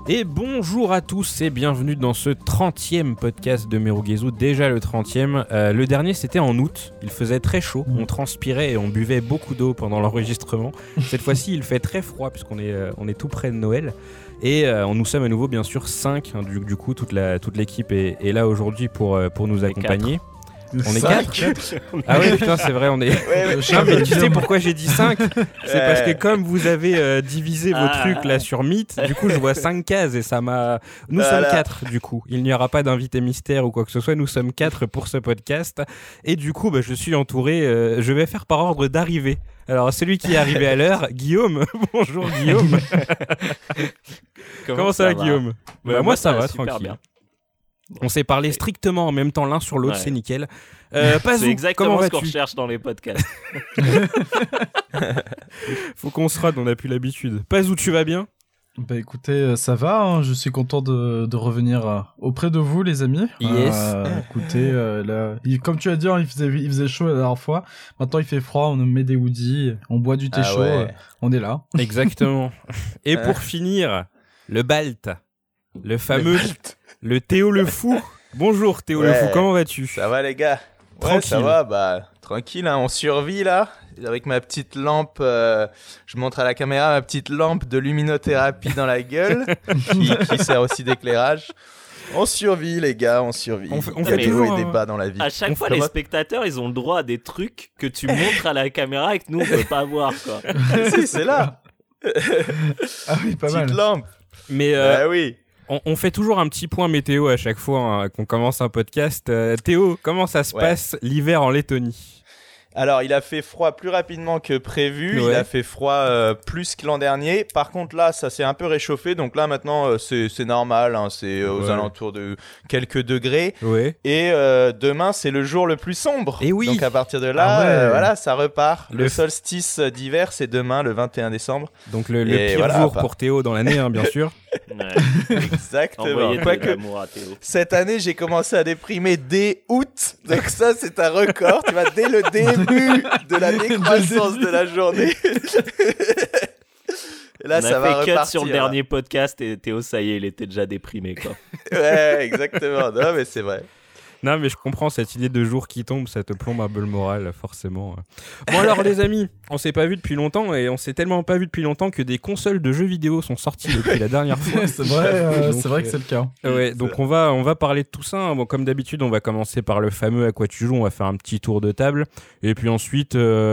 Et bonjour à tous et bienvenue dans ce 30e podcast de Merugezu, déjà le 30e. Le dernier c'était en août, il faisait très chaud, on transpirait et on buvait beaucoup d'eau pendant l'enregistrement. Cette fois-ci il fait très froid puisqu'on est tout près de Noël. Et nous sommes à nouveau bien sûr 5, hein, du coup toute l'équipe est là aujourd'hui pour nous accompagner. On est 4. Ah oui putain c'est vrai on est... Non mais tu sais pourquoi j'ai dit 5 ? C'est parce que comme vous avez divisé vos trucs là sur Meet, du coup je vois 5 cases et ça m'a... Nous sommes 4 du coup, il n'y aura pas d'invité mystère ou quoi que ce soit, nous sommes 4 pour ce podcast. Et du coup je suis entouré, je vais faire par ordre d'arrivée. Alors celui qui est arrivé à l'heure, Guillaume. Bonjour Guillaume. Comment ça va Guillaume ? Moi ça va tranquille. Bien. On s'est parlé strictement en même temps l'un sur l'autre, c'est nickel. C'est exactement ce qu'on recherche dans les podcasts. Faut qu'on se rade, on n'a plus l'habitude. Pazou, tu vas bien ? Bah écoutez, ça va, hein, je suis content de revenir auprès de vous les amis. Yes. Écoutez, là, comme tu as dit, hein, il faisait chaud la dernière fois. Maintenant il fait froid, on met des hoodies, on boit du thé chaud, on est là. Exactement. Et pour finir, le Balt, le fameux... Le Théo le Fou. Bonjour Théo le Fou, comment vas-tu ? Ça va les gars ? Tranquille. Ça va, tranquille, hein, on survit là. Avec ma petite lampe, je montre à la caméra ma petite lampe de luminothérapie dans la gueule, qui sert aussi d'éclairage. On survit les gars, on survit. On fait toujours des bas dans la vie. À chaque fois, les spectateurs, ils ont le droit à des trucs que tu montres à la caméra et que nous, on peut pas voir, quoi. Si, c'est là. Ah oui, pas mal. Petite lampe. Mais oui. On fait toujours un petit point météo à chaque fois hein, qu'on commence un podcast. Théo, comment ça se passe l'hiver en Lettonie ? Alors, il a fait froid plus rapidement que prévu. Ouais. Il a fait froid plus que l'an dernier. Par contre, là, ça s'est un peu réchauffé. Donc là, maintenant, c'est normal. Hein, c'est aux alentours de quelques degrés. Ouais. Et demain, c'est le jour le plus sombre. Et oui. Donc à partir de là, voilà, ça repart. Le solstice d'hiver, c'est demain, le 21 décembre. Donc le pire jour pour Théo dans l'année, hein, bien sûr. Exactement. Envoyez de l'amour à Théo. Cette année, j'ai commencé à déprimer dès août. Donc ça, c'est un record. Tu vois, dès le début de la décroissance de la journée. Et là, ça va repartir. On a fait cut sur le dernier podcast et Théo, ça y est, il était déjà déprimé, quoi. Ouais, exactement. Non, mais c'est vrai. Non mais je comprends cette idée de jour qui tombe, ça te plombe un peu le moral forcément. Bon alors les amis, on s'est pas vu depuis longtemps et on s'est tellement pas vu depuis longtemps que des consoles de jeux vidéo sont sorties depuis la dernière fois. C'est vrai, c'est vrai que c'est le cas. Ouais, donc on va parler de tout ça. Hein. Bon, comme d'habitude, on va commencer par le fameux à quoi tu joues, on va faire un petit tour de table et puis ensuite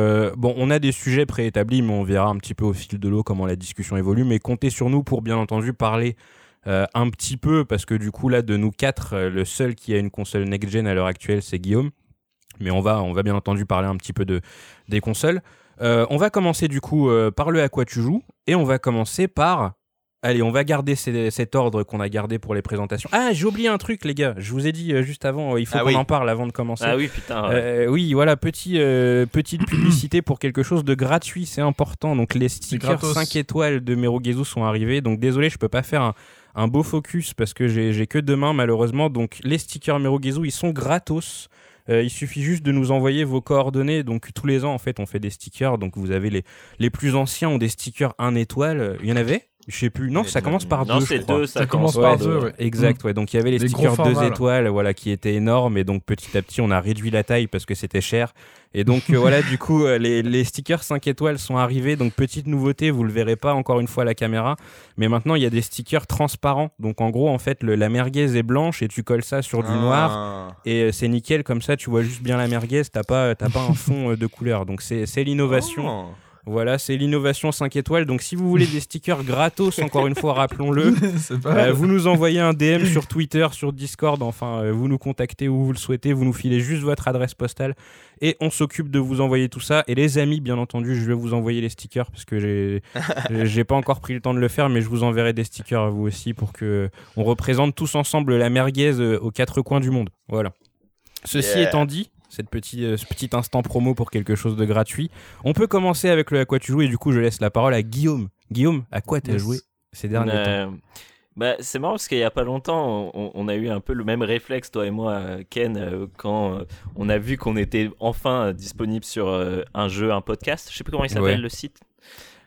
on a des sujets préétablis mais on verra un petit peu au fil de l'eau comment la discussion évolue, mais comptez sur nous pour bien entendu parler un petit peu, parce que du coup là de nous 4, le seul qui a une console next-gen à l'heure actuelle c'est Guillaume, mais on va bien entendu parler un petit peu des consoles. On va commencer du coup par le à quoi tu joues, et on va commencer par... Allez, on va garder cet ordre qu'on a gardé pour les présentations. Ah, j'ai oublié un truc les gars, je vous ai dit juste avant, il faut qu'on en parle avant de commencer. Ah oui, putain. Oui, voilà, petite publicité pour quelque chose de gratuit, c'est important. Donc les stickers 5 étoiles de Merugezu sont arrivés, donc désolé, je peux pas faire un beau focus parce que j'ai que demain malheureusement. Donc les stickers Merugezu, ils sont gratos. Il suffit juste de nous envoyer vos coordonnées. Donc tous les ans en fait on fait des stickers. Donc vous avez les plus anciens ont des stickers 1 étoile. Il y en avait ? Je sais plus. Non, ça commence par 2. Non, c'est 2. Ça commence par 2. Ouais. Exact. Ouais. Donc il y avait les stickers 2 étoiles, voilà, qui étaient énormes. Et donc petit à petit, on a réduit la taille parce que c'était cher. Et donc voilà, du coup, les stickers 5 étoiles sont arrivés. Donc petite nouveauté, vous le verrez pas encore une fois à la caméra, mais maintenant il y a des stickers transparents. Donc en gros, en fait, la merguez est blanche et tu colles ça sur du noir et c'est nickel. Comme ça, tu vois juste bien la merguez. T'as pas un fond de couleur. Donc c'est l'innovation. Voilà, c'est l'innovation 5 étoiles. Donc, si vous voulez des stickers gratos, encore une fois, rappelons-le, vous nous envoyez un DM sur Twitter, sur Discord, enfin, vous nous contactez où vous le souhaitez, vous nous filez juste votre adresse postale et on s'occupe de vous envoyer tout ça. Et les amis, bien entendu, je vais vous envoyer les stickers parce que j'ai pas encore pris le temps de le faire, mais je vous enverrai des stickers à vous aussi pour que on représente tous ensemble la merguez aux 4 coins du monde. Voilà. Ceci étant dit, ce petit instant promo pour quelque chose de gratuit. On peut commencer avec le à quoi tu joues et du coup je laisse la parole à Guillaume. Guillaume, à quoi t'as joué ces derniers temps ? C'est marrant parce qu'il y a pas longtemps on a eu un peu le même réflexe toi et moi Ken quand on a vu qu'on était enfin disponible sur un podcast, je sais plus comment il s'appelle le site.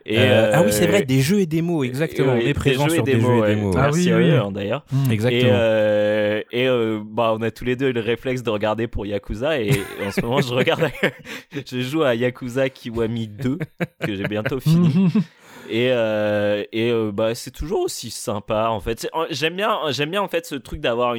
Ah oui, c'est vrai, des jeux et des mots, exactement. On est présent sur des jeux et des mots. Merci à eux, d'ailleurs. Exactement. On a tous les deux le réflexe de regarder pour Yakuza, et en ce moment, je joue à Yakuza Kiwami 2, que j'ai bientôt fini. C'est toujours aussi sympa, en fait. J'aime bien en fait ce truc d'avoir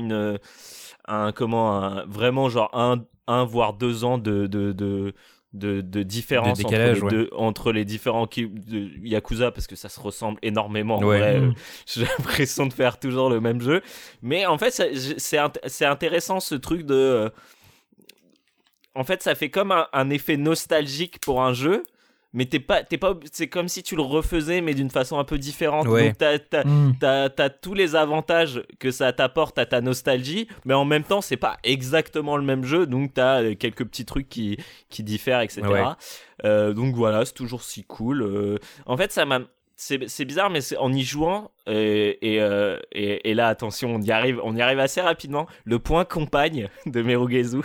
vraiment genre un voire 2 ans de différence entre les différents Yakuza, parce que ça se ressemble énormément. En vrai, j'ai l'impression de faire toujours le même jeu, mais en fait c'est intéressant ce truc de en fait ça fait comme un effet nostalgique pour un jeu, mais t'es pas, c'est comme si tu le refaisais mais d'une façon un peu différente. Donc t'as tous les avantages que ça t'apporte à ta nostalgie, mais en même temps c'est pas exactement le même jeu, donc t'as quelques petits trucs qui diffèrent, etc. Donc voilà, c'est toujours si cool. En fait c'est bizarre, mais en y jouant, et là, attention, on y arrive assez rapidement. Le point compagne de Merugezu.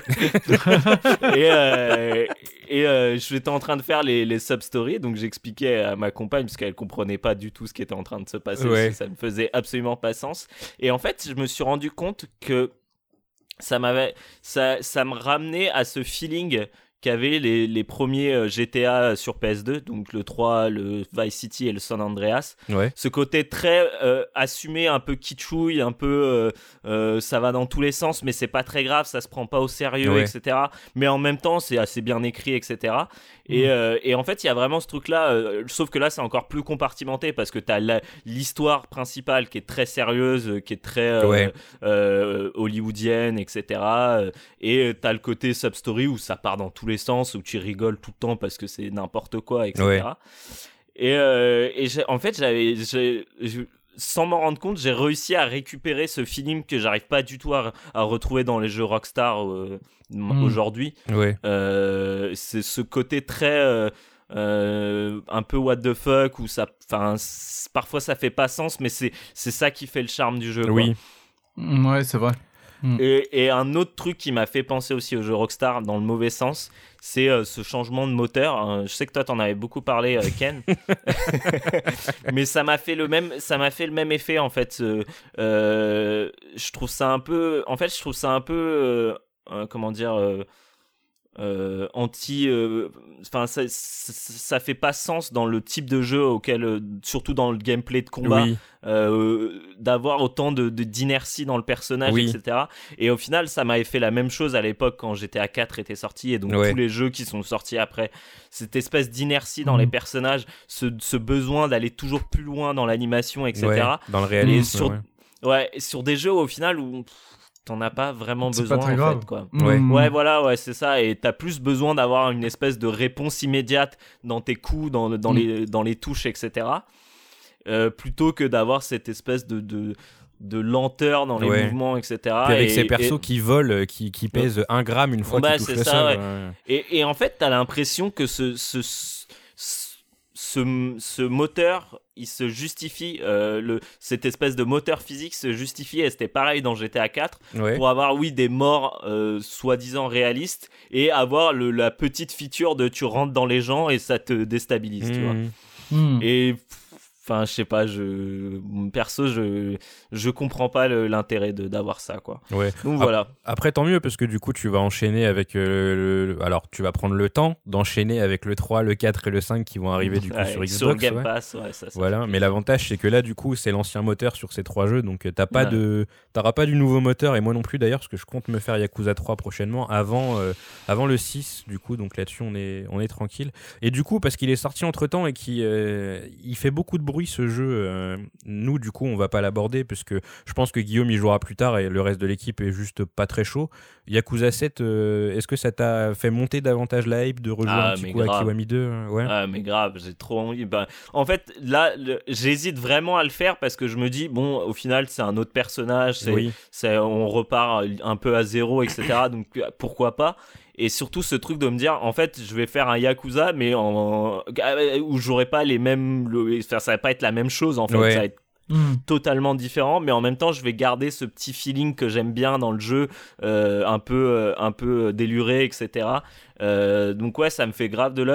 J'étais en train de faire les sub-stories, donc j'expliquais à ma compagne, parce qu'elle comprenait pas du tout ce qui était en train de se passer, ça me faisait absolument pas sens. Et en fait, je me suis rendu compte que ça me ramenait à ce feeling qu'avaient les premiers GTA sur PS2, donc le 3, le Vice City et le San Andreas. Ce côté très assumé, un peu kitschouille, un peu ça va dans tous les sens, mais c'est pas très grave, ça se prend pas au sérieux, etc. Mais en même temps, c'est assez bien écrit, etc. Et en fait, il y a vraiment ce truc-là, sauf que là, c'est encore plus compartimenté, parce que t'as l'histoire principale qui est très sérieuse, qui est très hollywoodienne, etc. Et t'as le côté sub-story où ça part dans tous les sens, où tu rigoles tout le temps parce que c'est n'importe quoi, etc. En fait, sans m'en rendre compte, j'ai réussi à récupérer ce feeling que j'arrive pas du tout à retrouver dans les jeux Rockstar aujourd'hui. C'est ce côté très un peu what the fuck, où parfois ça fait pas sens, mais c'est ça qui fait le charme du jeu. Ouais, c'est vrai. Et un autre truc qui m'a fait penser aussi au jeu Rockstar dans le mauvais sens, c'est ce changement de moteur. Je sais que toi t'en avais beaucoup parlé, Ken. Mais ça m'a fait le même effet, en fait. Je trouve ça un peu comment dire, ça fait pas sens dans le type de jeu auquel, surtout dans le gameplay de combat, d'avoir autant d'inertie dans le personnage, etc. Et au final, ça m'avait fait la même chose à l'époque quand GTA 4 était sorti, et donc tous les jeux qui sont sortis après, cette espèce d'inertie dans les personnages, ce besoin d'aller toujours plus loin dans l'animation, etc. Dans le réalisme. Et sur des jeux au final où t'en as pas vraiment besoin, pas très grave. fait, quoi. Voilà, c'est ça. Et t'as plus besoin d'avoir une espèce de réponse immédiate dans tes coups, dans les touches, etc. Plutôt que d'avoir cette espèce de lenteur dans les mouvements, etc. Puis avec ces persos qui volent, qui pèsent 1 gramme une fois qu'ils touchent le sol. Et en fait, t'as l'impression que ce moteur, il se justifie, cette espèce de moteur physique se justifie, et c'était pareil dans GTA 4, pour avoir des morts soi-disant réalistes, et avoir la petite feature de tu rentres dans les gens et ça te déstabilise, tu vois. Et enfin, je sais pas, perso, je comprends pas l'intérêt d'avoir ça, quoi. Donc voilà. Après, tant mieux, parce que du coup, tu vas enchaîner avec alors, tu vas prendre le temps d'enchaîner avec le 3, le 4 et le 5 qui vont arriver du coup sur Xbox. Sur Game Pass, ça voilà, mais l'avantage, c'est que là, du coup, c'est l'ancien moteur sur ces 3 jeux, donc t'auras pas du nouveau moteur, et moi non plus d'ailleurs, parce que je compte me faire Yakuza 3 prochainement, avant le 6, du coup, donc là-dessus, on est tranquille. Et du coup, parce qu'il est sorti entre-temps et il fait beaucoup de bruit, ce jeu, nous du coup on va pas l'aborder parce que je pense que Guillaume y jouera plus tard et le reste de l'équipe est juste pas très chaud. Yakuza 7, est-ce que ça t'a fait monter davantage la hype de rejouer un petit coup à Kiwami 2? Mais grave, j'ai trop envie. En fait là j'hésite vraiment à le faire parce que je me dis bon, au final c'est un autre personnage, on repart un peu à zéro, etc. Donc pourquoi pas. Et surtout ce truc de me dire, en fait, je vais faire un Yakuza, mais où j'aurai pas les mêmes, ça va pas être la même chose, en fait, ça va être totalement différent, mais en même temps, je vais garder ce petit feeling que j'aime bien dans le jeu, un peu déluré, etc. Donc ça me fait grave de l'œil.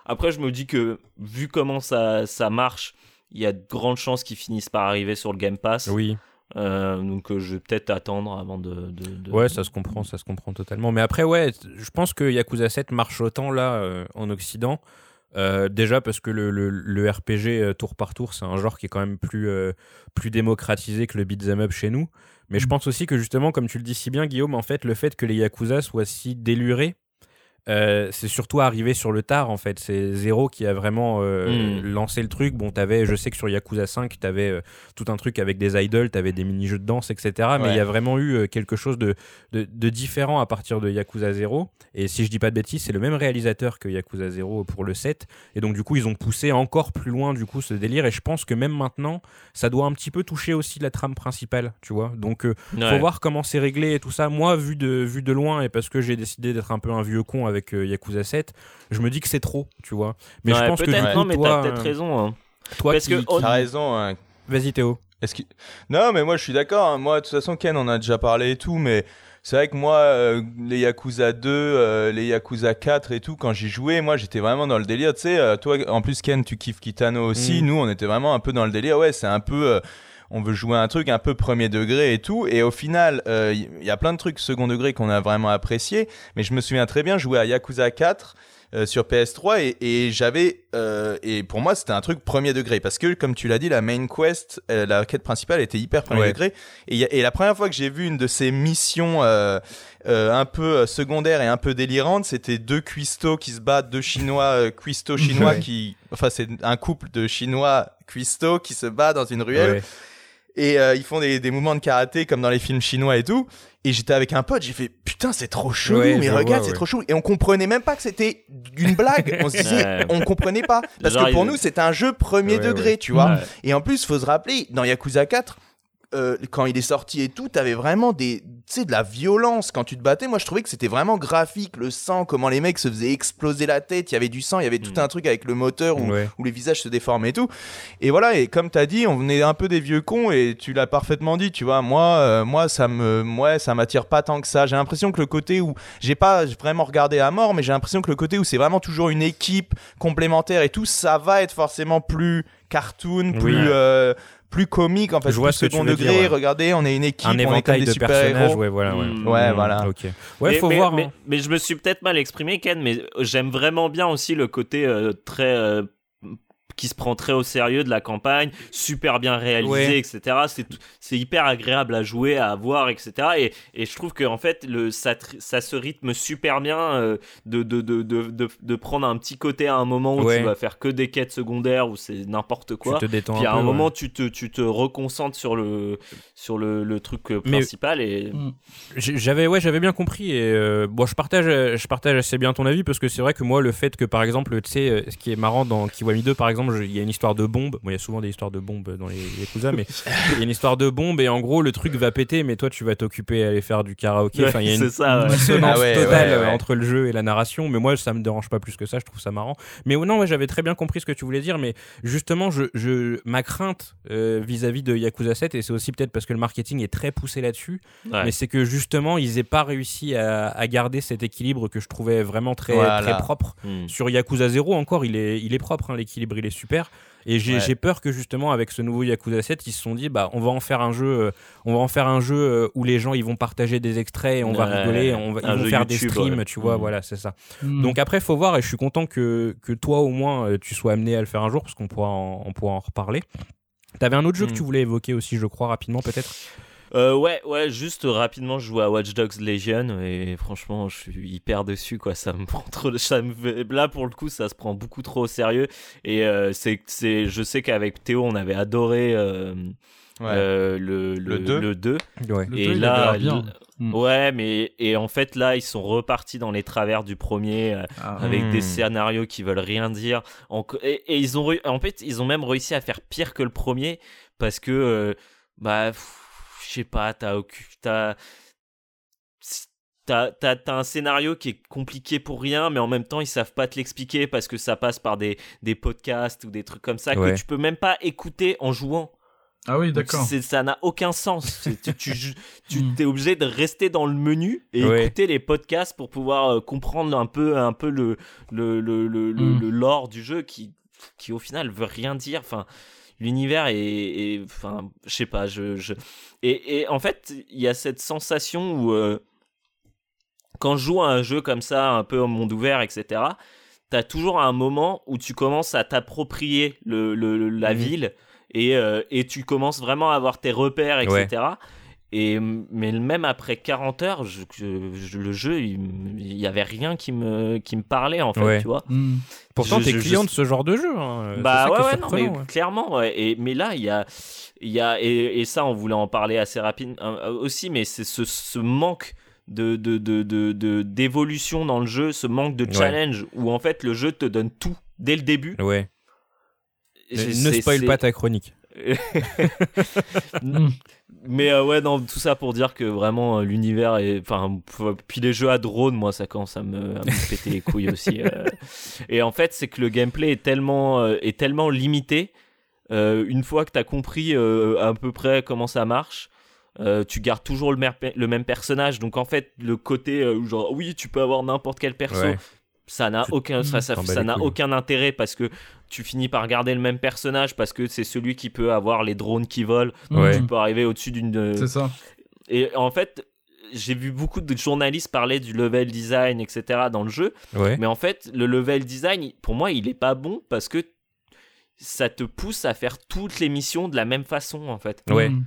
Après, je me dis que vu comment ça marche, il y a de grandes chances qu'ils finissent par arriver sur le Game Pass. Oui. Donc je vais peut-être attendre avant de... Ouais, ça se comprend totalement. Mais après, ouais, je pense que Yakuza 7 marche autant là en Occident. Déjà parce que le RPG tour par tour, c'est un genre qui est quand même plus démocratisé que le beat'em up chez nous. Mais je pense aussi que justement, comme tu le dis si bien, Guillaume, en fait, le fait que les Yakuza soient si délurés, c'est surtout arrivé sur le tard en fait. C'est Zero qui a vraiment lancé le truc. Bon, je sais que sur Yakuza 5 t'avais tout un truc avec des idols, t'avais des mini-jeux de danse, etc. Mais il y a vraiment eu quelque chose de différent à partir de Yakuza 0. Et si je dis pas de bêtises, c'est le même réalisateur que Yakuza 0 pour le 7. Et donc du coup ils ont poussé encore plus loin du coup ce délire. Et je pense que même maintenant ça doit un petit peu toucher aussi la trame principale, tu vois. Donc faut voir comment c'est réglé et tout ça. Moi vu de loin, et parce que j'ai décidé d'être un peu un vieux con avec Yakuza 7, je me dis que c'est trop, tu vois. Mais je pense que du coup, non, mais t'as peut-être raison. Hein. Toi, t'as raison. Hein. Vas-y Théo. Non, mais moi je suis d'accord. Hein. Moi, de toute façon, Ken, on a déjà parlé et tout, mais c'est vrai que moi, les Yakuza 2, les Yakuza 4 et tout, quand j'y jouais, moi j'étais vraiment dans le délire. Tu sais, toi, en plus, Ken, tu kiffes Kitano aussi. Nous, on était vraiment un peu dans le délire. Ouais, c'est un peu. On veut jouer un truc un peu premier degré et tout. Et au final, y a plein de trucs second degré qu'on a vraiment apprécié. Mais je me souviens très bien jouer à Yakuza 4 sur PS3 et j'avais... et pour moi, c'était un truc premier degré. Parce que, comme tu l'as dit, la main quest, la quête principale était hyper premier degré. Et la première fois que j'ai vu une de ces missions un peu secondaires et un peu délirantes, c'était deux cuistots qui se battent, deux Chinois, cuistots chinois qui... Enfin, c'est un couple de Chinois cuistots qui se bat dans une ruelle. Ouais. Et ils font des mouvements de karaté comme dans les films chinois et tout. Et j'étais avec un pote, j'ai fait putain, c'est trop chelou, mais regarde, c'est trop chelou. Et on comprenait même pas que c'était une blague. On se disait, on comprenait pas. Parce que pour nous, c'était un jeu premier degré, tu vois. Et en plus, faut se rappeler, dans Yakuza 4, quand il est sorti et tout, t'avais vraiment de la violence quand tu te battais. Moi, je trouvais que c'était vraiment graphique, le sang, comment les mecs se faisaient exploser la tête. Il y avait du sang, il y avait tout un truc avec le moteur où les visages se déformaient et tout. Et voilà, et comme t'as dit, on est un peu des vieux cons et tu l'as parfaitement dit, tu vois. Moi, ça m'attire pas tant que ça. J'ai l'impression que le côté où j'ai pas vraiment regardé à mort, mais j'ai l'impression que le côté où c'est vraiment toujours une équipe complémentaire et tout, ça va être forcément plus cartoon, plus comique en fait, plus second degré. Regardez, on est une équipe, on est comme des super-héros. Voilà. Ok. Ouais, faut voir. Mais je me suis peut-être mal exprimé, Ken, mais j'aime vraiment bien aussi le côté très qui se prend très au sérieux de la campagne, super bien réalisé, etc. C'est hyper agréable à jouer, à voir, etc. Et je trouve que en fait, ça se rythme super bien de prendre un petit côté à un moment où tu vas faire que des quêtes secondaires, où c'est n'importe quoi. Tu te détends puis à un moment, tu te reconcentres sur le truc principal. Et... J'avais bien compris. Et bon, je partage assez bien ton avis, parce que c'est vrai que moi, le fait que, par exemple, tu sais, ce qui est marrant dans Kiwami 2, par exemple, il y a une histoire de bombe. Bon, il y a souvent des histoires de bombes dans les Yakuza, mais il y a une histoire de bombe et en gros le truc va péter, mais toi tu vas t'occuper à aller faire du karaoké. Enfin, il y a une dissonance totale entre le jeu et la narration. Mais moi ça me dérange pas plus que ça, je trouve ça marrant. Mais non, j'avais très bien compris ce que tu voulais dire, mais justement ma crainte vis-à-vis de Yakuza 7, et c'est aussi peut-être parce que le marketing est très poussé là-dessus, mais c'est que justement ils aient pas réussi à garder cet équilibre que je trouvais vraiment très propre. Sur Yakuza 0 encore, il est propre, hein, l'équilibre il est super. Et j'ai peur que justement avec ce nouveau Yakuza 7, ils se sont dit on va en faire un jeu où les gens ils vont partager des extraits et on va rigoler, ils vont faire YouTube, des streams, tu vois, voilà, c'est ça. Donc après faut voir, et je suis content que toi au moins tu sois amené à le faire un jour, parce qu'on pourra en reparler. T'avais un autre jeu que tu voulais évoquer aussi, je crois, rapidement peut-être. Juste rapidement, je joue à Watch Dogs Legion et franchement, je suis hyper dessus, quoi. Ça me prend trop, là pour le coup, ça se prend beaucoup trop au sérieux. Et je sais qu'avec Théo, on avait adoré le 2. Ouais. Et le 2, là, mais en fait là, ils sont repartis dans les travers du premier avec des scénarios qui veulent rien dire. Et ils ont même réussi à faire pire que le premier, parce que je sais pas, t'as un scénario qui est compliqué pour rien, mais en même temps ils savent pas te l'expliquer parce que ça passe par des podcasts ou des trucs comme ça que tu peux même pas écouter en jouant. Ah oui, d'accord. Ça n'a aucun sens. Tu t'es obligé de rester dans le menu et écouter les podcasts pour pouvoir comprendre un peu le lore du jeu qui au final veut rien dire. Enfin, l'univers est enfin, je sais pas. Et en fait, il y a cette sensation où quand je joue à un jeu comme ça, un peu en monde ouvert, etc., t'as toujours un moment où tu commences à t'approprier la ville et tu commences vraiment à avoir tes repères, etc. Mais même après 40 heures, le jeu, il y avait rien qui me parlait, en fait, tu vois. Pourtant, t'es client de ce genre de jeu. Hein. Bah non, mais clairement, mais là, il y a et ça, on voulait en parler assez rapidement aussi, mais c'est ce manque d'évolution dans le jeu, ce manque de challenge où en fait le jeu te donne tout dès le début. Ne spoil pas ta chronique. Mais non, tout ça pour dire que vraiment l'univers est, enfin, puis les jeux à drone, moi ça commence à me péter les couilles aussi. Et en fait, c'est que le gameplay est tellement limité. Une fois que t'as compris à peu près comment ça marche, tu gardes toujours le même personnage, donc en fait le côté genre oui tu peux avoir n'importe quel perso, ça n'a aucun intérêt parce que tu finis par garder le même personnage parce que c'est celui qui peut avoir les drones qui volent, tu peux arriver au-dessus d'une c'est ça. Et en fait j'ai vu beaucoup de journalistes parler du level design, etc. dans le jeu, mais en fait le level design pour moi il est pas bon parce que ça te pousse à faire toutes les missions de la même façon en fait.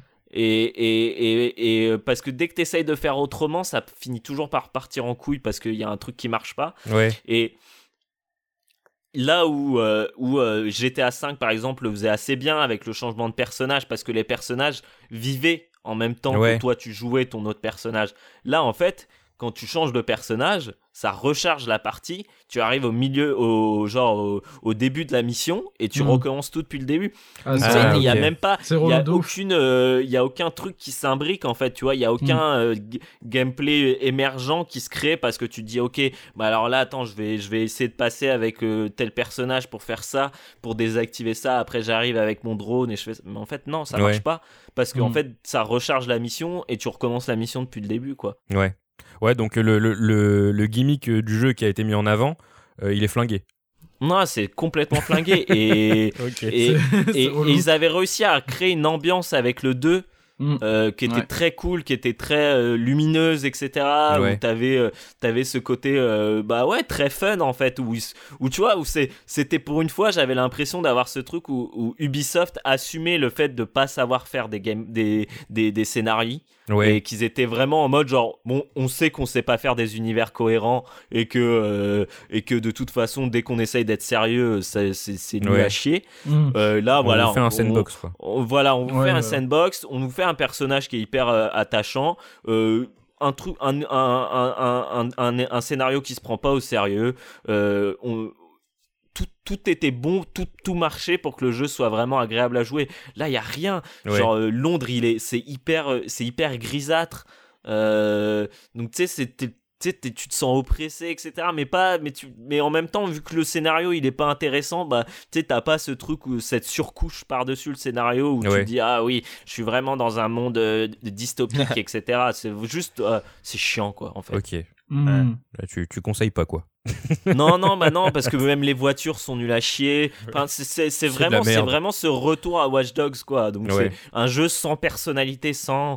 Et parce que dès que tu essayes de faire autrement, ça finit toujours par partir en couille parce qu'il y a un truc qui marche pas. Et là où GTA V par exemple le faisait assez bien avec le changement de personnage parce que les personnages vivaient en même temps que toi tu jouais ton autre personnage. Là en fait, quand tu changes de personnage, ça recharge la partie, tu arrives au milieu, au début de la mission et tu recommences tout depuis le début. Il y a même pas, il y a aucun truc qui s'imbrique en fait, tu vois, il y a aucun gameplay émergent qui se crée parce que tu te dis ok, bah alors là attends, je vais essayer de passer avec tel personnage pour faire ça, pour désactiver ça, après j'arrive avec mon drone et je fais ça. Mais en fait non, ça marche pas parce qu'en fait ça recharge la mission et tu recommences la mission depuis le début quoi. Ouais, donc le gimmick du jeu qui a été mis en avant, il est flingué. Non, c'est complètement flingué. Et ils avaient réussi à créer une ambiance avec le 2 qui était très cool, qui était très lumineuse, etc. Où t'avais ce côté très fun en fait, où tu vois, où c'était pour une fois, j'avais l'impression d'avoir ce truc où Ubisoft assumait le fait de pas savoir faire des scénarios. Et qu'ils étaient vraiment en mode genre bon, on sait qu'on sait pas faire des univers cohérents et que de toute façon dès qu'on essaye d'être sérieux c'est nul à chier. Là voilà, on fait un sandbox quoi. On fait un sandbox, on nous fait un personnage qui est hyper attachant, un scénario qui se prend pas au sérieux, tout était bon, tout marchait pour que le jeu soit vraiment agréable à jouer. Là, il y a rien. Genre Londres, c'est hyper grisâtre. Donc tu sais, tu te sens oppressé, etc. Mais en même temps, vu que le scénario il est pas intéressant, bah tu sais, t'as pas ce truc ou cette surcouche par-dessus le scénario où tu te dis ah oui, je suis vraiment dans un monde dystopique, etc. C'est juste c'est chiant quoi en fait. Ok. Là, tu conseilles pas quoi. non, parce que même les voitures sont nulles à chier. Enfin, c'est vraiment ce retour à Watch Dogs quoi. Donc c'est un jeu sans personnalité, sans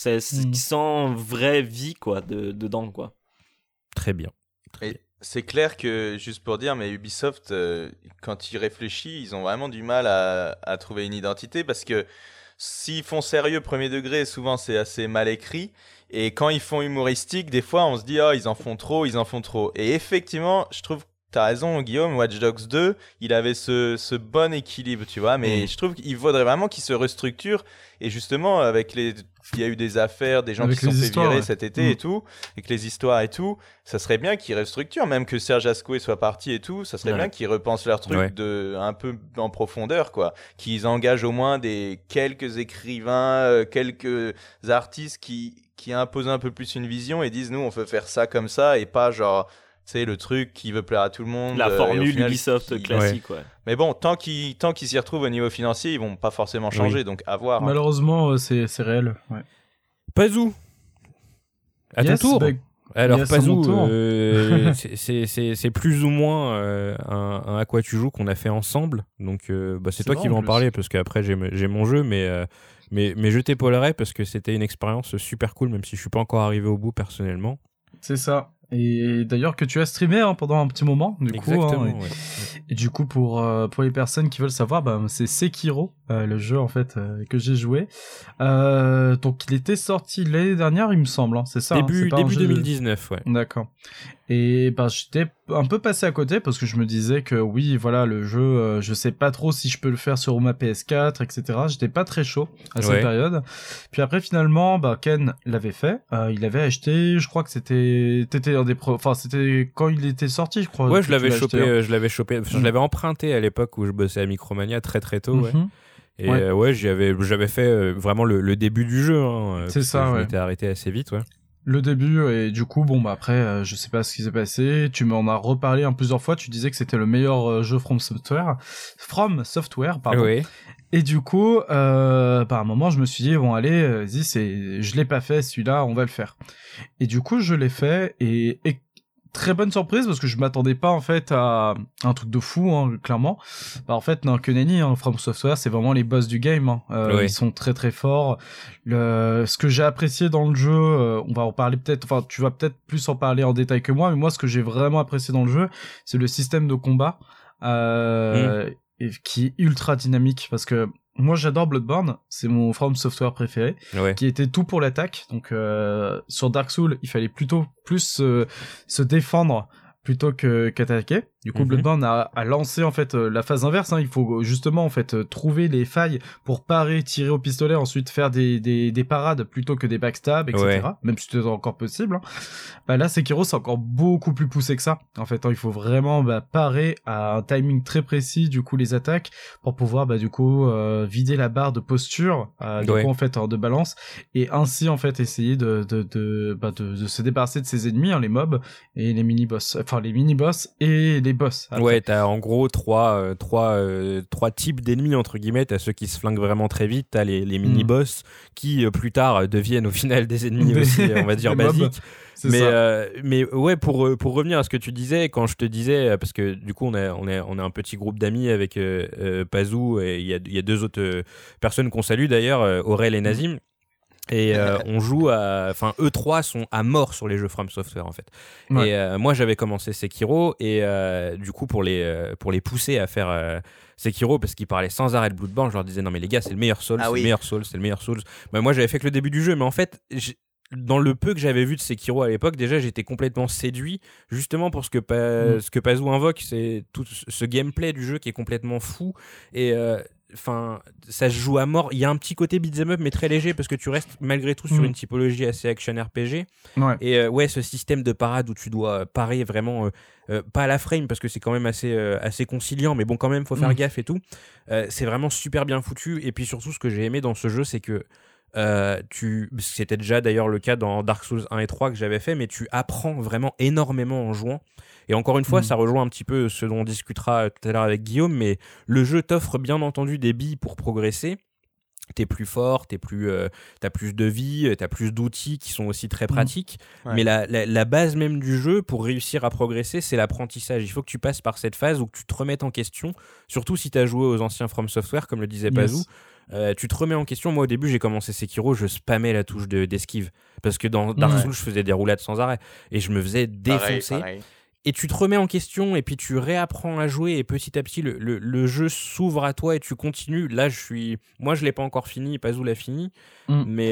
vraie vie quoi dedans quoi. Très bien. Et c'est clair que, juste pour dire, mais Ubisoft, quand ils réfléchissent, ils ont vraiment du mal à trouver une identité parce que s'ils font sérieux premier degré, souvent c'est assez mal écrit. Et quand ils font humoristique, des fois on se dit ils en font trop. Et effectivement, je trouve que t'as raison Guillaume, Watch Dogs 2, il avait ce bon équilibre, tu vois, mais je trouve qu'il faudrait vraiment qu'il se restructure. Et justement, il y a eu des affaires, des gens avec qui se sont fait virer cet été et tout, avec les histoires et tout, ça serait bien qu'ils restructurent, même que Serge Ascoué soit parti et tout, ça serait bien qu'ils repensent leur truc un peu en profondeur, quoi. Qu'ils engagent au moins quelques écrivains, quelques artistes qui imposent un peu plus une vision et disent nous on veut faire ça comme ça et pas genre C'est le truc qui veut plaire à tout le monde. La formule Ubisoft classique, ouais. Mais bon, tant qu'ils s'y retrouvent au niveau financier, ils vont pas forcément changer, donc à voir. Malheureusement, c'est réel. Ouais. Pazou, à ton tour. Alors Pazou, c'est plus ou moins un à quoi tu joues qu'on a fait ensemble. Donc c'est toi qui vas en parler parce qu'après j'ai mon jeu, mais je t'épaulerai parce que c'était une expérience super cool, même si je suis pas encore arrivé au bout personnellement. C'est ça. Et d'ailleurs que tu as streamé pendant un petit moment, du Exactement, coup. Et du coup, pour les personnes qui veulent savoir, c'est Sekiro, le jeu en fait que j'ai joué. Donc il était sorti l'année dernière, il me semble. C'est ça. Début 2019, ouais. D'accord. Et j'étais un peu passé à côté parce que je me disais que oui, voilà, le jeu, je sais pas trop si je peux le faire sur ma PS4, etc. J'étais pas très chaud à cette période. Puis après, finalement, Ken l'avait fait. Il avait acheté, je crois que c'était quand il était sorti, je crois. Ouais, je l'avais chopé. Je l'avais emprunté à l'époque où je bossais à Micromania très très tôt, ouais. Et j'avais fait vraiment le début du jeu. C'est ça, je m'étais arrêté assez vite, ouais. Le début, et du coup, après, je sais pas ce qui s'est passé. Tu m'en as reparlé plusieurs fois. Tu disais que c'était le meilleur jeu From Software, pardon. Oui. Et du coup, à un moment, je me suis dit, bon, allez, vas-y, je l'ai pas fait, celui-là, on va le faire. Et du coup, je l'ai fait, et très bonne surprise parce que je m'attendais pas en fait à un truc de fou, clairement. En fait, non, que nenni, From Software, c'est vraiment les boss du game. Ils sont très très forts. Ce que j'ai apprécié dans le jeu, on va en parler peut-être. Enfin, tu vas peut-être plus en parler en détail que moi, mais moi, ce que j'ai vraiment apprécié dans le jeu, c'est le système de combat qui est ultra dynamique parce que moi j'adore Bloodborne, c'est mon From Software préféré, qui était tout pour l'attaque. Donc sur Dark Souls, il fallait plutôt plus se défendre plutôt qu'attaquer. Du coup, Bloodborne a lancé en fait la phase inverse. Il faut justement en fait trouver les failles pour parer, tirer au pistolet, ensuite faire des parades plutôt que des backstabs, etc. Même si c'est encore possible. Là, Sekiro, c'est encore beaucoup plus poussé que ça. En fait, il faut vraiment parer à un timing très précis. Du coup, les attaques pour pouvoir vider la barre de posture, coup en fait de balance, et ainsi en fait essayer de se débarrasser de ses ennemis, les mobs et les mini-boss. Enfin, les mini-boss et les boss. Après. Ouais, t'as en gros trois types d'ennemis entre guillemets. T'as ceux qui se flinguent vraiment très vite, t'as les mini-boss qui plus tard deviennent au final des ennemis aussi, on va dire basiques. Mais ouais, pour revenir à ce que tu disais, quand je te disais, parce que du coup on est un petit groupe d'amis avec Pazou, et il y a deux autres personnes qu'on salue d'ailleurs, Aurel et Nazim. Et on joue eux trois sont à mort sur les jeux From Software en fait. Et moi j'avais commencé Sekiro, et du coup pour les pousser à faire Sekiro, parce qu'ils parlaient sans arrêt de Bloodborne, je leur disais non mais les gars, c'est le meilleur Souls, c'est le meilleur Souls. Moi j'avais fait que le début du jeu, mais en fait dans le peu que j'avais vu de Sekiro à l'époque, déjà j'étais complètement séduit, justement pour ce que Pazou invoque, c'est tout ce gameplay du jeu qui est complètement fou. Et ça se joue à mort. Il y a un petit côté beat'em up mais très léger, parce que tu restes malgré tout sur une typologie assez action RPG. Et ce système de parade où tu dois parer vraiment pas à la frame, parce que c'est quand même assez conciliant, mais bon, quand même faut faire gaffe et tout. C'est vraiment super bien foutu. Et puis surtout, ce que j'ai aimé dans ce jeu, c'est que c'était déjà d'ailleurs le cas dans Dark Souls 1 et 3 que j'avais fait, mais tu apprends vraiment énormément en jouant. Et encore une fois, ça rejoint un petit peu ce dont on discutera tout à l'heure avec Guillaume, mais le jeu t'offre bien entendu des billes pour progresser. T'es plus fort, t'as plus de vie, t'as plus d'outils qui sont aussi très pratiques. Mais la base même du jeu, pour réussir à progresser, c'est l'apprentissage. Il faut que tu passes par cette phase où tu te remettes en question, surtout si t'as joué aux anciens From Software, comme le disait Pazou. Tu te remets en question. Moi au début j'ai commencé Sekiro, je spammais la touche d'esquive, parce que dans Dark Souls je faisais des roulades sans arrêt et je me faisais défoncer. Pareil. Et tu te remets en question, et puis tu réapprends à jouer, et petit à petit le jeu s'ouvre à toi et tu continues. Là moi je l'ai pas encore fini, Pazou l'a fini, mais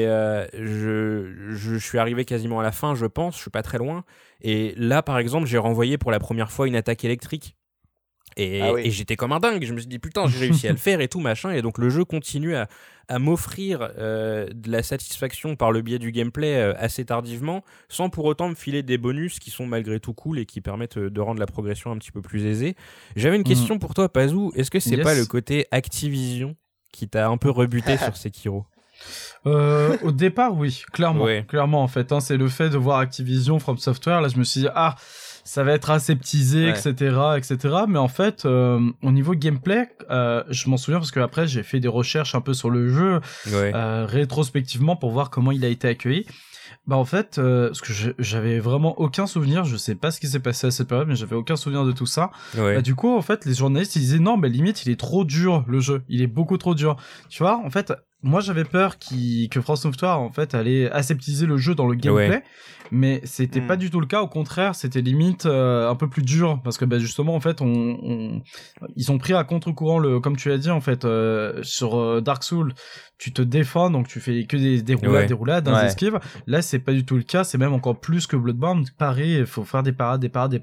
je suis arrivé quasiment à la fin, je pense, je suis pas très loin. Et là par exemple j'ai renvoyé pour la première fois une attaque électrique. Et j'étais comme un dingue, je me suis dit putain, j'ai réussi à le faire et tout machin. Et donc le jeu continue à m'offrir de la satisfaction par le biais du gameplay assez tardivement, sans pour autant me filer des bonus qui sont malgré tout cool et qui permettent de rendre la progression un petit peu plus aisée. J'avais une question pour toi, Pazou, est-ce que c'est pas le côté Activision qui t'a un peu rebuté sur Sekiro? Au départ oui, clairement en fait, c'est le fait de voir Activision, From Software, là je me suis dit ça va être aseptisé, etc. Mais en fait, au niveau gameplay, je m'en souviens parce que après j'ai fait des recherches un peu sur le jeu rétrospectivement pour voir comment il a été accueilli. Bah en fait, parce que j'avais vraiment aucun souvenir, je sais pas ce qui s'est passé à cette période, mais j'avais aucun souvenir de tout ça. Bah, du coup, en fait, les journalistes ils disaient non, mais limite il est trop dur le jeu, il est beaucoup trop dur. Tu vois, en fait, moi j'avais peur que From Software en fait allait aseptiser le jeu dans le gameplay, mais c'était pas du tout le cas. Au contraire, c'était limite un peu plus dur parce que bah justement en fait ils ont pris à contre-courant comme tu l'as dit en fait sur Dark Souls. Tu te défends, donc tu fais que des roulades, des esquives. Là, c'est pas du tout le cas. C'est même encore plus que Bloodborne. Pareil, il faut faire des parades.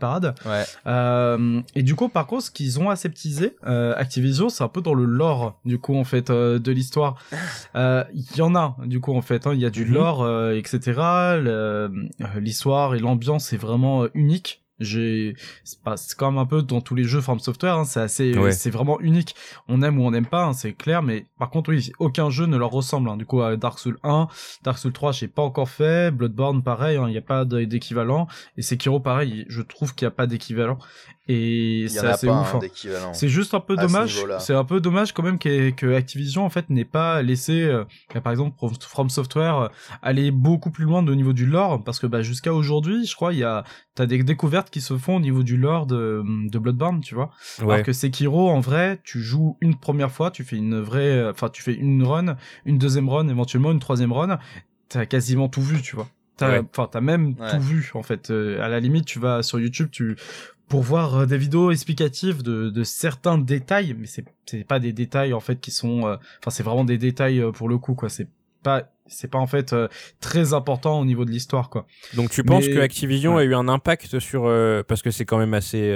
Et du coup, par contre, ce qu'ils ont aseptisé, Activision, c'est un peu dans le lore, du coup, en fait, de l'histoire. Il y en a, du coup, en fait, il y a du lore, etc. L'histoire et l'ambiance est vraiment unique. C'est quand même un peu dans tous les jeux From Software, c'est assez, c'est vraiment unique. On aime ou on n'aime pas, c'est clair, mais par contre, oui, aucun jeu ne leur ressemble, Du coup, Dark Souls 1, Dark Souls 3, j'ai pas encore fait, Bloodborne, pareil, il y a pas d'équivalent, et Sekiro, pareil, je trouve qu'il y a pas d'équivalent. Et c'est assez ouf. C'est juste un peu dommage. C'est un peu dommage quand même que Activision en fait n'ait pas laissé, par exemple, From Software aller beaucoup plus loin au niveau du lore, parce que bah jusqu'à aujourd'hui, je crois, t'as des découvertes qui se font au niveau du lore de Bloodborne, tu vois. Alors que Sekiro, en vrai, tu joues une première fois, tu fais tu fais une run, une deuxième run, éventuellement une troisième run, t'as quasiment tout vu, tu vois. T'as même tout vu en fait. À la limite, tu vas sur YouTube, pour voir des vidéos explicatives de certains détails, mais c'est pas des détails en fait qui sont, c'est vraiment des détails pour le coup quoi. C'est pas en fait très important au niveau de l'histoire quoi. Donc tu penses que Activision a eu un impact sur parce que c'est quand même assez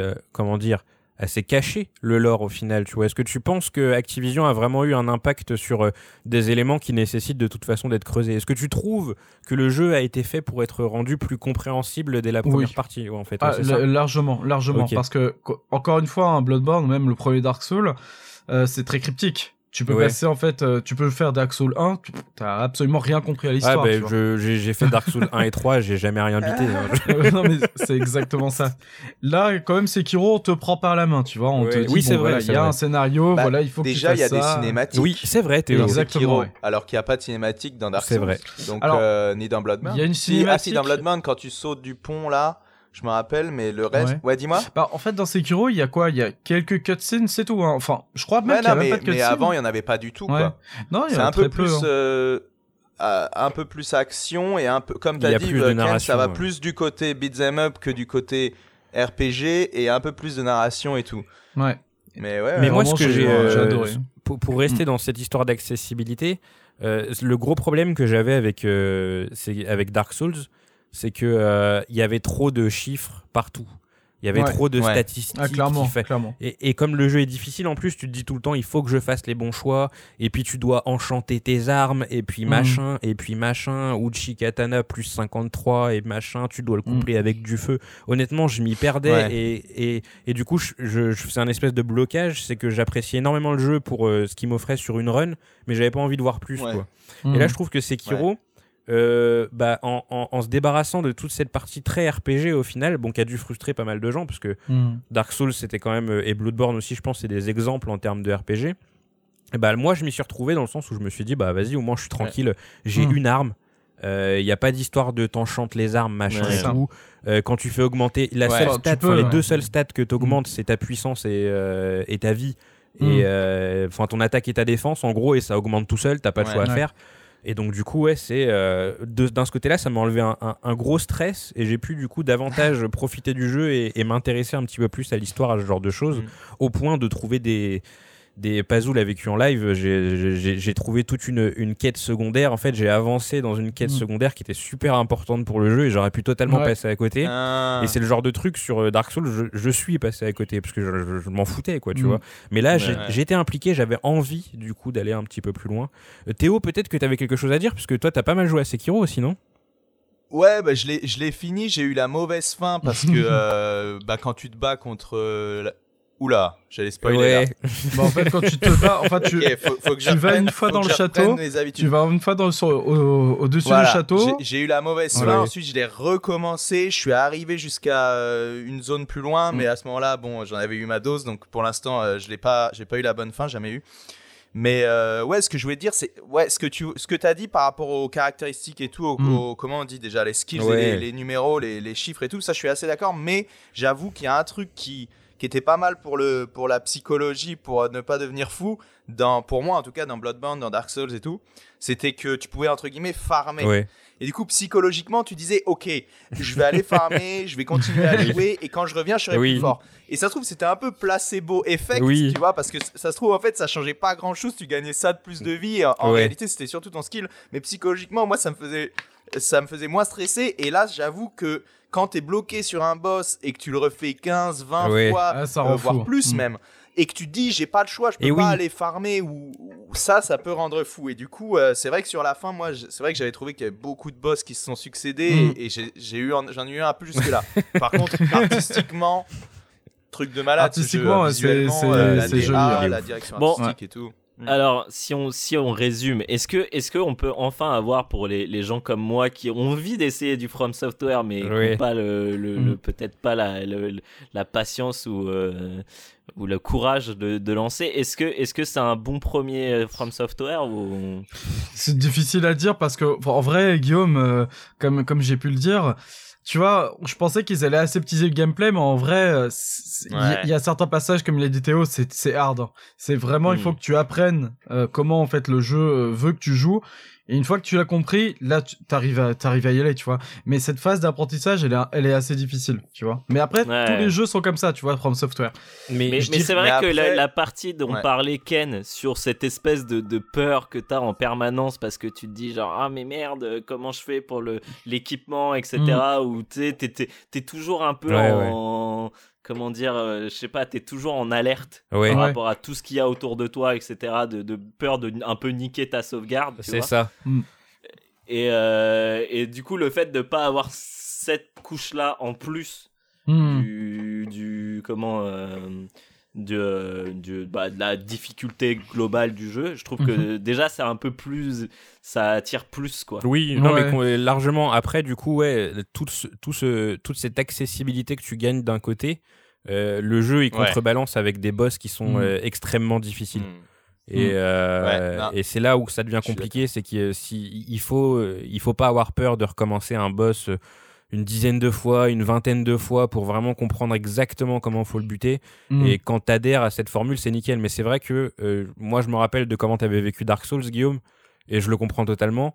assez caché le lore au final, tu vois. Est-ce que tu penses que Activision a vraiment eu un impact sur des éléments qui nécessitent de toute façon d'être creusés? Est-ce que tu trouves que le jeu a été fait pour être rendu plus compréhensible dès la première partie en fait? Largement, parce que encore une fois, Bloodborne, même le premier Dark Souls, c'est très cryptique. Tu peux passer en fait, tu peux faire Dark Souls 1, t'as absolument rien compris à l'histoire. J'ai fait Dark Souls 1 et 3, j'ai jamais rien bité. Non mais c'est exactement ça. Là quand même Sekiro on te prend par la main, tu vois, on te dit c'est vrai, il y a un scénario, il faut que tu fasses ça. Déjà il y a des cinématiques. Oui, c'est vrai, Théo. Exactement. Alors qu'il n'y a pas de cinématique dans Dark Souls. C'est vrai. Donc ni dans Bloodborne. Il y a une cinématique. Dans Bloodborne quand tu sautes du pont là, je me rappelle, mais le reste... Ouais, dis-moi. Bah, en fait, dans Sekiro, il y a quoi? Il y a quelques cutscenes, c'est tout, Enfin, je crois même qu'il y a même pas de cutscenes. Mais avant, il y en avait pas du tout, quoi. Non, il y a un peu plus, un peu plus action et un peu, comme t'as dit, Ken, ça va plus du côté beat'em up que du côté RPG et un peu plus de narration et tout. Ouais. Mais moi, ce que j'ai adoré. Pour rester dans cette histoire d'accessibilité, le gros problème que j'avais avec Dark Souls, c'est que il y avait trop de chiffres partout. Il y avait trop de statistiques. Clairement. Et comme le jeu est difficile, en plus, tu te dis tout le temps, il faut que je fasse les bons choix. Et puis, tu dois enchanter tes armes. Et puis, machin. Et puis, machin. Uchi Katana plus 53. Et machin. Tu dois le coupler avec du feu. Honnêtement, je m'y perdais. Et du coup, je faisais un espèce de blocage. C'est que j'appréciais énormément le jeu pour ce qu'il m'offrait sur une run. Mais j'avais pas envie de voir plus, quoi. Et là, je trouve que Sekiro... en se débarrassant de toute cette partie très RPG au final, qui a dû frustrer pas mal de gens parce que Dark Souls c'était quand même, et Bloodborne aussi je pense, c'est des exemples en termes de RPG. Et moi je m'y suis retrouvé dans le sens où je me suis dit vas-y, au moins je suis tranquille, j'ai une arme, il n'y a pas d'histoire de t'enchantes les armes machin et tout. Quand tu fais augmenter la seule stat, les deux seules stats que t'augmentes c'est ta puissance et ta vie et ton attaque et ta défense en gros, et ça augmente tout seul, t'as pas de choix à faire. Et donc du coup c'est d'un ce côté-là ça m'a enlevé un gros stress et j'ai pu du coup davantage profiter du jeu et m'intéresser un petit peu plus à l'histoire, à ce genre de choses, au point de trouver des Pazou l'a vécu en live, j'ai trouvé toute une quête secondaire. En fait, j'ai avancé dans une quête secondaire qui était super importante pour le jeu et j'aurais pu totalement passer à côté. Et c'est le genre de truc sur Dark Souls, je suis passé à côté parce que je m'en foutais, quoi, tu vois. Mais là, j'étais impliqué, j'avais envie du coup d'aller un petit peu plus loin. Théo, peut-être que t'avais quelque chose à dire parce que toi, t'as pas mal joué à Sekiro aussi, non ? Ouais, je l'ai fini. J'ai eu la mauvaise fin parce que quand tu te bats contre Oula, j'allais spoiler là. Bah, en fait, quand tu te bats, enfin, tu vas une fois dans le château, tu vas une fois au-dessus du château. J'ai eu la mauvaise fin, ensuite je l'ai recommencé, je suis arrivé jusqu'à une zone plus loin, mais à ce moment-là, bon, j'en avais eu ma dose, donc pour l'instant, j'ai pas eu la bonne fin, jamais eu. Mais ce que je voulais dire, c'est ce que t'as dit par rapport aux caractéristiques et tout, comment on dit déjà, les skills, et les numéros, les chiffres et tout, ça je suis assez d'accord, mais j'avoue qu'il y a un truc qui était pas mal pour la psychologie, pour ne pas devenir fou, pour moi en tout cas, dans Bloodborne, dans Dark Souls et tout, c'était que tu pouvais entre guillemets farmer. Ouais. Et du coup, psychologiquement, tu disais, ok, je vais aller farmer, je vais continuer à jouer, et quand je reviens, je serai plus fort. Et ça se trouve, c'était un peu placebo effect, tu vois, parce que ça se trouve, en fait, ça changeait pas grand chose, tu gagnais ça de plus de vie. En réalité, c'était surtout ton skill, mais psychologiquement, moi, ça me faisait moins stresser. Et là, j'avoue que quand t'es bloqué sur un boss et que tu le refais 15, 20 fois, voire plus même, et que tu te dis j'ai pas le choix, je peux pas aller farmer, ou ça peut rendre fou. Et du coup, c'est vrai que sur la fin, moi, c'est vrai que j'avais trouvé qu'il y avait beaucoup de boss qui se sont succédés, et j'en ai eu un peu jusque là. Par contre, artistiquement, truc de malade. Artistiquement, c'est joli. La direction artistique et tout. Alors, si on résume, est-ce que on peut enfin avoir pour les gens comme moi qui ont envie d'essayer du From Software, mais qui n'ont pas peut-être pas la patience ou le courage de lancer, est-ce que c'est un bon premier From Software ou... C'est difficile à dire parce que en vrai, Guillaume, comme j'ai pu le dire, tu vois, je pensais qu'ils allaient aseptiser le gameplay, mais en vrai, il y a certains passages, comme il a dit Théo, c'est hard. C'est vraiment, il faut que tu apprennes comment en fait le jeu veut que tu joues. Et une fois que tu l'as compris, là, t'arrives à y aller, tu vois. Mais cette phase d'apprentissage, elle est assez difficile, tu vois. Mais après, tous les jeux sont comme ça, tu vois, From Software. Mais c'est vrai que la partie dont parlait Ken sur cette espèce de peur que t'as en permanence parce que tu te dis genre, ah mais merde, comment je fais pour l'équipement, etc. Ou t'es toujours un peu comment dire, je sais pas, t'es toujours en alerte par rapport à tout ce qu'il y a autour de toi, etc. De peur de un peu niquer ta sauvegarde. C'est ça. Et du coup, le fait de pas avoir cette couche-là en plus de la difficulté globale du jeu, je trouve que déjà c'est un peu plus, ça attire plus quoi. Oui, non mais largement. Après du coup toute cette accessibilité que tu gagnes d'un côté, le jeu il contrebalance avec des boss qui sont extrêmement difficiles. Et c'est là où ça devient compliqué, c'est qu'il faut pas avoir peur de recommencer un boss une dizaine de fois, une vingtaine de fois pour vraiment comprendre exactement comment faut le buter. Et quand t'adhères à cette formule, c'est nickel. Mais c'est vrai que moi, je me rappelle de comment t'avais vécu Dark Souls, Guillaume, et je le comprends totalement.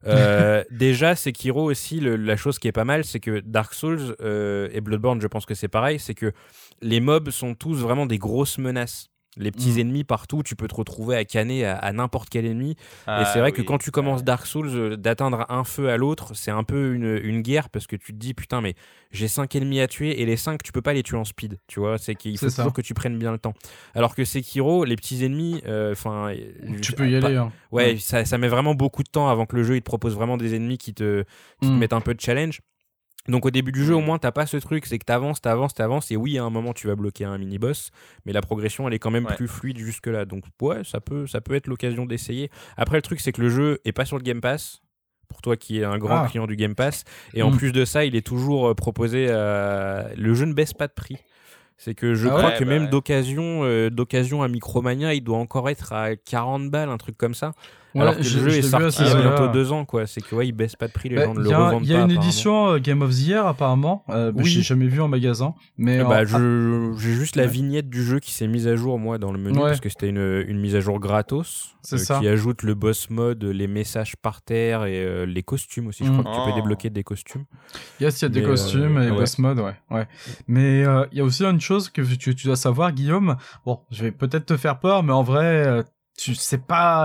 Déjà, Sekiro aussi, la chose qui est pas mal, c'est que Dark Souls et Bloodborne, je pense que c'est pareil, c'est que les mobs sont tous vraiment des grosses menaces. Les petits ennemis partout, tu peux te retrouver à canner à n'importe quel ennemi. Et c'est vrai que quand tu commences Dark Souls, d'atteindre un feu à l'autre, c'est un peu une guerre parce que tu te dis putain, mais j'ai 5 ennemis à tuer et les 5, tu peux pas les tuer en speed. Tu vois, c'est qu'il faut toujours que tu prennes bien le temps. Alors que Sekiro, les petits ennemis, tu peux y aller. Hein. Ouais, ça met vraiment beaucoup de temps avant que le jeu il te propose vraiment des ennemis qui te mettent un peu de challenge. Donc au début du jeu au moins t'as pas ce truc, c'est que t'avances et oui à un moment tu vas bloquer un mini-boss, mais la progression elle est quand même plus fluide jusque là, donc ça peut être l'occasion d'essayer. Après le truc c'est que le jeu est pas sur le Game Pass, pour toi qui es un grand client du Game Pass, et en plus de ça il est toujours proposé, le jeu ne baisse pas de prix. C'est que je crois que même d'occasion à Micromania il doit encore être à 40 balles, un truc comme ça. Alors que le jeu est sorti il y a bientôt 2 ans, quoi. C'est que il baisse pas de prix, les gens ne le revendent pas. Il y a une édition Game of the Year apparemment. J'ai jamais vu en magasin. Mais j'ai juste la vignette du jeu qui s'est mise à jour moi dans le menu parce que c'était une mise à jour gratos qui ajoute le boss mode, les messages par terre et les costumes aussi. Je crois que tu peux débloquer des costumes. Yes, il y a des costumes et boss mode, ouais. Mais il y a aussi une chose que tu dois savoir, Guillaume. Bon, je vais peut-être te faire peur, mais en vrai. C'est pas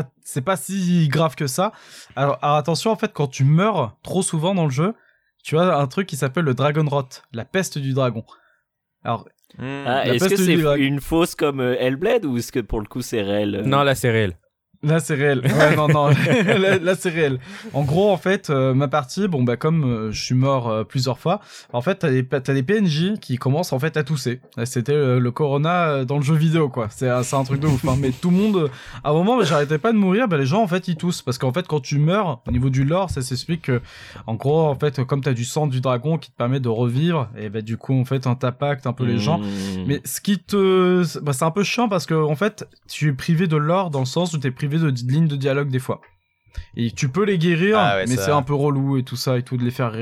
si grave que ça. Alors attention, en fait, quand tu meurs trop souvent dans le jeu, tu as un truc qui s'appelle le Dragon Rot, la peste du dragon. Alors, est-ce que c'est une fausse comme Hellblade ou est-ce que pour le coup c'est réel Non, là c'est réel. Là, c'est réel. Ouais, non. là, c'est réel. En gros, en fait, ma partie, comme je suis mort plusieurs fois, en fait, t'as des PNJ qui commencent en fait à tousser. Là, c'était le Corona dans le jeu vidéo, quoi. C'est un truc de ouf. Hein. Mais tout le monde, à un moment, j'arrêtais pas de mourir. Les gens, en fait, ils toussent parce qu'en fait, quand tu meurs, au niveau du lore, ça s'explique que, en gros, en fait, comme t'as du sang du dragon qui te permet de revivre, et du coup, en fait, t'impactes un peu les gens. Mais ce qui c'est un peu chiant parce que, en fait, tu es privé de lore dans le sens où t'es privé de lignes de dialogue des fois. Et tu peux les guérir, mais c'est un peu relou et tout ça et tout de les faire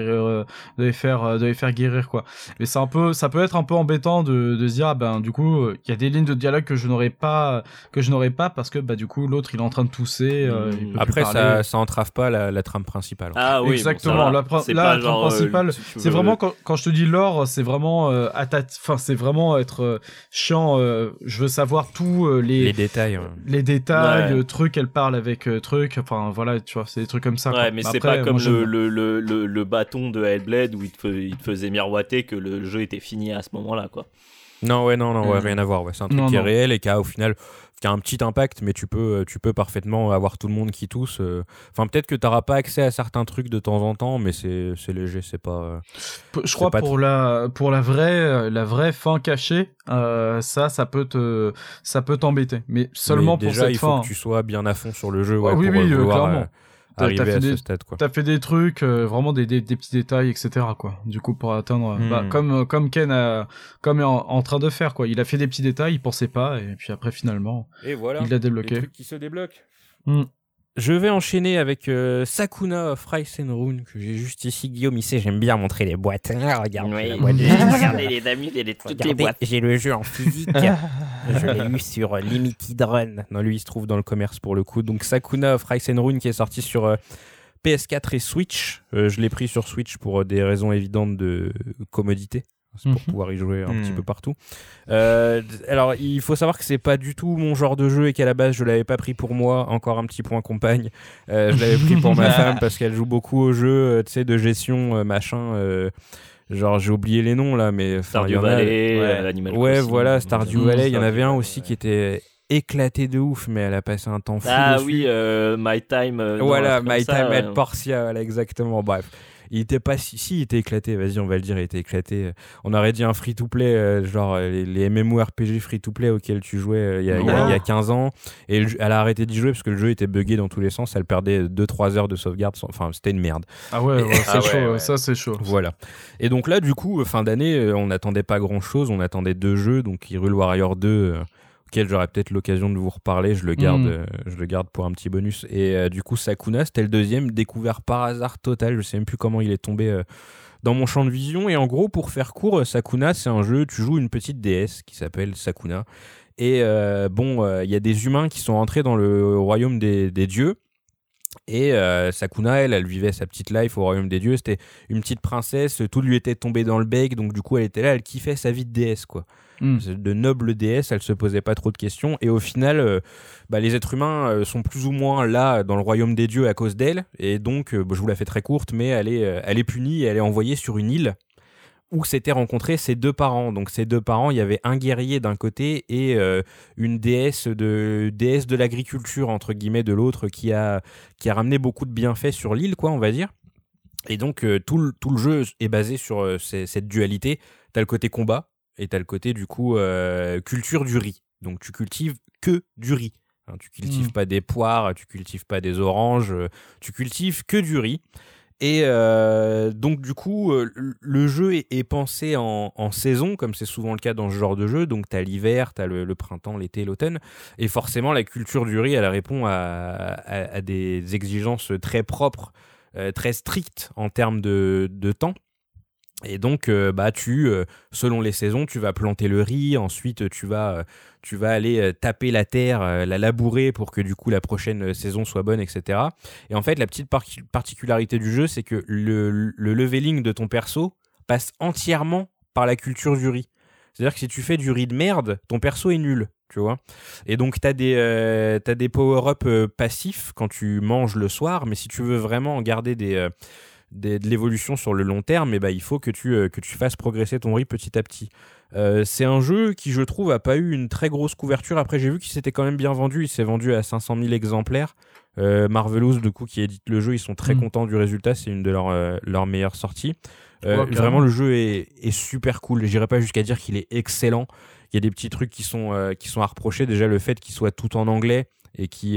guérir quoi. Mais ça peut être un peu embêtant de se dire du coup il y a des lignes de dialogue que je n'aurais pas parce que du coup l'autre il est en train de tousser. Après ça entrave pas la trame principale. Ah oui, exactement. La trame principale, c'est vraiment quand je te dis lore, c'est vraiment c'est vraiment être chiant. Je veux savoir tous les détails. Les détails, trucs. Elle parle avec trucs. Enfin voilà. Tu vois, c'est des trucs comme ça. Ouais, quoi. mais c'est pas comme le bâton de Hellblade où il te faisait miroiter que le jeu était fini à ce moment-là, quoi. Non, rien à voir. Ouais. C'est un truc qui est réel et qui a au final un petit impact, mais tu peux parfaitement avoir tout le monde qui tousse. Enfin, peut-être que t'auras pas accès à certains trucs de temps en temps, mais c'est léger, c'est pas. Je crois pour la vraie fin cachée, ça peut t'embêter, mais seulement pour cette fin. Déjà, il faut que tu sois bien à fond sur le jeu, oui, clairement. Arriver à ce stade, quoi. T'as fait des trucs, vraiment des petits détails, etc., quoi. Du coup, pour atteindre, comme Ken est en train de faire, quoi. Il a fait des petits détails, il pensait pas, et puis après, finalement, et voilà, il l'a débloqué. Les trucs qui se débloquent. Je vais enchaîner avec Sakuna of Rise and Rune, que j'ai juste ici. Guillaume, il sait, j'aime bien montrer les boîtes. Regarde, regardez les amis, toutes les boîtes. J'ai le jeu en physique. Je l'ai eu sur Limited Run. Non, lui, il se trouve dans le commerce pour le coup. Donc Sakuna of Rise and Rune qui est sorti sur PS4 et Switch. Je l'ai pris sur Switch pour des raisons évidentes de commodité. C'est pour pouvoir y jouer un petit peu partout. Alors, il faut savoir que c'est pas du tout mon genre de jeu et qu'à la base, je l'avais pas pris pour moi. Encore un petit point compagne. Je l'avais pris pour ma femme parce qu'elle joue beaucoup aux jeux de gestion, machin. Genre, j'ai oublié les noms là, mais Stardew Valley, Animal Crossing. Ouais, voilà, Stardew Valley. Il y en avait un aussi qui était éclaté de ouf, mais elle a passé un temps fou dessus. Oui, My Time. Voilà, My Time at Portia, voilà, exactement. Bref. Il était pas il était éclaté, vas-y on va le dire, il était éclaté. On aurait dit un free-to-play, genre les MMORPG free-to-play auxquels tu jouais il y a 15 ans, et elle a arrêté d'y jouer parce que le jeu était buggé dans tous les sens, elle perdait 2-3 heures de sauvegarde, enfin c'était une merde. Ah ouais, c'est chaud, ça c'est chaud. Voilà. Et donc là du coup, fin d'année, on n'attendait pas grand-chose, on attendait 2 jeux, donc Hyrule Warrior 2... auquel j'aurai peut-être l'occasion de vous reparler, je le garde pour un petit bonus. Et du coup, Sakuna, c'était le deuxième, découvert par hasard total, je sais même plus comment il est tombé dans mon champ de vision. Et en gros, pour faire court, Sakuna, c'est un jeu, tu joues une petite déesse qui s'appelle Sakuna. Et il y a des humains qui sont entrés dans le royaume des dieux. Et Sakuna, elle vivait sa petite life au royaume des dieux, c'était une petite princesse, tout lui était tombé dans le bec, donc du coup elle était là, elle kiffait sa vie de déesse, quoi. De noble déesse, elle se posait pas trop de questions, et au final les êtres humains sont plus ou moins là dans le royaume des dieux à cause d'elle, et donc je vous la fais très courte, mais elle est punie et elle est envoyée sur une île où s'étaient rencontrés ses 2 parents. Donc ces 2 parents, il y avait un guerrier d'un côté et une déesse de l'agriculture entre guillemets de l'autre qui a ramené beaucoup de bienfaits sur l'île, quoi, on va dire. Et donc tout le jeu est basé sur cette dualité. T'as le côté combat et t'as le côté du coup culture du riz. Donc tu cultives que du riz. Hein, tu cultives pas des poires, tu cultives pas des oranges, tu cultives que du riz. Et donc du coup, le jeu est pensé en saison, comme c'est souvent le cas dans ce genre de jeu. Donc t'as l'hiver, t'as le printemps, l'été, l'automne. Et forcément, la culture du riz, elle répond à des exigences très propres, très strictes en termes de temps. Et donc, selon les saisons, tu vas planter le riz, ensuite tu vas aller taper la terre, la labourer pour que du coup la prochaine saison soit bonne, etc. Et en fait, la petite particularité du jeu, c'est que le leveling de ton perso passe entièrement par la culture du riz. C'est-à-dire que si tu fais du riz de merde, ton perso est nul, tu vois. Et donc, t'as des power-up passifs quand tu manges le soir, mais si tu veux vraiment garder de l'évolution sur le long terme, il faut que tu fasses progresser ton riz petit à petit. C'est un jeu qui, je trouve, a pas eu une très grosse couverture. Après, j'ai vu qu'il s'était quand même bien vendu. Il s'est vendu à 500 000 exemplaires. Marvelous, du coup, qui édite le jeu, ils sont très contents du résultat. C'est une de leurs meilleures sorties. Vraiment, le jeu est super cool. J'irai pas jusqu'à dire qu'il est excellent. Il y a des petits trucs qui sont à reprocher. Déjà, le fait qu'il soit tout en anglais et qu'il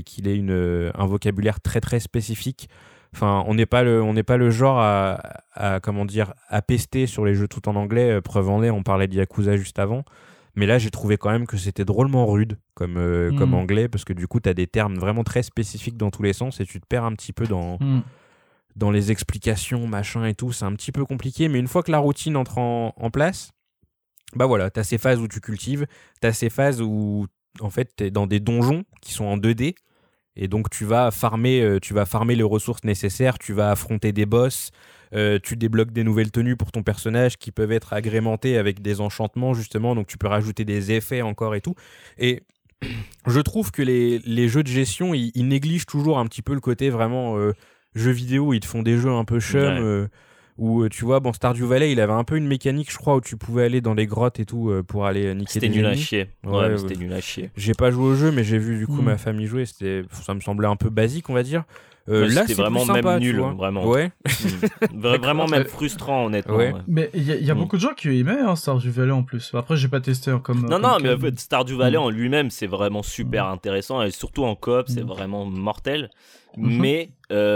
ait un vocabulaire très très spécifique. Enfin, on n'est pas le genre à pester sur les jeux tout en anglais. Preuve en est, on parlait de Yakuza juste avant. Mais là, j'ai trouvé quand même que c'était drôlement rude comme anglais, parce que du coup, tu as des termes vraiment très spécifiques dans tous les sens et tu te perds un petit peu dans les explications, machin et tout. C'est un petit peu compliqué, mais une fois que la routine entre en place, voilà, tu as ces phases où tu cultives, tu as ces phases où en fait, tu es dans des donjons qui sont en 2D. Et donc tu vas farmer les ressources nécessaires, tu vas affronter des boss, tu débloques des nouvelles tenues pour ton personnage qui peuvent être agrémentées avec des enchantements justement, donc tu peux rajouter des effets encore et tout. Et je trouve que les jeux de gestion, ils négligent toujours un petit peu le côté vraiment jeux vidéo, ils te font des jeux un peu chum, où tu vois, Stardew Valley, il avait un peu une mécanique, je crois, où tu pouvais aller dans les grottes et tout pour aller niquer des ennemis. C'était nul à chier. Ouais, c'était nul à chier. J'ai pas joué au jeu, mais j'ai vu du coup ma famille jouer. Ça me semblait un peu basique, on va dire. Là, c'était vraiment sympa, même nul, vraiment. Ouais. Vraiment même frustrant, honnêtement. Ouais. Mais il y a beaucoup de gens qui aimaient Stardew Valley en plus. Après, j'ai pas testé comme. Non, mais Stardew Valley en lui-même, c'est vraiment super intéressant et surtout en coop, c'est vraiment mortel. Mais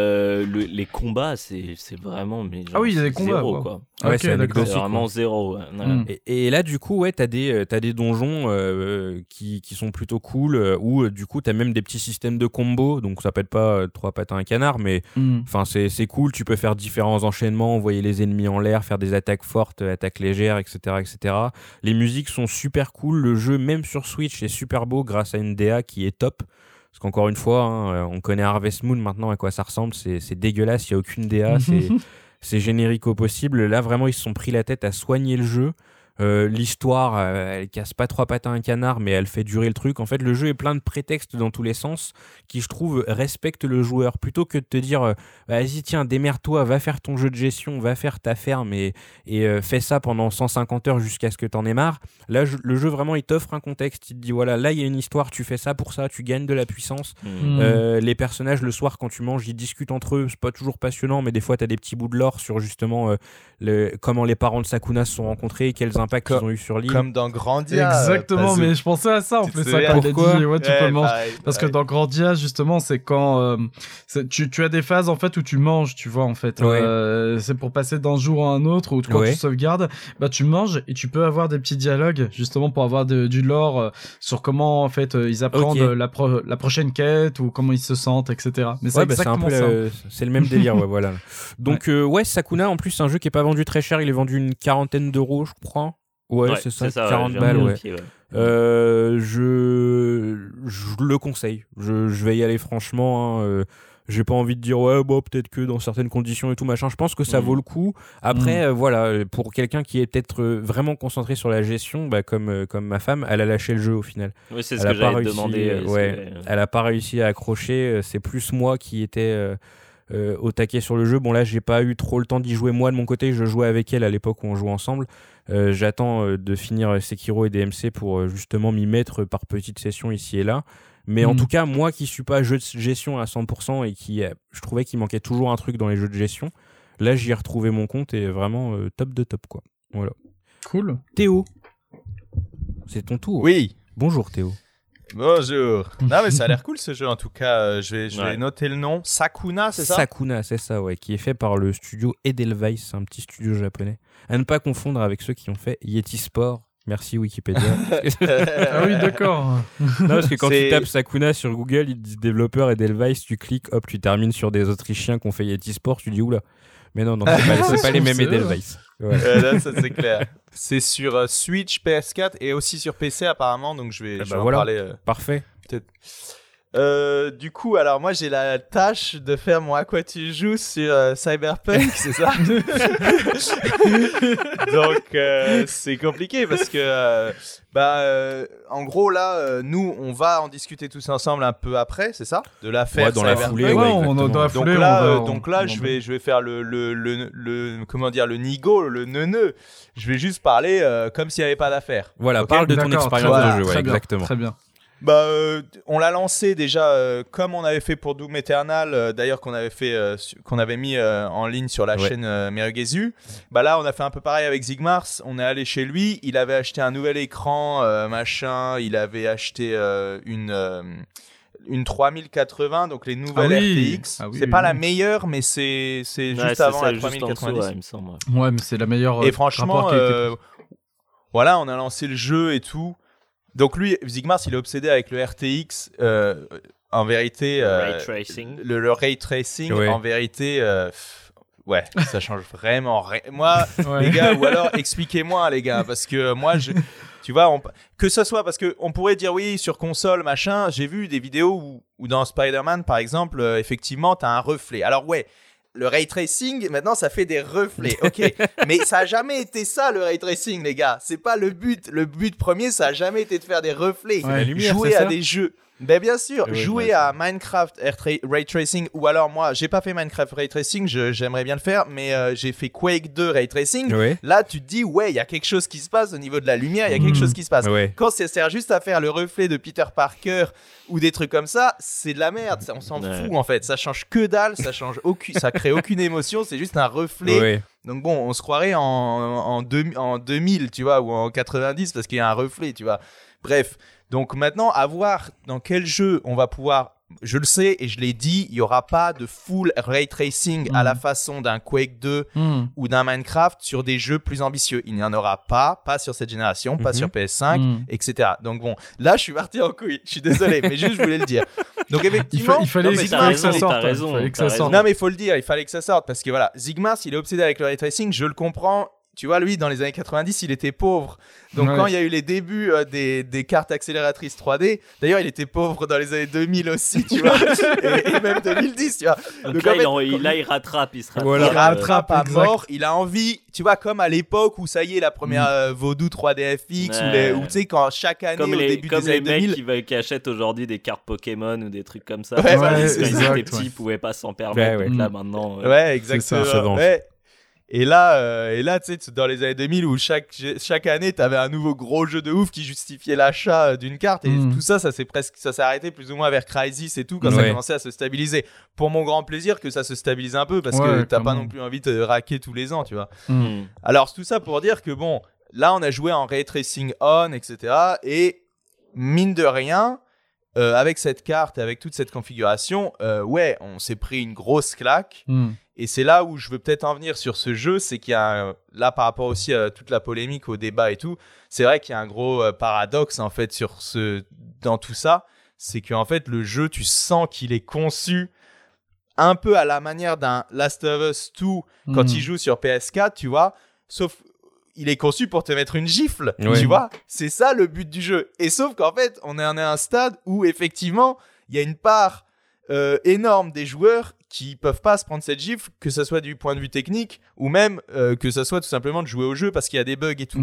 les combats, c'est vraiment. Mais genre, il y a des combats. Zéro, quoi. Ouais, c'est vraiment zéro. Ouais. Et là, du coup, t'as des donjons qui sont plutôt cool, où du coup, t'as même des petits systèmes de combos. Donc, ça pète pas 3 pattes à un canard, mais c'est cool. Tu peux faire différents enchaînements, envoyer les ennemis en l'air, faire des attaques fortes, attaques légères, etc., etc. Les musiques sont super cool. Le jeu, même sur Switch, est super beau grâce à une DA qui est top. Parce qu'encore une fois, on connaît Harvest Moon maintenant à quoi ça ressemble, c'est dégueulasse, il n'y a aucune DA, c'est générique au possible. Là, vraiment, ils se sont pris la tête à soigner le jeu. L'histoire, elle casse pas 3 pattes à un canard, mais elle fait durer le truc. En fait, le jeu est plein de prétextes dans tous les sens qui, je trouve, respectent le joueur. Plutôt que de te dire vas-y, tiens, démerde-toi, va faire ton jeu de gestion, va faire ta ferme et fais ça pendant 150 heures jusqu'à ce que t'en aies marre. Là, le jeu, vraiment, il t'offre un contexte. Il te dit voilà, là, il y a une histoire, tu fais ça pour ça, tu gagnes de la puissance. Les personnages, le soir, quand tu manges, ils discutent entre eux. C'est pas toujours passionnant, mais des fois, t'as des petits bouts de lore sur justement comment les parents de Sakuna se sont rencontrés, quels impacts qu'ils ont eu sur l'île. Comme dans Grandia. Exactement, mais je pensais à ça en plus, quand il a dit tu peux manger. Parce que dans Grandia, justement, c'est quand tu as des phases en fait où tu manges, tu vois, en fait. C'est pour passer d'un jour à un autre, ou quand tu sauvegardes, tu manges et tu peux avoir des petits dialogues, justement, pour avoir du lore sur comment, en fait, ils apprennent la prochaine quête, ou comment ils se sentent, etc. Mais c'est exactement ça. C'est le même délire, voilà. Donc, Sakuna, en plus, c'est un jeu qui est pas vendu très cher, il est vendu une 40aine d'euros, je crois. Ouais, c'est ça 40 balles, je le conseille. Je vais y aller franchement. J'ai pas envie de dire peut-être que dans certaines conditions et tout machin. Je pense que ça vaut le coup. Après, voilà, pour quelqu'un qui est peut-être vraiment concentré sur la gestion, comme ma femme, elle a lâché le jeu au final. Oui, c'est ce que j'allais te demander. Elle a pas réussi à accrocher. C'est plus moi qui était au taquet sur le jeu. Bon, là, j'ai pas eu trop le temps d'y jouer moi de mon côté. Je jouais avec elle à l'époque où on jouait ensemble. J'attends de finir Sekiro et DMC pour justement m'y mettre par petites sessions ici et là. Mais en tout cas, moi qui suis pas jeu de gestion à 100% et je trouvais qu'il manquait toujours un truc dans les jeux de gestion, là j'y ai retrouvé mon compte et vraiment top de top, quoi. Voilà. Cool. Théo, c'est ton tour. Oui. Bonjour Théo. Bonjour. Non mais ça a l'air cool ce jeu en tout cas. Je vais noter le nom. Sakuna, c'est ça ? Sakuna, c'est ça, ouais, qui est fait par le studio Edelweiss, un petit studio japonais. À ne pas confondre avec ceux qui ont fait Yeti Sport. Merci Wikipédia. Ah oui, d'accord. Non, parce que quand tu tapes Sakuna sur Google, ils te disent développeur Edelweiss, tu cliques, hop, tu termines sur des Autrichiens qui ont fait Yeti Sport, tu dis oula. Mais non, c'est pas les mêmes Edelweiss. Ouais. Là, ça c'est clair. C'est sur Switch, PS4 et aussi sur PC apparemment, donc je vais en parler. Parfait. Peut-être. Du coup, alors moi j'ai la tâche de faire mon à quoi tu joues sur Cyberpunk, c'est ça? Donc c'est compliqué parce que en gros là, nous on va en discuter tous ensemble un peu après, c'est ça? De l'affaire dans la foulée. Donc là, je vais faire le comment dire, le nigo, le neuneu. Je vais juste parler comme s'il n'y avait pas d'affaire. Voilà, okay. Parle de ton expérience de jeu, très bien, exactement. Très bien. On l'a lancé déjà comme on avait fait pour Doom Eternal, d'ailleurs qu'on avait mis en ligne sur la chaîne Merugezu. Là on a fait un peu pareil avec Zigmars. On est allé chez lui, il avait acheté un nouvel écran, il avait acheté une 3080, donc les nouvelles RTX. C'est pas la meilleure, mais c'est juste avant la 3090. Il me semble. Ouais, mais c'est la meilleure. Et franchement, voilà, on a lancé le jeu et tout. Donc lui, Zigmars, il est obsédé avec le RTX. En vérité, le ray tracing, en vérité, ça change vraiment rien. Moi, les gars, ou alors expliquez-moi, les gars, parce que moi, tu vois, que ce soit parce que on pourrait dire oui sur console, machin. J'ai vu des vidéos où dans Spider-Man, par exemple, effectivement, t'as un reflet. Alors le ray tracing, maintenant, ça fait des reflets. Ok, mais ça a jamais été ça le ray tracing, les gars. C'est pas le but. Le but premier, ça a jamais été de faire des reflets. La lumière, jouer à des jeux. Ben bien sûr, jouer à Minecraft Ray Tracing, ou alors moi, j'ai pas fait Minecraft Ray Tracing, j'aimerais bien le faire, mais j'ai fait Quake 2 Ray Tracing. Là, tu te dis, il y a quelque chose qui se passe au niveau de la lumière, il y a quelque chose qui se passe. Quand ça sert juste à faire le reflet de Peter Parker ou des trucs comme ça, c'est de la merde, on s'en fout en fait. Ça change que dalle, ça crée aucune émotion, c'est juste un reflet. Donc bon, on se croirait en 2000, tu vois, ou en 90 parce qu'il y a un reflet, tu vois. Bref. Donc maintenant, à voir dans quel jeu on va pouvoir, je le sais et je l'ai dit, il n'y aura pas de full ray tracing à la façon d'un Quake 2 ou d'un Minecraft sur des jeux plus ambitieux. Il n'y en aura pas sur cette génération, pas sur PS5, etc. Donc bon, là je suis parti en couille, je suis désolé, mais juste je voulais le dire. Donc effectivement, il fallait que ça sorte. Non mais il faut le dire, il fallait que ça sorte parce que voilà, Zigmars, il est obsédé avec le ray tracing, je le comprends. Tu vois, lui, dans les années 90, il était pauvre. Donc, quand il y a eu les débuts des cartes accélératrices 3D, d'ailleurs, il était pauvre dans les années 2000 aussi, tu vois, et même 2010, tu vois. Donc là, il rattrape, il se rattrape. Voilà, il rattrape à mort. Il a envie, tu vois, comme à l'époque où ça y est, la première Voodoo 3D FX, où tu sais, quand chaque année, au début des années 2000... Comme les mecs qui achètent aujourd'hui des cartes Pokémon ou des trucs comme ça. Quand ils étaient petits, ils pouvaient pas s'en permettre. Donc là, maintenant... Ouais, exactement. Et là, tu sais, dans les années 2000 où chaque année, t'avais un nouveau gros jeu de ouf qui justifiait l'achat d'une carte et tout ça s'est arrêté plus ou moins vers Crysis et tout quand ça commençait à se stabiliser. Pour mon grand plaisir que ça se stabilise un peu parce que t'as pas non plus envie de raquer tous les ans, tu vois. Alors, tout ça pour dire que bon, là, on a joué en Ray Tracing On, etc. Et mine de rien, avec cette carte et avec toute cette configuration, on s'est pris une grosse claque. Et c'est là où je veux peut-être en venir sur ce jeu, c'est qu'il y a, là par rapport aussi à toute la polémique, au débat et tout, c'est vrai qu'il y a un gros paradoxe en fait dans tout ça, c'est qu'en fait le jeu, tu sens qu'il est conçu un peu à la manière d'un Last of Us 2 quand il joue sur PS4, tu vois, sauf il est conçu pour te mettre une gifle, tu vois, c'est ça le but du jeu. Et sauf qu'en fait, on est à un stade où effectivement, il y a une part énorme des joueurs qui peuvent pas se prendre cette gifle, que ça soit du point de vue technique ou même que ça soit tout simplement de jouer au jeu parce qu'il y a des bugs et tout.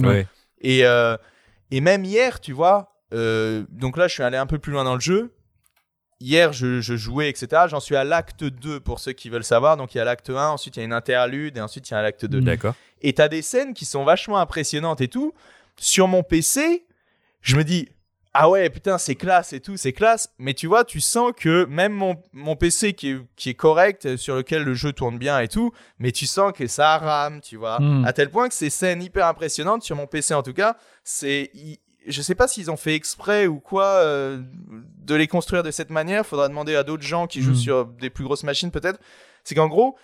Et même hier, tu vois, donc là je suis allé un peu plus loin dans le jeu. Hier je jouais, etc. J'en suis à l'acte 2 pour ceux qui veulent savoir. Donc il y a l'acte 1, ensuite il y a une interlude et ensuite il y a l'acte 2. D'accord. Et t'as des scènes qui sont vachement impressionnantes et tout. Sur mon PC, je me dis... Ah ouais, putain, c'est classe et tout, c'est classe. Mais tu vois, tu sens que même mon PC qui est correct, sur lequel le jeu tourne bien et tout, mais tu sens que ça rame, tu vois. À tel point que ces scènes hyper impressionnantes, sur mon PC en tout cas, je sais pas s'ils ont fait exprès ou quoi de les construire de cette manière. Faudra demander à d'autres gens qui jouent sur des plus grosses machines peut-être. C'est qu'en gros,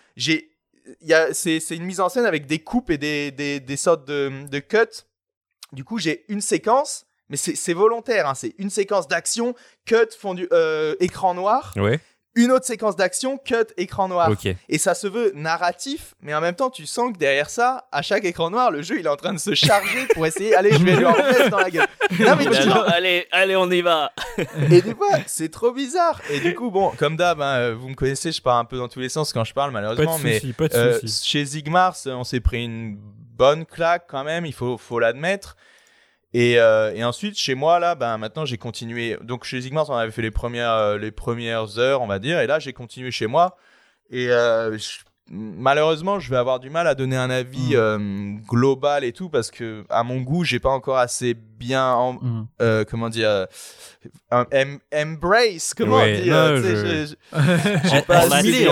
c'est une mise en scène avec des coupes et des sortes de cuts. Du coup, j'ai une séquence... Mais c'est volontaire, hein. C'est une séquence d'action, cut, fondu, écran noir. une autre séquence d'action, cut, écran noir. Okay. Et ça se veut narratif, mais en même temps, tu sens que derrière ça, à chaque écran noir, le jeu, il est en train de se charger pour essayer, allez, je vais lui en mettre dans la gueule. Non, mais allez, on y va. Et du coup, c'est trop bizarre. Et du coup, bon, comme d'hab, hein, vous me connaissez, je pars un peu dans tous les sens quand je parle, malheureusement. Pas de soucis. Chez Zigmars, on s'est pris une bonne claque quand même, il faut l'admettre. Et ensuite, chez moi, là, maintenant, j'ai continué. Donc, chez Zigmars, on avait fait les premières heures, on va dire. Et là, j'ai continué chez moi. Et malheureusement, je vais avoir du mal à donner un avis global et tout, parce que, à mon goût, j'ai pas encore assez bien, comment dire, embrace, comment dire. Non, j'ai pas assez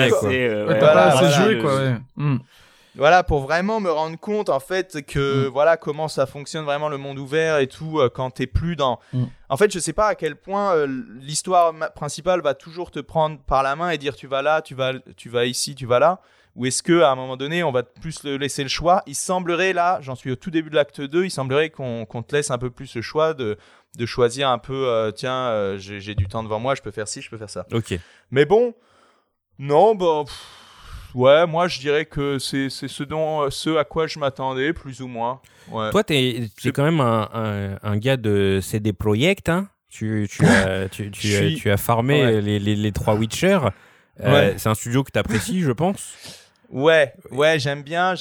joué, quoi. Voilà, pour vraiment me rendre compte, en fait, que voilà comment ça fonctionne vraiment le monde ouvert et tout, quand t'es plus dans... En fait, je sais pas à quel point l'histoire principale va toujours te prendre par la main et dire tu vas là, tu vas ici, tu vas là. Ou est-ce qu'à un moment donné, on va plus laisser le choix? Il semblerait, là, j'en suis au tout début de l'acte 2, il semblerait qu'on te laisse un peu plus le choix de choisir un peu, j'ai du temps devant moi, je peux faire ci, je peux faire ça. Ok. Mais bon, non, ouais, moi je dirais que c'est ce à quoi je m'attendais, plus ou moins. Ouais. Toi, t'es quand même un gars de CD Projekt, hein. Tu as farmé les 3 Witcher. C'est un studio que t'apprécies, je pense. Ouais, j'aime bien.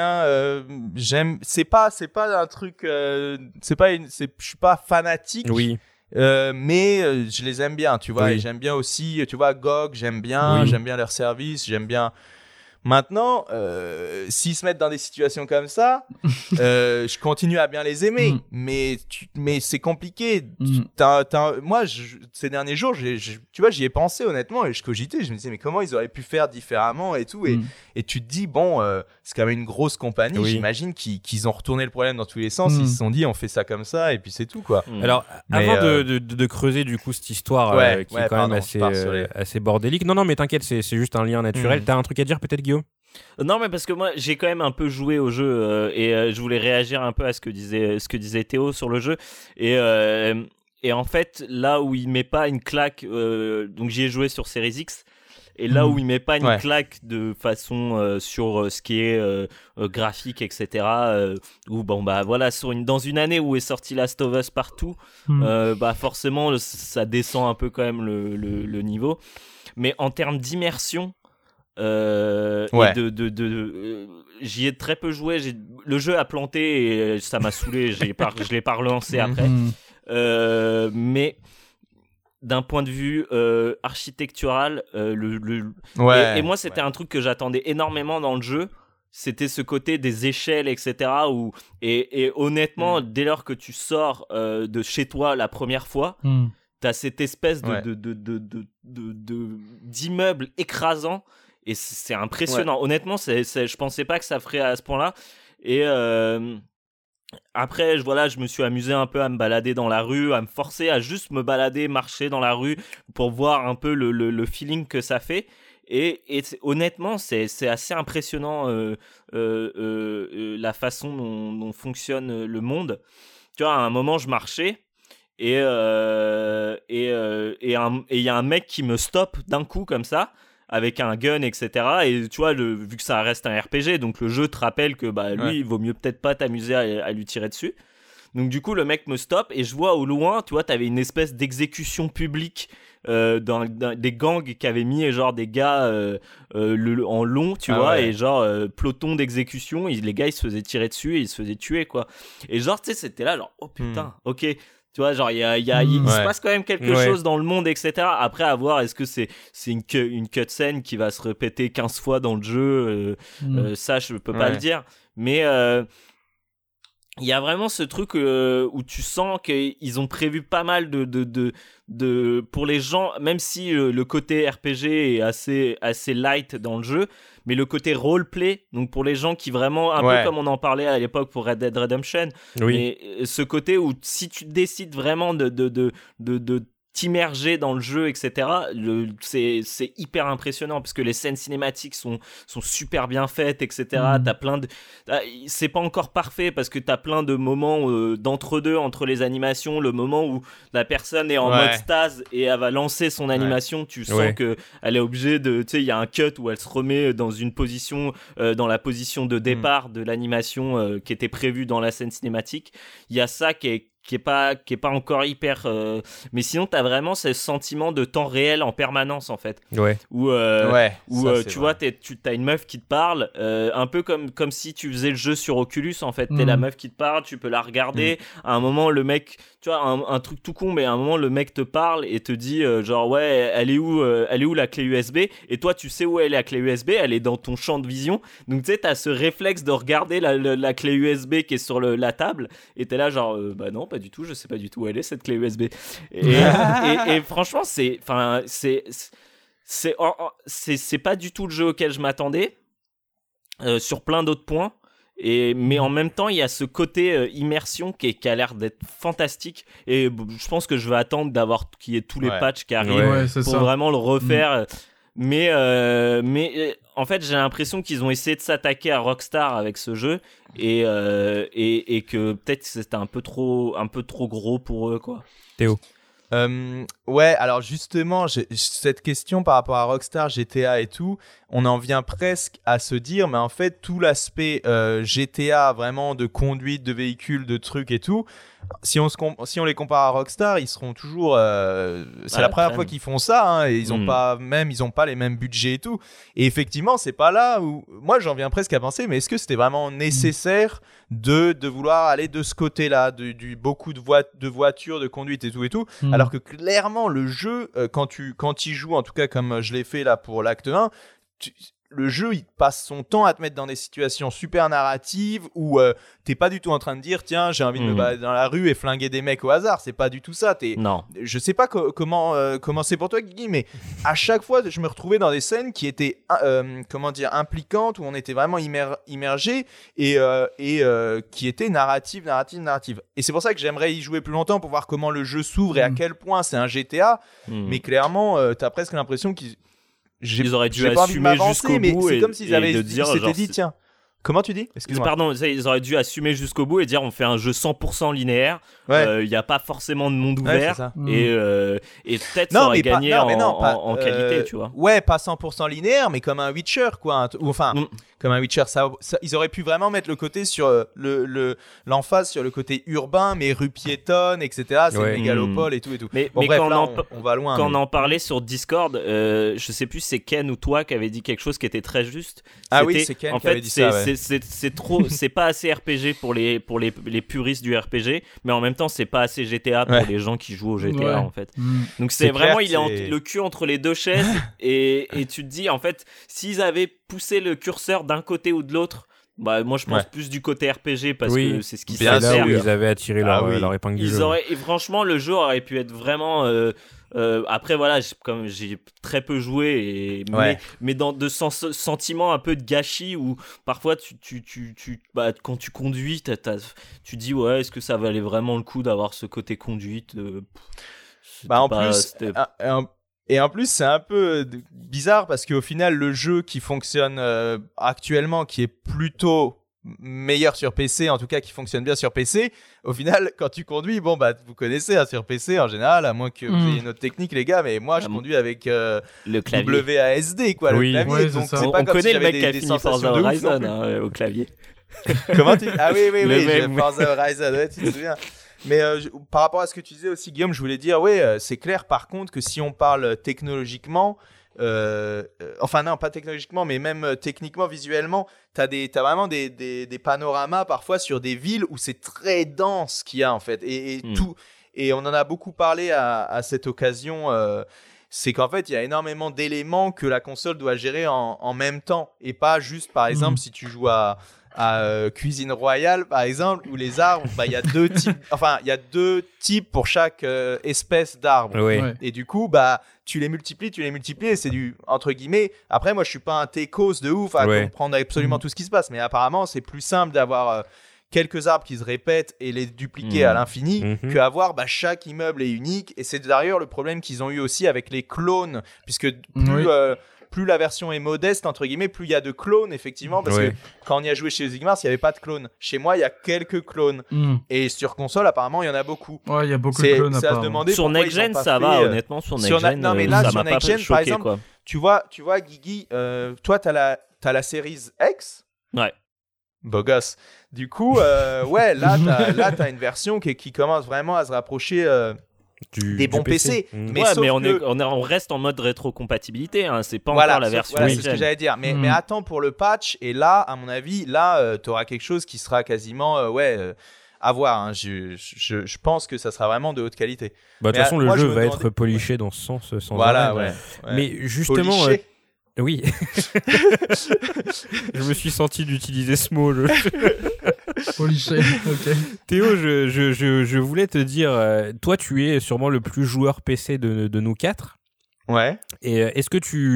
C'est pas un truc. Je suis pas fanatique. Oui. Mais je les aime bien, tu vois. Oui. Et j'aime bien aussi, tu vois, GOG, j'aime bien leur service, j'aime bien. Maintenant, s'ils se mettent dans des situations comme ça, je continue à bien les aimer, mais c'est compliqué. Moi, ces derniers jours, tu vois, j'y ai pensé honnêtement et je cogitais. Je me disais, mais comment ils auraient pu faire différemment et tout. Et tu te dis, bon, c'est quand même une grosse compagnie. Oui. J'imagine qu'ils ont retourné le problème dans tous les sens. Ils se sont dit, on fait ça comme ça et puis c'est tout, quoi. Alors, avant de creuser du coup cette histoire qui est quand même assez bordélique. Non, mais t'inquiète, c'est juste un lien naturel. T'as un truc à dire peut-être, Guillaume? Non, mais parce que moi j'ai quand même un peu joué au jeu et je voulais réagir un peu à ce que disait Théo sur le jeu et en fait là où il met pas une claque, donc j'y ai joué sur Series X et là où il met pas une claque de façon sur ce qui est graphique, etc. Où voilà, dans une année où est sorti Last of Us partout, forcément ça descend un peu quand même le niveau, mais en termes d'immersion. J'y ai très peu joué. Le jeu a planté et ça m'a saoulé. Je l'ai pas relancé après. Mais d'un point de vue architectural, et moi c'était un truc que j'attendais énormément dans le jeu. C'était ce côté des échelles, etc. Et honnêtement, dès lors que tu sors de chez toi la première fois, t'as cette espèce d'immeuble écrasant. Et c'est impressionnant. Honnêtement, je pensais pas que ça ferait à ce point-là. Et après, je me suis amusé un peu à me balader dans la rue, à me forcer à juste me balader, marcher dans la rue pour voir un peu le feeling que ça fait. Et honnêtement, c'est assez impressionnant la façon dont fonctionne le monde. Tu vois, à un moment, je marchais et il y a un mec qui me stoppe d'un coup comme ça, avec un gun, etc. Et tu vois, vu que ça reste un RPG, donc le jeu te rappelle que lui, il vaut mieux peut-être pas t'amuser à lui tirer dessus. Donc du coup, le mec me stoppe et je vois au loin, tu vois, t'avais une espèce d'exécution publique dans des gangs qui avaient mis genre des gars en long, tu vois, et genre peloton d'exécution, les gars ils se faisaient tirer dessus et ils se faisaient tuer, quoi. Et genre, tu sais, c'était là, genre, oh putain, ok. Tu vois, genre, il se passe quand même quelque chose dans le monde, etc. Après, à voir, est-ce que c'est une cutscene qui va se répéter 15 fois dans le jeu ça, je peux pas le dire. Mais il y a vraiment ce truc où tu sens qu'ils ont prévu pas mal de pour les gens, même si le côté RPG est assez light dans le jeu, mais le côté roleplay, donc pour les gens qui vraiment, un peu comme on en parlait à l'époque pour Red Dead Redemption, mais ce côté où si tu décides vraiment de t'immerger dans le jeu, etc. C'est hyper impressionnant parce que les scènes cinématiques sont super bien faites, etc. T'as plein de... C'est pas encore parfait parce que t'as plein de moments d'entre-deux entre les animations, le moment où la personne est en mode stase et elle va lancer son animation, tu sens que elle est obligée de... Tu sais, il y a un cut où elle se remet dans une position, dans la position de départ de l'animation qui était prévue dans la scène cinématique. Il y a ça qui est pas encore hyper mais sinon t'as vraiment ce sentiment de temps réel en permanence en fait où tu vois t'as une meuf qui te parle un peu comme si tu faisais le jeu sur Oculus en fait. T'es la meuf qui te parle, tu peux la regarder à un moment, le mec, tu vois, un truc tout con, mais à un moment le mec te parle et te dit genre ouais, elle est où la clé USB, et toi tu sais où elle est la clé USB, elle est dans ton champ de vision, donc tu sais t'as ce réflexe de regarder la clé USB qui est sur la table et t'es là genre bah non, pas du tout, je sais pas du tout où elle est cette clé USB. Et franchement, c'est pas du tout le jeu auquel je m'attendais sur plein d'autres points. Mais en même temps, il y a ce côté immersion qui a l'air d'être fantastique. Et je pense que je vais attendre qu'il y ait tous les patchs qui arrivent pour vraiment le refaire. Mais en fait, j'ai l'impression qu'ils ont essayé de s'attaquer à Rockstar avec ce jeu et que peut-être c'était un peu trop gros pour eux, quoi. Théo. Ouais, alors justement, cette question par rapport à Rockstar, GTA et tout, on en vient presque à se dire, mais en fait, tout l'aspect GTA, vraiment de conduite de véhicules, de trucs et tout, si on les compare à Rockstar, ils seront toujours... c'est la première fois qu'ils font ça, hein, et ils ont pas les mêmes budgets et tout. Et effectivement, c'est pas là où... Moi, j'en viens presque à penser, mais est-ce que c'était vraiment nécessaire de vouloir aller de ce côté-là, du beaucoup de voitures, de conduite et tout, alors que clairement, le jeu, quand tu y joues, en tout cas comme je l'ai fait là pour l'acte 1, le jeu, il passe son temps à te mettre dans des situations super narratives où t'es pas du tout en train de dire tiens, j'ai envie de me balader dans la rue et flinguer des mecs au hasard. C'est pas du tout ça. Non. Je sais pas comment c'est pour toi, Guigui, mais à chaque fois, je me retrouvais dans des scènes qui étaient impliquantes, où on était vraiment immergé et qui étaient narratives. Et c'est pour ça que j'aimerais y jouer plus longtemps pour voir comment le jeu s'ouvre et à quel point c'est un GTA. Mais clairement, t'as presque l'impression ils auraient dû assumer jusqu'au bout, c'est comme s'ils s'étaient dit tiens, comment tu dis ? Excuse-moi. Pardon, ils auraient dû assumer jusqu'au bout et dire on fait un jeu 100% linéaire, il n'y a pas forcément de monde ouvert, et peut-être ça aurait gagné en qualité, tu vois. Ouais, pas 100% linéaire, mais comme un Witcher, quoi. Comme un Witcher, ça, ils auraient pu vraiment mettre le côté sur l'emphase sur le côté urbain, mais rue piétonne, etc. C'est une mégalopole et tout. Mais bref, là, on va loin. Quand on en parlait sur Discord, je sais plus, c'est Ken ou toi qui avait dit quelque chose qui était très juste. Oui, c'est Ken qui avait dit ça. C'est trop, c'est pas assez RPG pour les puristes du RPG, mais en même temps, c'est pas assez GTA pour les gens qui jouent au GTA, en fait. Donc c'est vraiment, il est le cul entre les deux chaises, et tu te dis, en fait, s'ils avaient poussé le curseur d'un côté ou de l'autre, bah moi je pense plus du côté RPG parce que c'est ce qui se fait là où ils avaient attiré leur épingle du jeu. Et franchement, le jeu aurait pu être vraiment après voilà, comme j'ai très peu joué mais dans de sentiment un peu de gâchis où parfois quand tu conduis tu dis ouais, est-ce que ça valait vraiment le coup d'avoir ce côté conduite Et en plus, c'est un peu bizarre parce qu'au final, le jeu qui fonctionne actuellement, qui est plutôt meilleur sur PC, en tout cas qui fonctionne bien sur PC, au final, quand tu conduis, vous connaissez, sur PC en général, à moins que vous ayez une autre technique, les gars, mais moi je conduis avec le clavier WASD, quoi, le clavier. Donc c'est pas on comme connaît si le mec qui a des fini Forza Horizon au clavier. Comment tu dis ? Ah oui, Forza Horizon, tu te souviens. Mais par rapport à ce que tu disais aussi, Guillaume, je voulais dire, c'est clair par contre que si on parle technologiquement, enfin non, pas technologiquement, mais même techniquement, visuellement, t'as vraiment des panoramas parfois sur des villes où c'est très dense qu'il y a en fait, et on en a beaucoup parlé à cette occasion. C'est qu'en fait, il y a énormément d'éléments que la console doit gérer en même temps, et pas juste, par exemple, si tu joues à Cuisine Royale par exemple, où les arbres, il y a deux types pour chaque espèce d'arbre, et du coup tu les multiplies et c'est du entre guillemets. Après moi je suis pas un techos de ouf à comprendre absolument tout ce qui se passe, mais apparemment c'est plus simple d'avoir quelques arbres qui se répètent et les dupliquer à l'infini qu'avoir chaque immeuble est unique. Et c'est d'ailleurs le problème qu'ils ont eu aussi avec les clones, puisque plus la version est modeste, entre guillemets, plus il y a de clones, effectivement, parce que quand on y a joué chez Zigmars, il n'y avait pas de clones. Chez moi, il y a quelques clones. Et sur console, apparemment, il y en a beaucoup. Ouais, il y a beaucoup de clones. C'est à se demander sur Next Gen, ça va, honnêtement. Sur Next Gen, non, mais là, ça sur m'a Next pas Gen, choqué, par exemple, quoi. tu vois, Guigui, toi, t'as la Series X. Ouais. Beau gosse. Du coup, là, t'as une version qui commence vraiment à se rapprocher des bons PC. Mais on reste en mode rétrocompatibilité. Hein. C'est pas encore la version. Voilà, c'est ce que j'allais dire. Mais attends pour le patch. Et là, à mon avis, t'auras quelque chose qui sera quasiment à voir. Hein. Je pense que ça sera vraiment de haute qualité. De toute façon, le jeu va être poliché dans ce sens. Sans arrêt. Mais justement. Poliché. Oui. Je me suis senti d'utiliser ce mot. Poliché, ok. Théo, je voulais te dire, toi, tu es sûrement le plus joueur PC de nous quatre. Ouais. Et est-ce que tu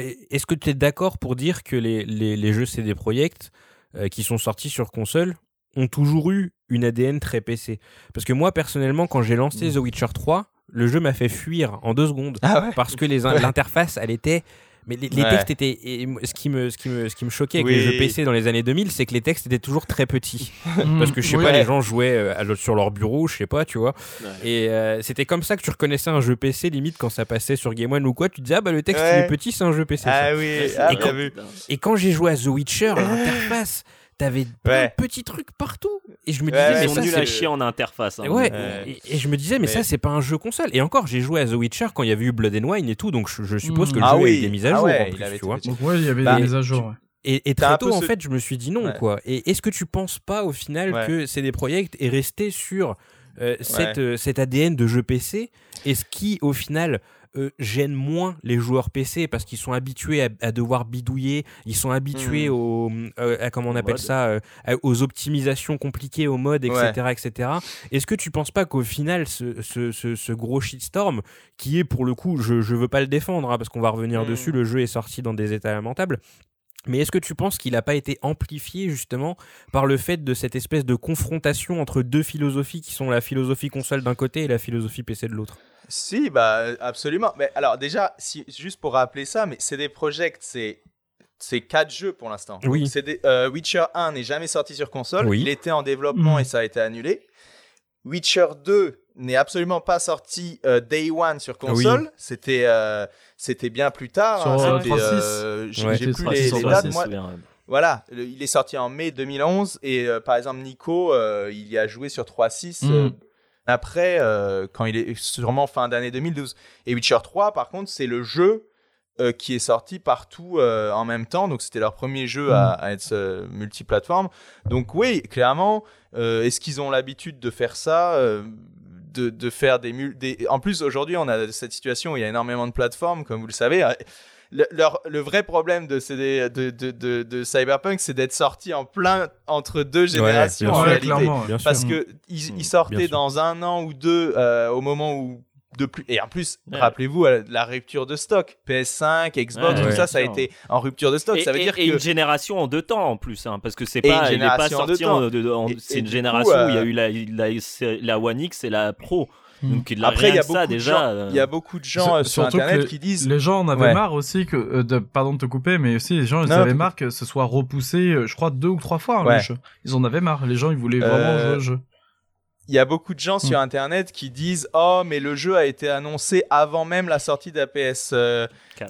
es d'accord pour dire que les jeux CD Projekt qui sont sortis sur console ont toujours eu une ADN très PC? Parce que moi, personnellement, quand j'ai lancé The Witcher 3, le jeu m'a fait fuir en 2 secondes. Ah ouais. Parce que l'interface, elle était... Mais les textes étaient... Et ce qui me choquait avec les jeux PC dans les années 2000, c'est que les textes étaient toujours très petits. Parce que, je sais pas, les gens jouaient sur leur bureau, je sais pas, tu vois. Ouais. Et c'était comme ça que tu reconnaissais un jeu PC, limite, quand ça passait sur Game One ou quoi. Tu te disais, le texte, il est petit, c'est un jeu PC. Ah oui, et quand j'ai joué à The Witcher, l'interface... T'avais plein de petits trucs partout. Et je me disais, mais ça, c'est à chier en interface. Hein. Et je me disais, mais ça, c'est pas un jeu console. Et encore, j'ai joué à The Witcher quand il y avait eu Blood and Wine et tout, donc je suppose que le jeu avait des mises à jour en plus, tu vois. Donc, il y avait des mises à jour. Et très tôt, en fait, je me suis dit non, quoi. Et est-ce que tu penses pas, au final, que CD Projekt est resté sur cet ADN de jeu PC, et ce qui, au final... gêne moins les joueurs PC parce qu'ils sont habitués à devoir bidouiller, ils sont habitués à comment on appelle ça, aux optimisations compliquées, aux modes, etc., etc. Est-ce que tu penses pas qu'au final ce gros shitstorm, qui est pour le coup, je veux pas le défendre parce qu'on va revenir dessus, le jeu est sorti dans des états lamentables, mais est-ce que tu penses qu'il n'a pas été amplifié justement par le fait de cette espèce de confrontation entre deux philosophies qui sont la philosophie console d'un côté et la philosophie PC de l'autre? Si, absolument. Mais alors déjà, juste pour rappeler ça, mais CD Projekt, c'est 4 jeux pour l'instant. Oui. Witcher 1 n'est jamais sorti sur console. Oui. Il était en développement et ça a été annulé. Witcher 2 n'est absolument pas sorti Day One sur console. Oui. C'était bien plus tard. Sur 3.6. J'ai plus les dates. Voilà, il est sorti en mai 2011 et par exemple Nico, il y a joué sur 3.6 après, quand il est sûrement fin d'année 2012. Et Witcher 3, par contre, c'est le jeu qui est sorti partout en même temps. Donc, c'était leur premier jeu à être multiplateforme. Donc, oui, clairement, est-ce qu'ils ont l'habitude de faire ça de faire des... En plus, aujourd'hui, on a cette situation où il y a énormément de plateformes, comme vous le savez. Le vrai problème de Cyberpunk, c'est d'être sorti en plein entre deux générations en réalité. Parce qu'ils sortaient dans 1 an ou 2 au moment où et en plus, rappelez-vous la rupture de stock. PS5, Xbox, tout ça a été en rupture de stock. Ça veut dire une génération en 2 temps en plus, hein, parce que il n'est pas sorti c'est une génération où il y a eu la One X et la Pro. Donc, après, il y a beaucoup de gens sur Internet qui disent... Les gens en avaient marre aussi pardon de te couper, mais aussi les gens ils avaient marre que ce soit repoussé, je crois 2 ou 3 fois le jeu. Ils en avaient marre, les gens ils voulaient vraiment jouer au jeu. Il y a beaucoup de gens sur Internet qui disent « Oh, mais le jeu a été annoncé avant même la sortie de la PS4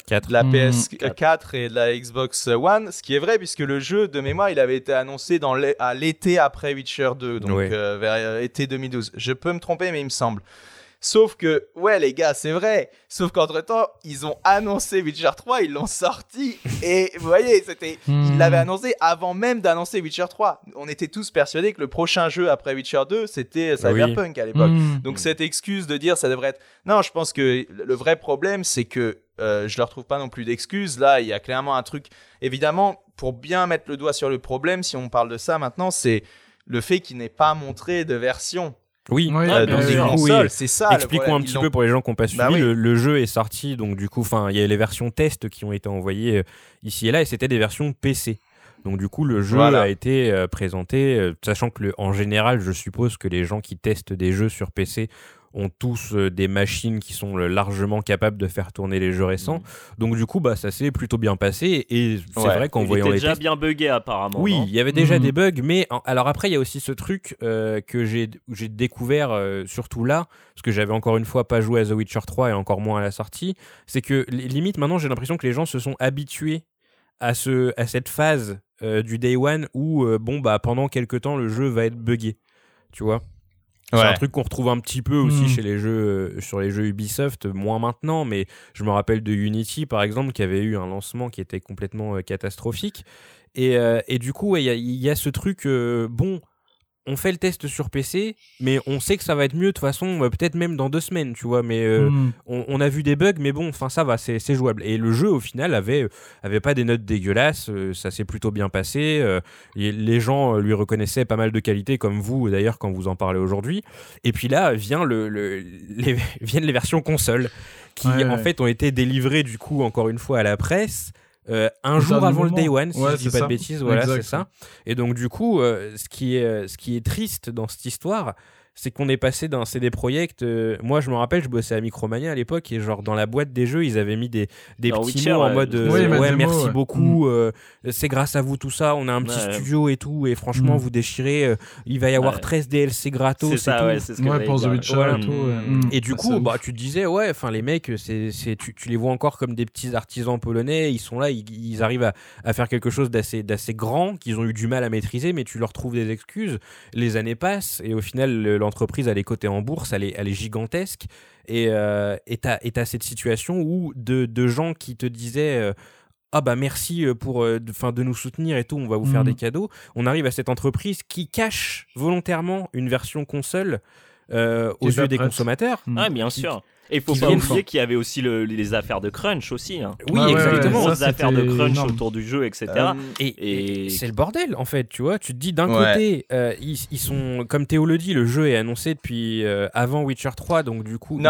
et de la Xbox One », ce qui est vrai puisque le jeu, de mémoire, il avait été annoncé à l'été après Witcher 2, donc vers été 2012. Je peux me tromper, mais il me semble. Sauf que, les gars, c'est vrai. Sauf qu'entre-temps, ils ont annoncé Witcher 3, ils l'ont sorti. Et vous voyez, ils l'avaient annoncé avant même d'annoncer Witcher 3. On était tous persuadés que le prochain jeu après Witcher 2, c'était Cyberpunk à l'époque. Donc cette excuse de dire ça devrait être... Non, je pense que le vrai problème, c'est que je leur trouve pas non plus d'excuses. Là, il y a clairement un truc... Évidemment, pour bien mettre le doigt sur le problème, si on parle de ça maintenant, c'est le fait qu'il n'ait pas montré de version. Oui, c'est ça. Expliquons un petit peu pour les gens qui n'ont pas suivi. Le jeu est sorti, donc du coup, il y a les versions test qui ont été envoyées ici et là, et c'était des versions PC. Donc du coup, le jeu a été présenté, sachant que en général, je suppose que les gens qui testent des jeux sur PC ont tous des machines qui sont largement capables de faire tourner les jeux récents. Donc du coup, ça s'est plutôt bien passé. Et c'est vrai qu'en voyant les tests... Il était déjà bien buggé apparemment. Oui, il y avait déjà des bugs. Mais alors après, il y a aussi ce truc que j'ai découvert surtout là, parce que j'avais encore une fois pas joué à The Witcher 3 et encore moins à la sortie. C'est que limite, maintenant, j'ai l'impression que les gens se sont habitués à cette phase du Day One où pendant quelques temps, le jeu va être buggé. Tu vois ? C'est un truc qu'on retrouve un petit peu aussi chez les jeux, sur les jeux Ubisoft, moins maintenant, mais je me rappelle de Unity par exemple qui avait eu un lancement qui était complètement catastrophique. Et du coup, il y a ce truc, on fait le test sur PC, mais on sait que ça va être mieux de toute façon, peut-être même dans 2 semaines, tu vois. Mais on a vu des bugs, mais bon, enfin ça va, c'est jouable. Et le jeu au final avait pas des notes dégueulasses, ça s'est plutôt bien passé. Les gens lui reconnaissaient pas mal de qualités, comme vous d'ailleurs quand vous en parlez aujourd'hui. Et puis là viennent les versions console qui en fait ont été délivrées du coup encore une fois à la presse. Un jour avant le Day One, si je dis pas de bêtises, voilà, c'est ça. Et donc du coup, ce qui est triste dans cette histoire, c'est qu'on est passé d'un CD Projekt. Moi, je me rappelle, je bossais à Micromania à l'époque et genre dans la boîte des jeux, ils avaient mis des petits Witcher, mots en mode merci beaucoup, c'est grâce à vous tout ça, on a un petit studio et tout, et franchement, vous déchirez. Il va y avoir 13 DLC gratos. C'est ça, tout. C'est ce que pour The Witcher et tout. Et du coup, tu te disais, les mecs, tu les vois encore comme des petits artisans polonais. Ils sont là, ils arrivent à faire quelque chose d'assez grand qu'ils ont eu du mal à maîtriser, mais tu leur trouves des excuses. Les années passent et au final, l'entreprise elle est cotée en bourse, elle est gigantesque et t'as cette situation où de gens qui te disaient merci pour de nous soutenir et tout, on va vous faire des cadeaux. On arrive à cette entreprise qui cache volontairement une version console aux yeux des consommateurs. Ah, bien sûr. Et il faut pas oublier qu'il y avait aussi les affaires de crunch aussi. Hein. Oui, exactement. Les affaires de crunch autour du jeu, etc. Et c'est le bordel, en fait, tu vois. Tu te dis, d'un côté, ils sont, comme Théo le dit, le jeu est annoncé depuis avant Witcher 3, donc du coup...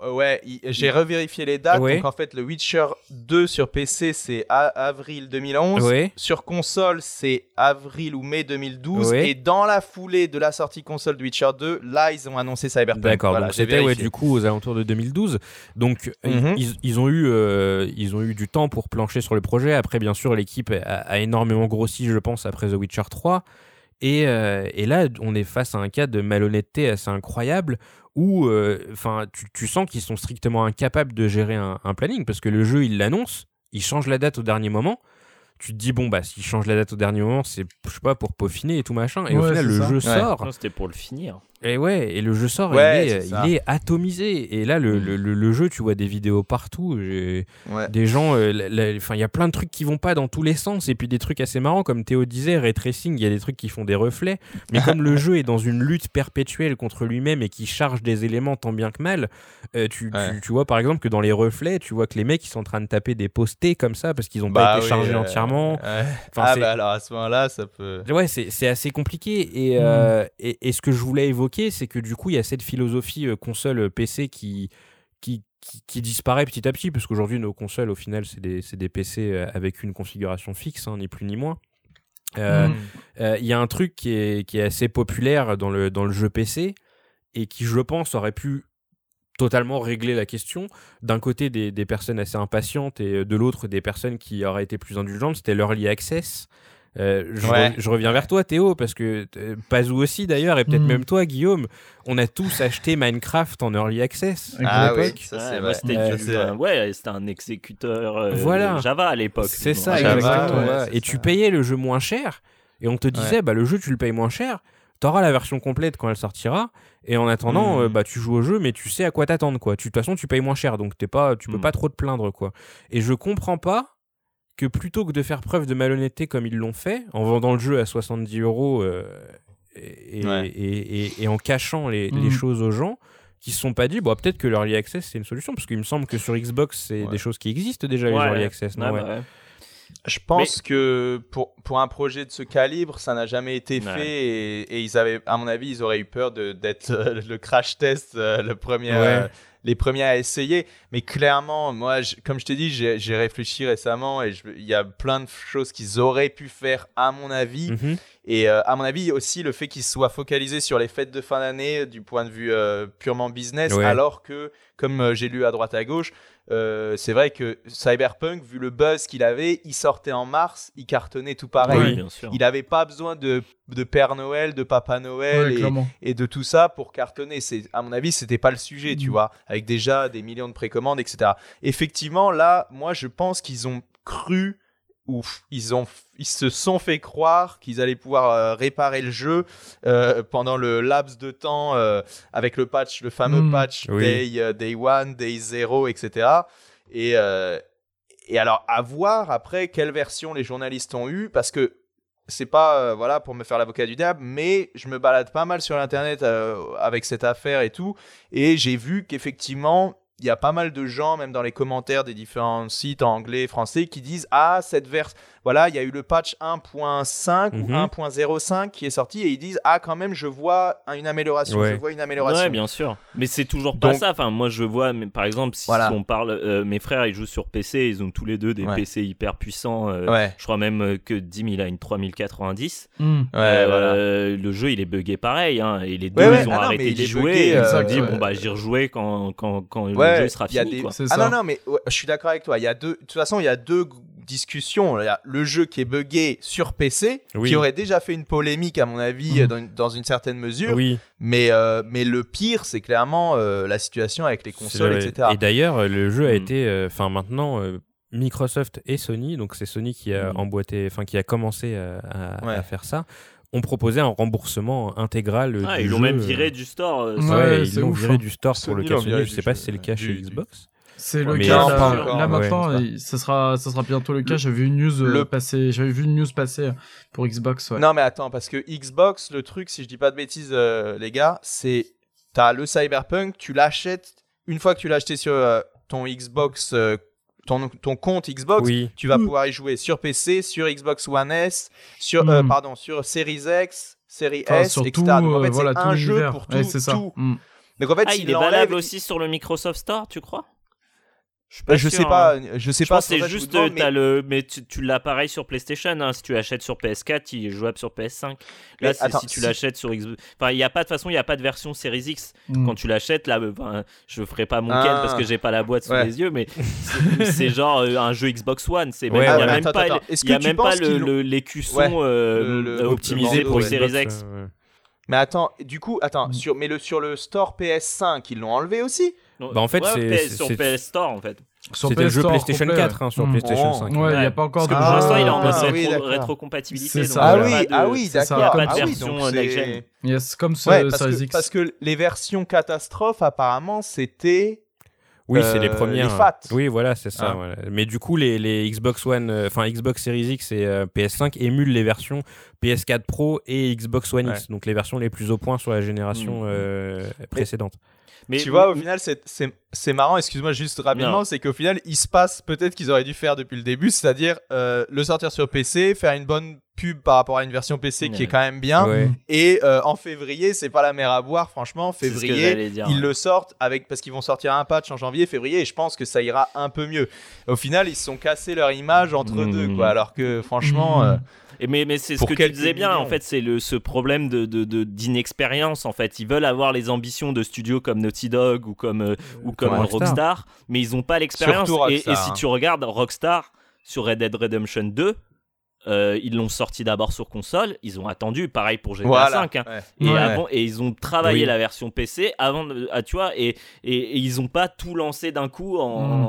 j'ai revérifié les dates. Donc en fait, le Witcher 2 sur PC, c'est avril 2011. Sur console, c'est avril ou mai 2012. Et dans la foulée de la sortie console de Witcher 2, là, ils ont annoncé Cyberpunk. D'accord, donc c'était du coup aux alentours de 2012. Donc ils ont eu du temps pour plancher sur le projet. Après, bien sûr, l'équipe a énormément grossi, je pense, après The Witcher 3. Et là, on est face à un cas de malhonnêteté assez incroyable où tu sens qu'ils sont strictement incapables de gérer un planning parce que le jeu, ils l'annoncent, ils changent la date au dernier moment. Tu te dis, s'ils changent la date au dernier moment, c'est, je sais pas, pour peaufiner et tout machin. Et au final, le jeu sort. Non, c'était pour le finir. Et le jeu sort, il est atomisé. Et là, le jeu, tu vois des vidéos partout. Des gens, il y a plein de trucs qui vont pas dans tous les sens. Et puis des trucs assez marrants, comme Théo disait, Ray Tracing, il y a des trucs qui font des reflets. Mais comme le jeu est dans une lutte perpétuelle contre lui-même et qui charge des éléments tant bien que mal, tu vois par exemple que dans les reflets, tu vois que les mecs ils sont en train de taper des postés comme ça parce qu'ils ont pas été chargés entièrement. Alors à ce moment-là, ça peut. Ouais, c'est assez compliqué. Et ce que je voulais évoquer, c'est que du coup, il y a cette philosophie console PC qui disparaît petit à petit, parce qu'aujourd'hui, nos consoles, au final, c'est des PC avec une configuration fixe, ni plus ni moins. Il y a un truc qui est assez populaire dans le jeu PC et qui, je pense, aurait pu totalement régler la question. D'un côté, des personnes assez impatientes et de l'autre, des personnes qui auraient été plus indulgentes. C'était l'Early Access. Je reviens vers toi, Théo, parce que Pazou aussi d'ailleurs, et peut-être même toi, Guillaume, on a tous acheté Minecraft en Early Access à l'époque. Ça c'est vrai. C'était un exécuteur Java à l'époque. C'est ça, exactement. Et tu payais le jeu moins cher, et on te disait, le jeu tu le payes moins cher, t'auras la version complète quand elle sortira, et en attendant, tu joues au jeu, mais tu sais à quoi t'attendre, quoi. De toute façon, tu payes moins cher, donc tu peux pas trop te plaindre, quoi. Et je comprends pas que plutôt que de faire preuve de malhonnêteté comme ils l'ont fait, en vendant le jeu à 70 € et en cachant les choses aux gens, qui se sont pas dit, peut-être que l'Early Access c'est une solution, parce qu'il me semble que sur Xbox c'est des choses qui existent déjà, les Early Access. Je pense que pour un projet de ce calibre, ça n'a jamais été fait et ils avaient, à mon avis, ils auraient eu peur d'être le crash test, le premier les premiers à essayer. Mais clairement, moi, comme je t'ai dit, j'ai réfléchi récemment et il y a plein de choses qu'ils auraient pu faire, à mon avis. Et à mon avis, aussi le fait qu'ils soient focalisés sur les fêtes de fin d'année du point de vue purement business, alors que, comme j'ai lu à droite à gauche, c'est vrai que Cyberpunk, vu le buzz qu'il avait, il sortait en mars, il cartonnait tout pareil. Oui, bien sûr. Il n'avait pas besoin de Père Noël, de Papa Noël et de tout ça pour cartonner. À mon avis, c'était pas le sujet, tu vois, avec déjà des millions de précommandes, etc. Effectivement, là, moi, je pense qu'ils ont cru ils se sont fait croire qu'ils allaient pouvoir réparer le jeu pendant le laps de temps avec le patch, le fameux patch Day 1, Day 0, etc. Et alors, à voir après quelle version les journalistes ont eu, parce que c'est pas pour me faire l'avocat du diable, mais je me balade pas mal sur l'internet avec cette affaire et tout, et j'ai vu qu'effectivement il y a pas mal de gens, même dans les commentaires des différents sites en anglais et français, qui disent « Ah, cette version... » Voilà, il y a eu le patch 1.5 ou 1.05 qui est sorti et ils disent « Ah, quand même, je vois une amélioration. Je vois une amélioration. » Ouais, bien sûr. Mais c'est toujours pas ça. Enfin, moi, je vois, par exemple, si on parle... mes frères, ils jouent sur PC. Ils ont tous les deux des PC hyper puissants. Je crois même que Dim, il a une 3090. Le jeu, il est buggé pareil. Hein, et les deux, ils ont arrêté d'y jouer. Ils ont dit « Bon, bah, j'y rejouerai quand le jeu sera fini. » Non, mais je suis d'accord avec toi. De toute façon, il y a deux discussion. Il y a le jeu qui est buggé sur PC, qui aurait déjà fait une polémique à mon avis dans une certaine mesure. Mais le pire, c'est clairement la situation avec les consoles, etc. Et d'ailleurs, le jeu a été, maintenant. Microsoft et Sony, donc c'est Sony qui a qui a commencé à faire ça, ont proposé un remboursement intégral. Ils l'ont même viré du store. Ils l'ont viré du store pour le cas Sony. Je sais pas si c'est le cas chez Xbox. C'est le cas. Là maintenant, ça sera bientôt le cas. J'avais vu une news passer pour Xbox. Non mais attends, parce que Xbox, le truc, si je dis pas de bêtises, les gars, c'est t'as le Cyberpunk, tu l'achètes une fois que tu l'as acheté sur ton Xbox, ton compte Xbox, tu vas pouvoir y jouer sur PC, sur Xbox One S, sur Series X, Series S, etc. Donc en fait, c'est un jeu pour tout. C'est ça. Donc en fait, il est valable aussi sur le Microsoft Store, tu crois? Je sais pas. C'est juste, mais tu l'as pareil sur PlayStation. Hein. Si tu l'achètes sur PS4, il est jouable sur PS5. Là, si tu l'achètes sur Xbox, enfin, il y a pas de façon, il y a pas de version Series X. Quand tu l'achètes, là, je ferai pas mon Ken parce que j'ai pas la boîte sous les yeux, mais c'est genre un jeu Xbox One. Il y a même pas les cuissons optimisés pour Series X. Mais attends, sur le store PS5, ils l'ont enlevé aussi. En fait, c'est sur PS Store en fait. C'était le jeu PlayStation 4 sur PlayStation 5. Ouais, il n'y a pas encore de jeu. Pour l'instant, il est en mode rétrocompatibilité. D'accord. Il n'y a pas de version next-gen. Yes, comme Series X. Parce que les versions catastrophes, apparemment, c'était... Oui, c'est les premières. Les FAT. Oui, voilà, c'est ça. Voilà. Mais du coup, les Xbox One, Xbox Series X et PS5 émulent les versions PS4 Pro et Xbox One X, donc les versions les plus au point sur la génération précédente. Mais tu vois, au final, c'est marrant, excuse-moi juste rapidement, c'est qu'au final, il se passe peut-être qu'ils auraient dû faire depuis le début, c'est-à-dire le sortir sur PC, faire une bonne pub par rapport à une version PC qui est quand même bien, et en février, c'est pas la mer à boire, franchement, février, ils le sortent parce qu'ils vont sortir un patch en janvier, février, et je pense que ça ira un peu mieux. Au final, ils se sont cassés leur image entre deux, quoi, alors que franchement... Mais c'est ce que tu disais bien, en fait, c'est ce problème d'inexpérience, en fait. Ils veulent avoir les ambitions de studios comme Naughty Dog ou comme Rockstar, mais ils n'ont pas l'expérience. Et si tu regardes Rockstar sur Red Dead Redemption 2, ils l'ont sorti d'abord sur console, ils ont attendu, pareil pour GTA 5, hein. Et ils ont travaillé la version PC avant, tu vois, et ils ont pas tout lancé d'un coup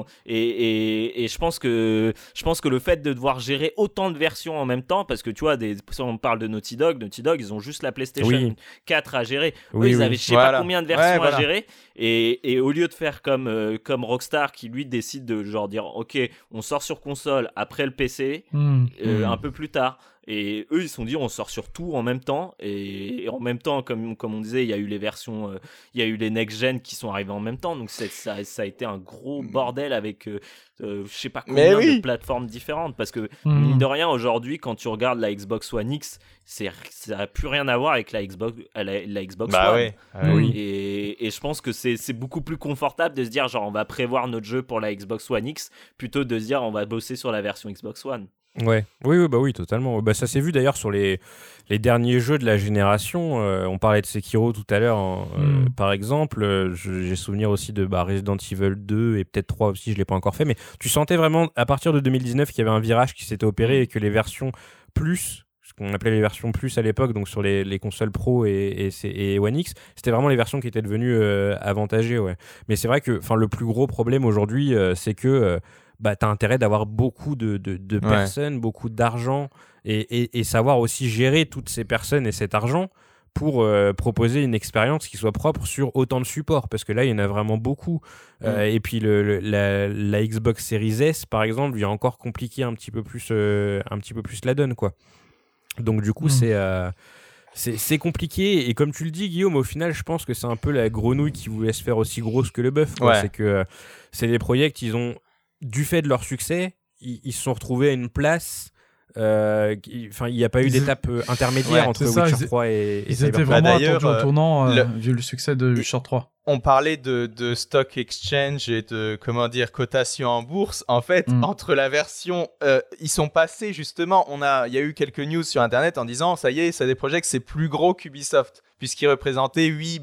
et je pense que le fait de devoir gérer autant de versions en même temps, parce que tu vois, si on parle de Naughty Dog, ils ont juste la PlayStation 4 à gérer. Ils avaient je sais pas combien de versions à gérer, et au lieu de faire comme Rockstar qui lui décide de genre dire ok, on sort sur console après le PC, un peu peu plus tard. Et eux, ils se sont dit, on sort sur tout en même temps. Et en même temps, comme on disait, il y a eu les versions, il y a eu les next-gen qui sont arrivés en même temps. Donc ça a été un gros bordel avec je sais pas combien de plateformes différentes. Parce que, mine de rien, aujourd'hui, quand tu regardes la Xbox One X, ça n'a plus rien à voir avec la Xbox One. Ouais. Oui. Et je pense que c'est beaucoup plus confortable de se dire, genre, on va prévoir notre jeu pour la Xbox One X plutôt de se dire, on va bosser sur la version Xbox One. Ouais, oui, totalement. Ça s'est vu d'ailleurs sur les derniers jeux de la génération. On parlait de Sekiro tout à l'heure, par exemple. J'ai souvenir aussi de Resident Evil 2 et peut-être 3 aussi, je l'ai pas encore fait. Mais tu sentais vraiment, à partir de 2019, qu'il y avait un virage qui s'était opéré et que les versions plus, ce qu'on appelait les versions plus à l'époque, donc sur les consoles Pro et One X, c'était vraiment les versions qui étaient devenues avantagées. Ouais. Mais c'est vrai que le plus gros problème aujourd'hui, c'est que t'as intérêt d'avoir beaucoup de personnes, beaucoup d'argent et savoir aussi gérer toutes ces personnes et cet argent pour proposer une expérience qui soit propre sur autant de supports, parce que là il y en a vraiment beaucoup. Et puis la Xbox Series S par exemple vient encore compliquer un petit peu plus la donne, quoi. Donc du coup c'est compliqué, et comme tu le dis, Guillaume, au final je pense que c'est un peu la grenouille qui voulait se faire aussi grosse que le bœuf, quoi. C'est que c'est des projets ils ont, du fait de leur succès, ils se sont retrouvés à une place. Il n'y a pas eu d'étape intermédiaire entre Witcher 3 et ils étaient vraiment attendus au tournant vu le succès de Witcher 3. On parlait de stock exchange et de cotation en bourse. En fait, entre la version, ils sont passés justement. Il y a eu quelques news sur Internet en disant ça y est, CD Projekt c'est plus gros qu'Ubisoft puisqu'il représentait 8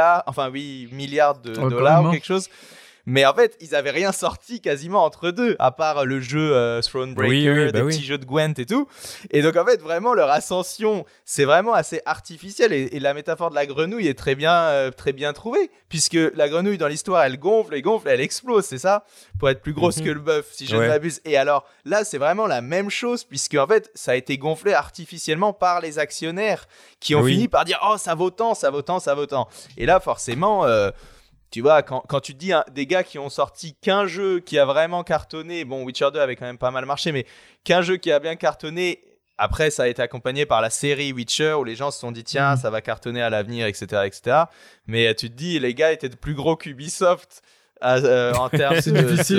milliards de dollars ou quelque chose. Mais en fait, ils avaient rien sorti quasiment entre deux, à part le jeu Thronebreaker, des petits jeux de Gwent et tout. Et donc en fait, vraiment, leur ascension, c'est vraiment assez artificiel. Et la métaphore de la grenouille est très bien trouvée, puisque la grenouille dans l'histoire, elle gonfle, elle explose, c'est ça, pour être plus grosse que le bœuf, si je ne m'abuse. Et alors là, c'est vraiment la même chose, puisque en fait, ça a été gonflé artificiellement par les actionnaires qui ont fini par dire oh ça vaut tant. Et là, forcément. Tu vois, quand tu te dis des gars qui ont sorti qu'un jeu qui a vraiment cartonné, bon, Witcher 2 avait quand même pas mal marché, mais qu'un jeu qui a bien cartonné, après ça a été accompagné par la série Witcher où les gens se sont dit tiens, ça va cartonner à l'avenir, etc. Mais tu te dis, les gars étaient plus gros qu'Ubisoft. En termes c'est difficile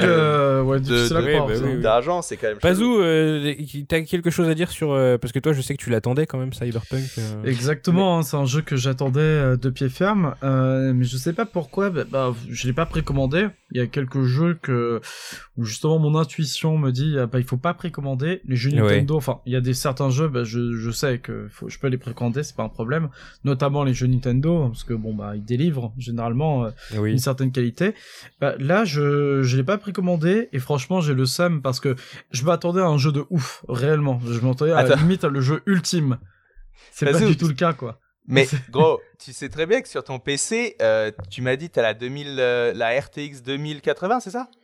à croire, d'argent, c'est quand même Pazou, t'as quelque chose à dire sur parce que toi je sais que tu l'attendais quand même, Cyberpunk. Exactement, c'est un jeu que j'attendais de pied ferme, mais je sais pas pourquoi je l'ai pas précommandé. Il y a quelques jeux où justement mon intuition me dit il faut pas précommander les jeux Nintendo. Enfin, il y a certains jeux je sais que je peux les précommander, c'est pas un problème, notamment les jeux Nintendo parce que ils délivrent généralement une certaine qualité. Là, je l'ai pas précommandé et franchement, j'ai le seum parce que je m'attendais à un jeu de ouf, réellement. Je m'attendais à la limite à le jeu ultime. C'est pas du tout le cas, quoi. Mais gros, tu sais très bien que sur ton PC, tu m'as dit t'as la RTX 2080, c'est ça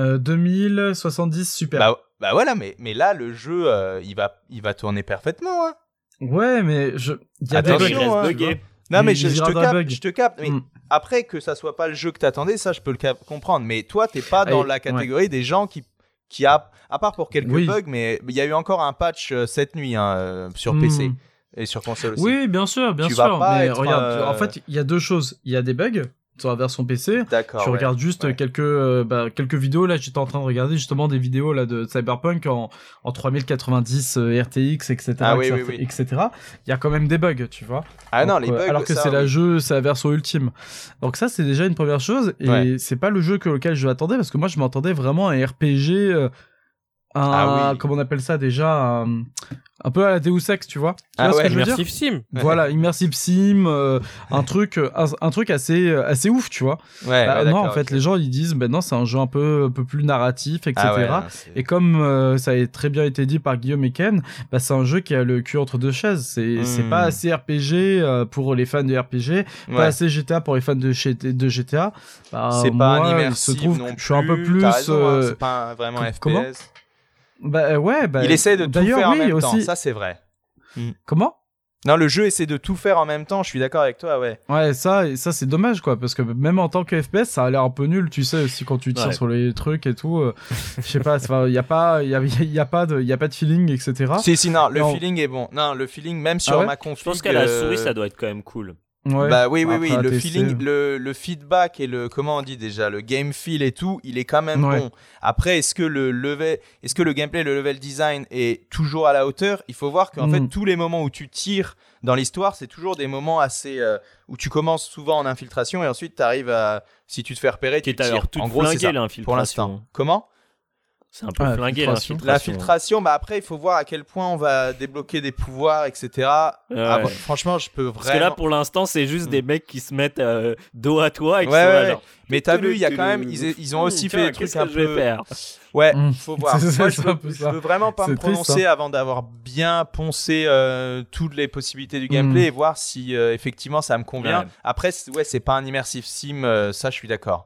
2070 Super. Bah voilà, mais là, le jeu, il va tourner parfaitement, hein. Ouais, mais il y a des bugs. Non, mais je te capte. Mais après, que ça soit pas le jeu que t'attendais, ça, je peux le comprendre. Mais toi, t'es pas dans la catégorie des gens qui a, à part pour quelques bugs, mais il y a eu encore un patch cette nuit sur PC et sur console aussi. Oui, bien sûr. Mais regarde, en fait, il y a deux choses. Il y a des bugs sur la version PC. D'accord. Tu regardes juste quelques vidéos. Là, j'étais en train de regarder justement des vidéos là de Cyberpunk en 3090 RTX, etc. etc. Il y a quand même des bugs, tu vois. Ah non, les bugs. Alors que c'est la version ultime. Donc ça, c'est déjà une première chose. Et c'est pas le jeu auquel je m'attendais parce que moi, je m'attendais vraiment à un RPG. Comment on appelle ça déjà, un peu à la Deus Ex, tu vois. Immersive Sim. Voilà, Immersive Sim, un truc assez ouf, tu vois. Non, en fait, les gens ils disent, non, c'est un jeu un peu plus narratif, etc. Et comme ça a très bien été dit par Guillaume et Ken, c'est un jeu qui a le cul entre deux chaises. C'est pas assez RPG pour les fans de RPG, pas assez GTA pour les fans de GTA. C'est pas un immersif non plus. Je suis un peu plus. C'est pas vraiment FPS. Comment il essaie de tout faire en même temps, ça c'est vrai. Comment ? Non, le jeu essaie de tout faire en même temps, je suis d'accord avec toi, ouais. Ouais, ça c'est dommage, quoi, parce que même en tant que FPS, ça a l'air un peu nul, tu sais, aussi quand tu tires sur les trucs et tout. Je sais pas, il y a pas de feeling, etc. Si, non, le feeling est bon. Non, le feeling, même sur ma config. Je pense qu'à la souris, ça doit être quand même cool. Ouais. Bah oui, le feeling, le feedback et le comment on dit déjà, le game feel et tout, il est quand même bon. Après, est-ce que le gameplay, le level design est toujours à la hauteur? Il faut voir qu'en fait, tous les moments où tu tires dans l'histoire, c'est toujours des moments assez où tu commences souvent en infiltration et ensuite tu arrives à, si tu te fais repérer, tu tires. En gros, c'est ça pour l'instant. Comment? C'est un peu flingué l'infiltration. Bah après, il faut voir à quel point on va débloquer des pouvoirs, etc. Franchement, je peux vraiment. Parce que là, pour l'instant, c'est juste des mecs qui se mettent dos à toi et qui sont là, genre. Mais t'as vu, il y a quand même, ils ont aussi fait des trucs un peu. Je vais faire. Ouais, faut voir. Moi, je veux vraiment pas me prononcer avant d'avoir bien poncé toutes les possibilités du gameplay et voir si effectivement ça me convient. Ouais. Après, c'est pas un immersive sim, ça je suis d'accord.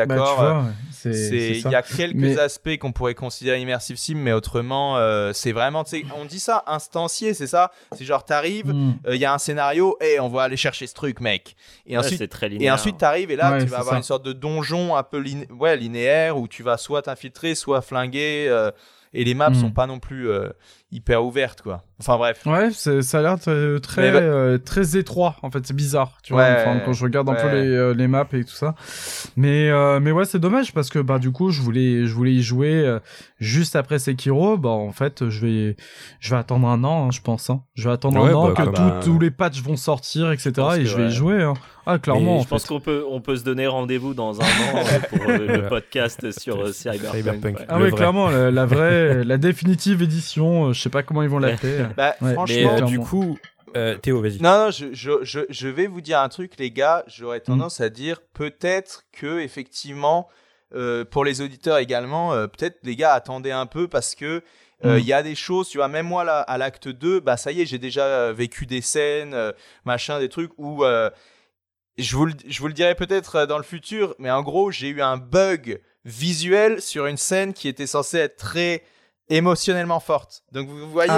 Il y a quelques aspects qu'on pourrait considérer immersive sim, mais autrement, c'est vraiment, tu sais, on dit ça instancié, c'est ça. C'est genre t'arrives, il y a un scénario et on va aller chercher ce truc, mec. Et ensuite, c'est très linéaire. Et ensuite t'arrives et là tu vas avoir une sorte de donjon un peu linéaire où tu vas soit t'infiltrer, soit flinguer et les maps sont pas non plus hyper ouvertes, quoi. Enfin bref. Ouais, ça a l'air très étroit, en fait, c'est bizarre, tu vois, quand je regarde un peu les maps et tout ça. Mais ouais, c'est dommage parce que bah du coup, je voulais y jouer juste après Sekiro. Bah en fait, je vais attendre un an, je pense. Je vais attendre un an que tous les patchs vont sortir, etc. Et je vais y jouer. Ah, clairement. Je pense qu'on peut se donner rendez-vous dans un an pour le podcast sur Cyberpunk. Ah oui, clairement, la définitive édition, je sais pas comment ils vont l'appeler. Bah, franchement, du coup, Théo, vas-y. Non, je vais vous dire un truc, les gars. J'aurais tendance à dire peut-être que effectivement, pour les auditeurs également, peut-être les gars attendez un peu parce que il y a des choses, tu vois, même moi là, à l'acte 2, bah ça y est, j'ai déjà vécu des scènes, machin, des trucs où je vous le dirai peut-être dans le futur, mais en gros, j'ai eu un bug visuel sur une scène qui était censée être très émotionnellement forte. Donc vous voyez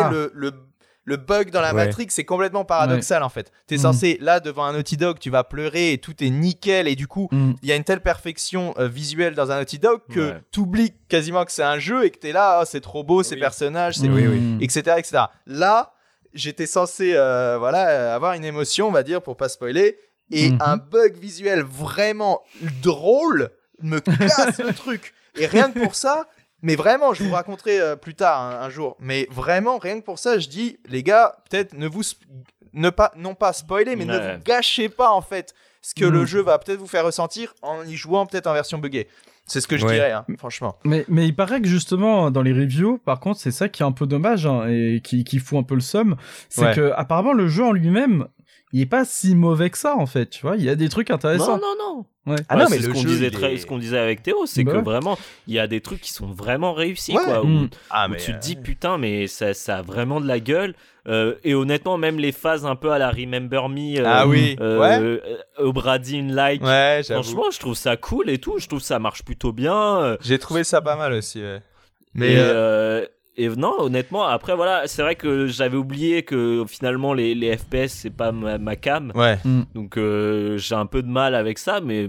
le bug dans la Matrix, c'est complètement paradoxal en fait. T'es censé, là devant un Naughty Dog, tu vas pleurer et tout est nickel et du coup il y a une telle perfection visuelle dans un Naughty Dog que t'oublies quasiment que c'est un jeu et que t'es là, c'est trop beau ces personnages, etc., etc. Là, j'étais censé avoir une émotion, on va dire, pour pas spoiler, et un bug visuel vraiment drôle me casse le truc. Et rien que pour ça, mais vraiment, je vous raconterai plus tard un jour, mais vraiment, rien que pour ça, je dis, les gars, peut-être non pas spoiler, mais ne vous gâchez pas en fait ce que le jeu va peut-être vous faire ressentir en y jouant peut-être en version buggée. C'est ce que je dirais, franchement. Mais il paraît que justement, dans les reviews, par contre, c'est ça qui est un peu dommage et qui fout un peu le seum, c'est que apparemment le jeu en lui-même, il est pas si mauvais que ça en fait, tu vois, il y a des trucs intéressants. Non. Ouais. Non, mais ce qu'on disait avec Théo, c'est que vraiment il y a des trucs qui sont vraiment réussis quoi. Où tu te dis putain, mais ça a vraiment de la gueule. Et honnêtement, même les phases un peu à la Remember Me, au Bradin-like, franchement, je trouve ça cool et tout. Je trouve ça marche plutôt bien. J'ai trouvé ça pas mal aussi. Mais et non, honnêtement, après voilà, c'est vrai que j'avais oublié que finalement les FPS c'est pas ma cam. Donc j'ai un peu de mal avec ça, mais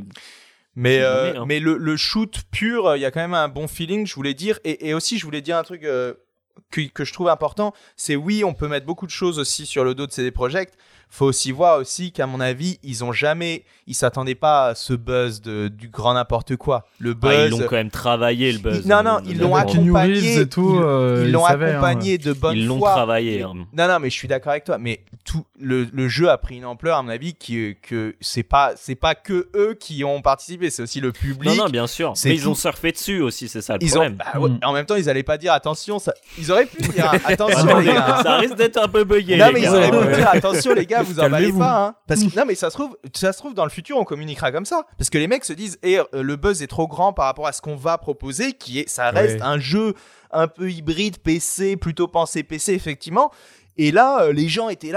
le shoot pur, il y a quand même un bon feeling, je voulais dire, et aussi je voulais dire un truc que je trouve important, c'est on peut mettre beaucoup de choses aussi sur le dos de CD Projekt. Faut aussi voir aussi qu'à mon avis, ils s'attendaient pas à ce buzz du grand n'importe quoi. Le buzz. Ils l'ont quand même travaillé le buzz. Non, ils l'ont accompagné et tout. Ils l'ont accompagné de bonne foi. Ils l'ont travaillé. Non, mais je suis d'accord avec toi. Mais tout le jeu a pris une ampleur à mon avis que c'est pas que eux qui ont participé, c'est aussi le public. Non, bien sûr. Mais ils ont surfé dessus aussi, c'est ça le problème. En même temps, ils allaient pas dire attention. Ils auraient pu dire attention les gars. Ça risque d'être un peu buggé. Non, mais ils auraient pu dire attention les gars. Vous emballez pas, parce que non, mais ça se trouve dans le futur on communiquera comme ça, parce que les mecs se disent le buzz est trop grand par rapport à ce qu'on va proposer, ça reste un jeu un peu hybride PC, plutôt pensé PC effectivement. Et là, les gens étaient là,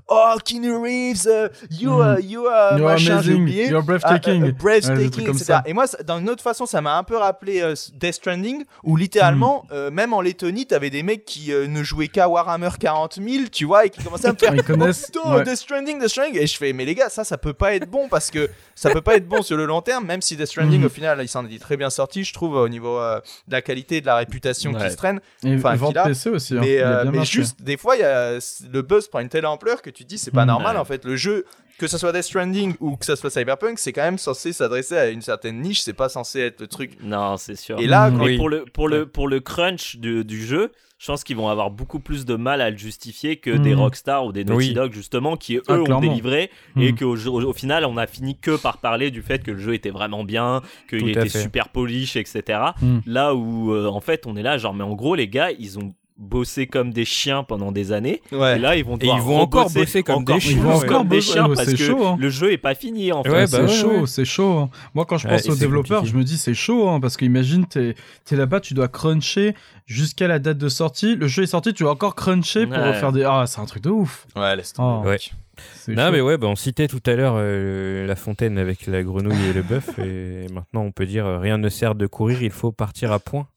oh Keanu Reeves, you machin, j'ai oublié, you're breathtaking, breathtaking, etc. Et moi, d'une autre façon, ça m'a un peu rappelé Death Stranding, où littéralement, même en Lettonie, t'avais des mecs qui ne jouaient qu'à Warhammer 40 000, tu vois, et qui commençaient à me faire Death Stranding, et je fais, mais les gars, ça peut pas être bon, parce que ça peut pas être bon sur le long terme, même si Death Stranding, au final, il s'en est très bien sorti, je trouve, au niveau de la qualité et de la réputation qui se traîne. Enfin, vente PC aussi. Mais juste, des fois, le buzz prend une telle ampleur que tu te dis, c'est pas normal, en fait. Le jeu, que ça soit Death Stranding ou que ça soit Cyberpunk, c'est quand même censé s'adresser à une certaine niche, c'est pas censé être le truc. Non, c'est sûr. Et là, pour le crunch du jeu, je pense qu'ils vont avoir beaucoup plus de mal à le justifier que des Rockstar ou des Naughty Dog, justement, qui eux ont délivré et qu'au final, on a fini que par parler du fait que le jeu était vraiment bien, qu'il était super polish, etc. Là où, en fait, on est là, genre, mais en gros, les gars, ils ont bossé comme des chiens pendant des années et là ils vont encore bosser comme des chiens parce que le jeu est pas fini en fait. C'est chaud. Moi quand je pense aux développeurs, je me dis c'est chaud parce qu'imagine t'es là-bas, tu dois cruncher jusqu'à la date de sortie, le jeu est sorti, tu dois encore cruncher pour faire des c'est un truc de ouf. Laisse tomber. Non mais on citait tout à l'heure la fontaine avec la grenouille et le bœuf, et maintenant on peut dire rien ne sert de courir, il faut partir à point.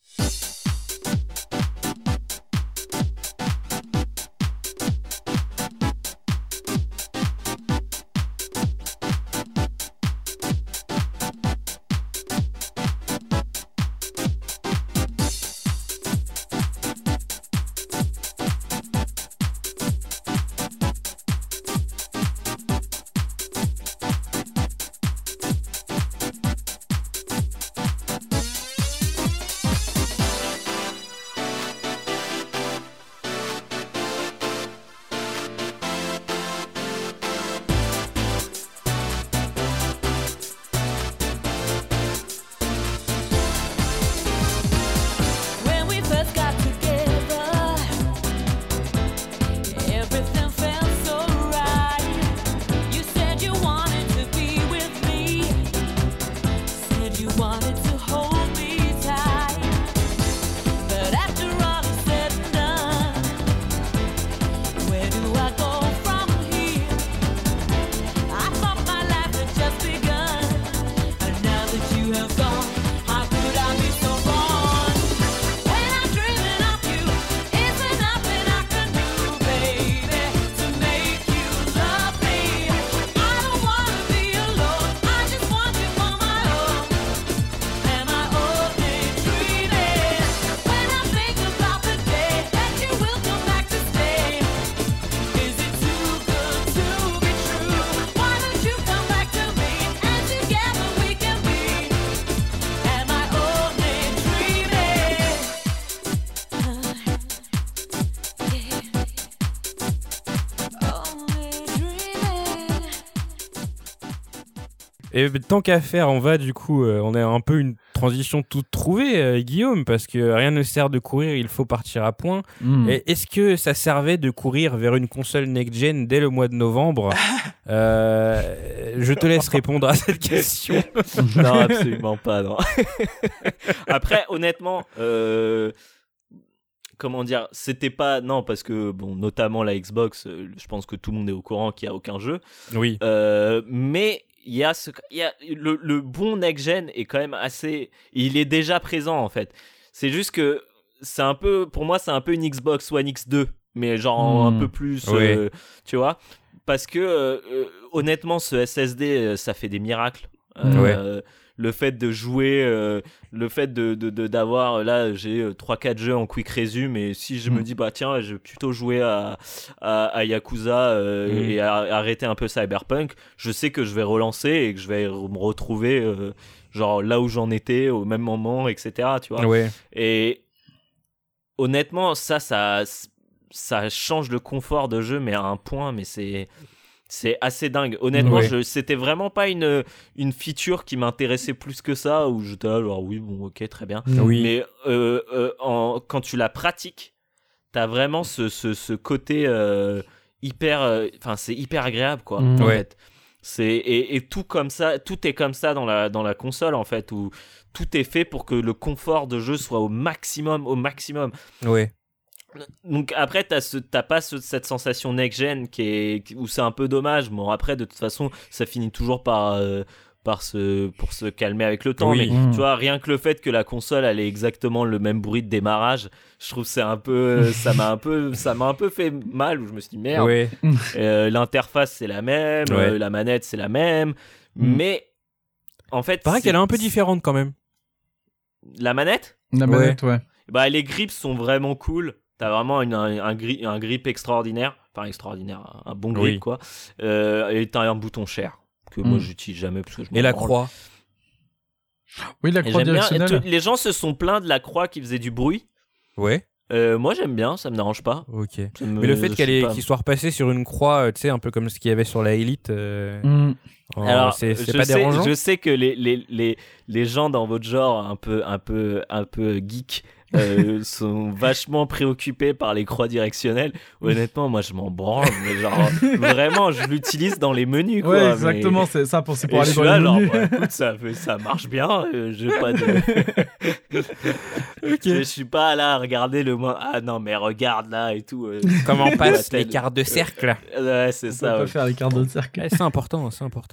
Et tant qu'à faire, on va du coup, on a un peu une transition toute trouvée, Guillaume, parce que rien ne sert de courir, il faut partir à point. Et est-ce que ça servait de courir vers une console next-gen dès le mois de novembre? Je te laisse répondre à cette question. Non, absolument pas, non. Après, honnêtement... comment dire, c'était pas... Non, parce que, bon, notamment la Xbox, je pense que tout le monde est au courant qu'il n'y a aucun jeu. Oui. Mais... Il y a le bon next-gen est quand même assez... Il est déjà présent, en fait. C'est juste que c'est un peu... Pour moi, c'est un peu une Xbox One X2, mais genre un peu plus... tu vois, parce que, honnêtement, ce SSD, ça fait des miracles. Le fait de jouer, le fait d'avoir, là, j'ai 3-4 jeux en quick resume, et si je me dis, bah tiens, je vais plutôt jouer à Yakuza et arrêter un peu Cyberpunk, je sais que je vais relancer et que je vais me retrouver genre là où j'en étais au même moment, etc. Tu vois. Et honnêtement, ça change le confort de jeu, mais à un point, mais c'est assez dingue. Honnêtement, c'était vraiment pas une feature qui m'intéressait plus que ça, où j'étais là, genre oui, bon, ok, très bien. Mais quand tu la pratiques, t'as vraiment ce côté hyper... Enfin, c'est hyper agréable, quoi, en fait. Et tout comme ça, tout est comme ça dans la console, en fait, où tout est fait pour que le confort de jeu soit au maximum. Donc après t'as pas cette sensation next-gen où c'est un peu dommage. Bon après de toute façon ça finit toujours pour se calmer avec le temps, mais tu vois, rien que le fait que la console elle ait exactement le même bruit de démarrage, je trouve que c'est un peu ça m'a un peu fait mal, où je me suis dit merde. L'interface c'est la même, la manette c'est la même, mais en fait paraît qu'elle est un peu différente quand même. La manette, ouais. Bah les grips sont vraiment cool. T'as vraiment un grip extraordinaire, un bon grip quoi. Et t'as un bouton cher que moi j'utilise jamais parce que je et la croix. Oui, la croix directionnelle. Les gens se sont plaints de la croix qui faisait du bruit. Ouais. Moi j'aime bien, ça me dérange pas. Ok. Mais le fait qu'il soit repassé sur une croix, tu sais, un peu comme ce qu'il y avait sur la Elite. Alors, c'est pas dérangeant. Je sais que les gens dans votre genre un peu geek sont vachement préoccupés par les croix directionnelles. Honnêtement, moi je m'en branle, mais genre vraiment je l'utilise dans les menus quoi. Ouais, exactement, c'est ça pour aller dans les menus. Écoute, ça marche bien, j'ai pas de je suis pas là à regarder ah non mais regarde là et tout comment on passe les cartes de cercle. Ouais, c'est ça. On peut faire les cartes de cercle. C'est important.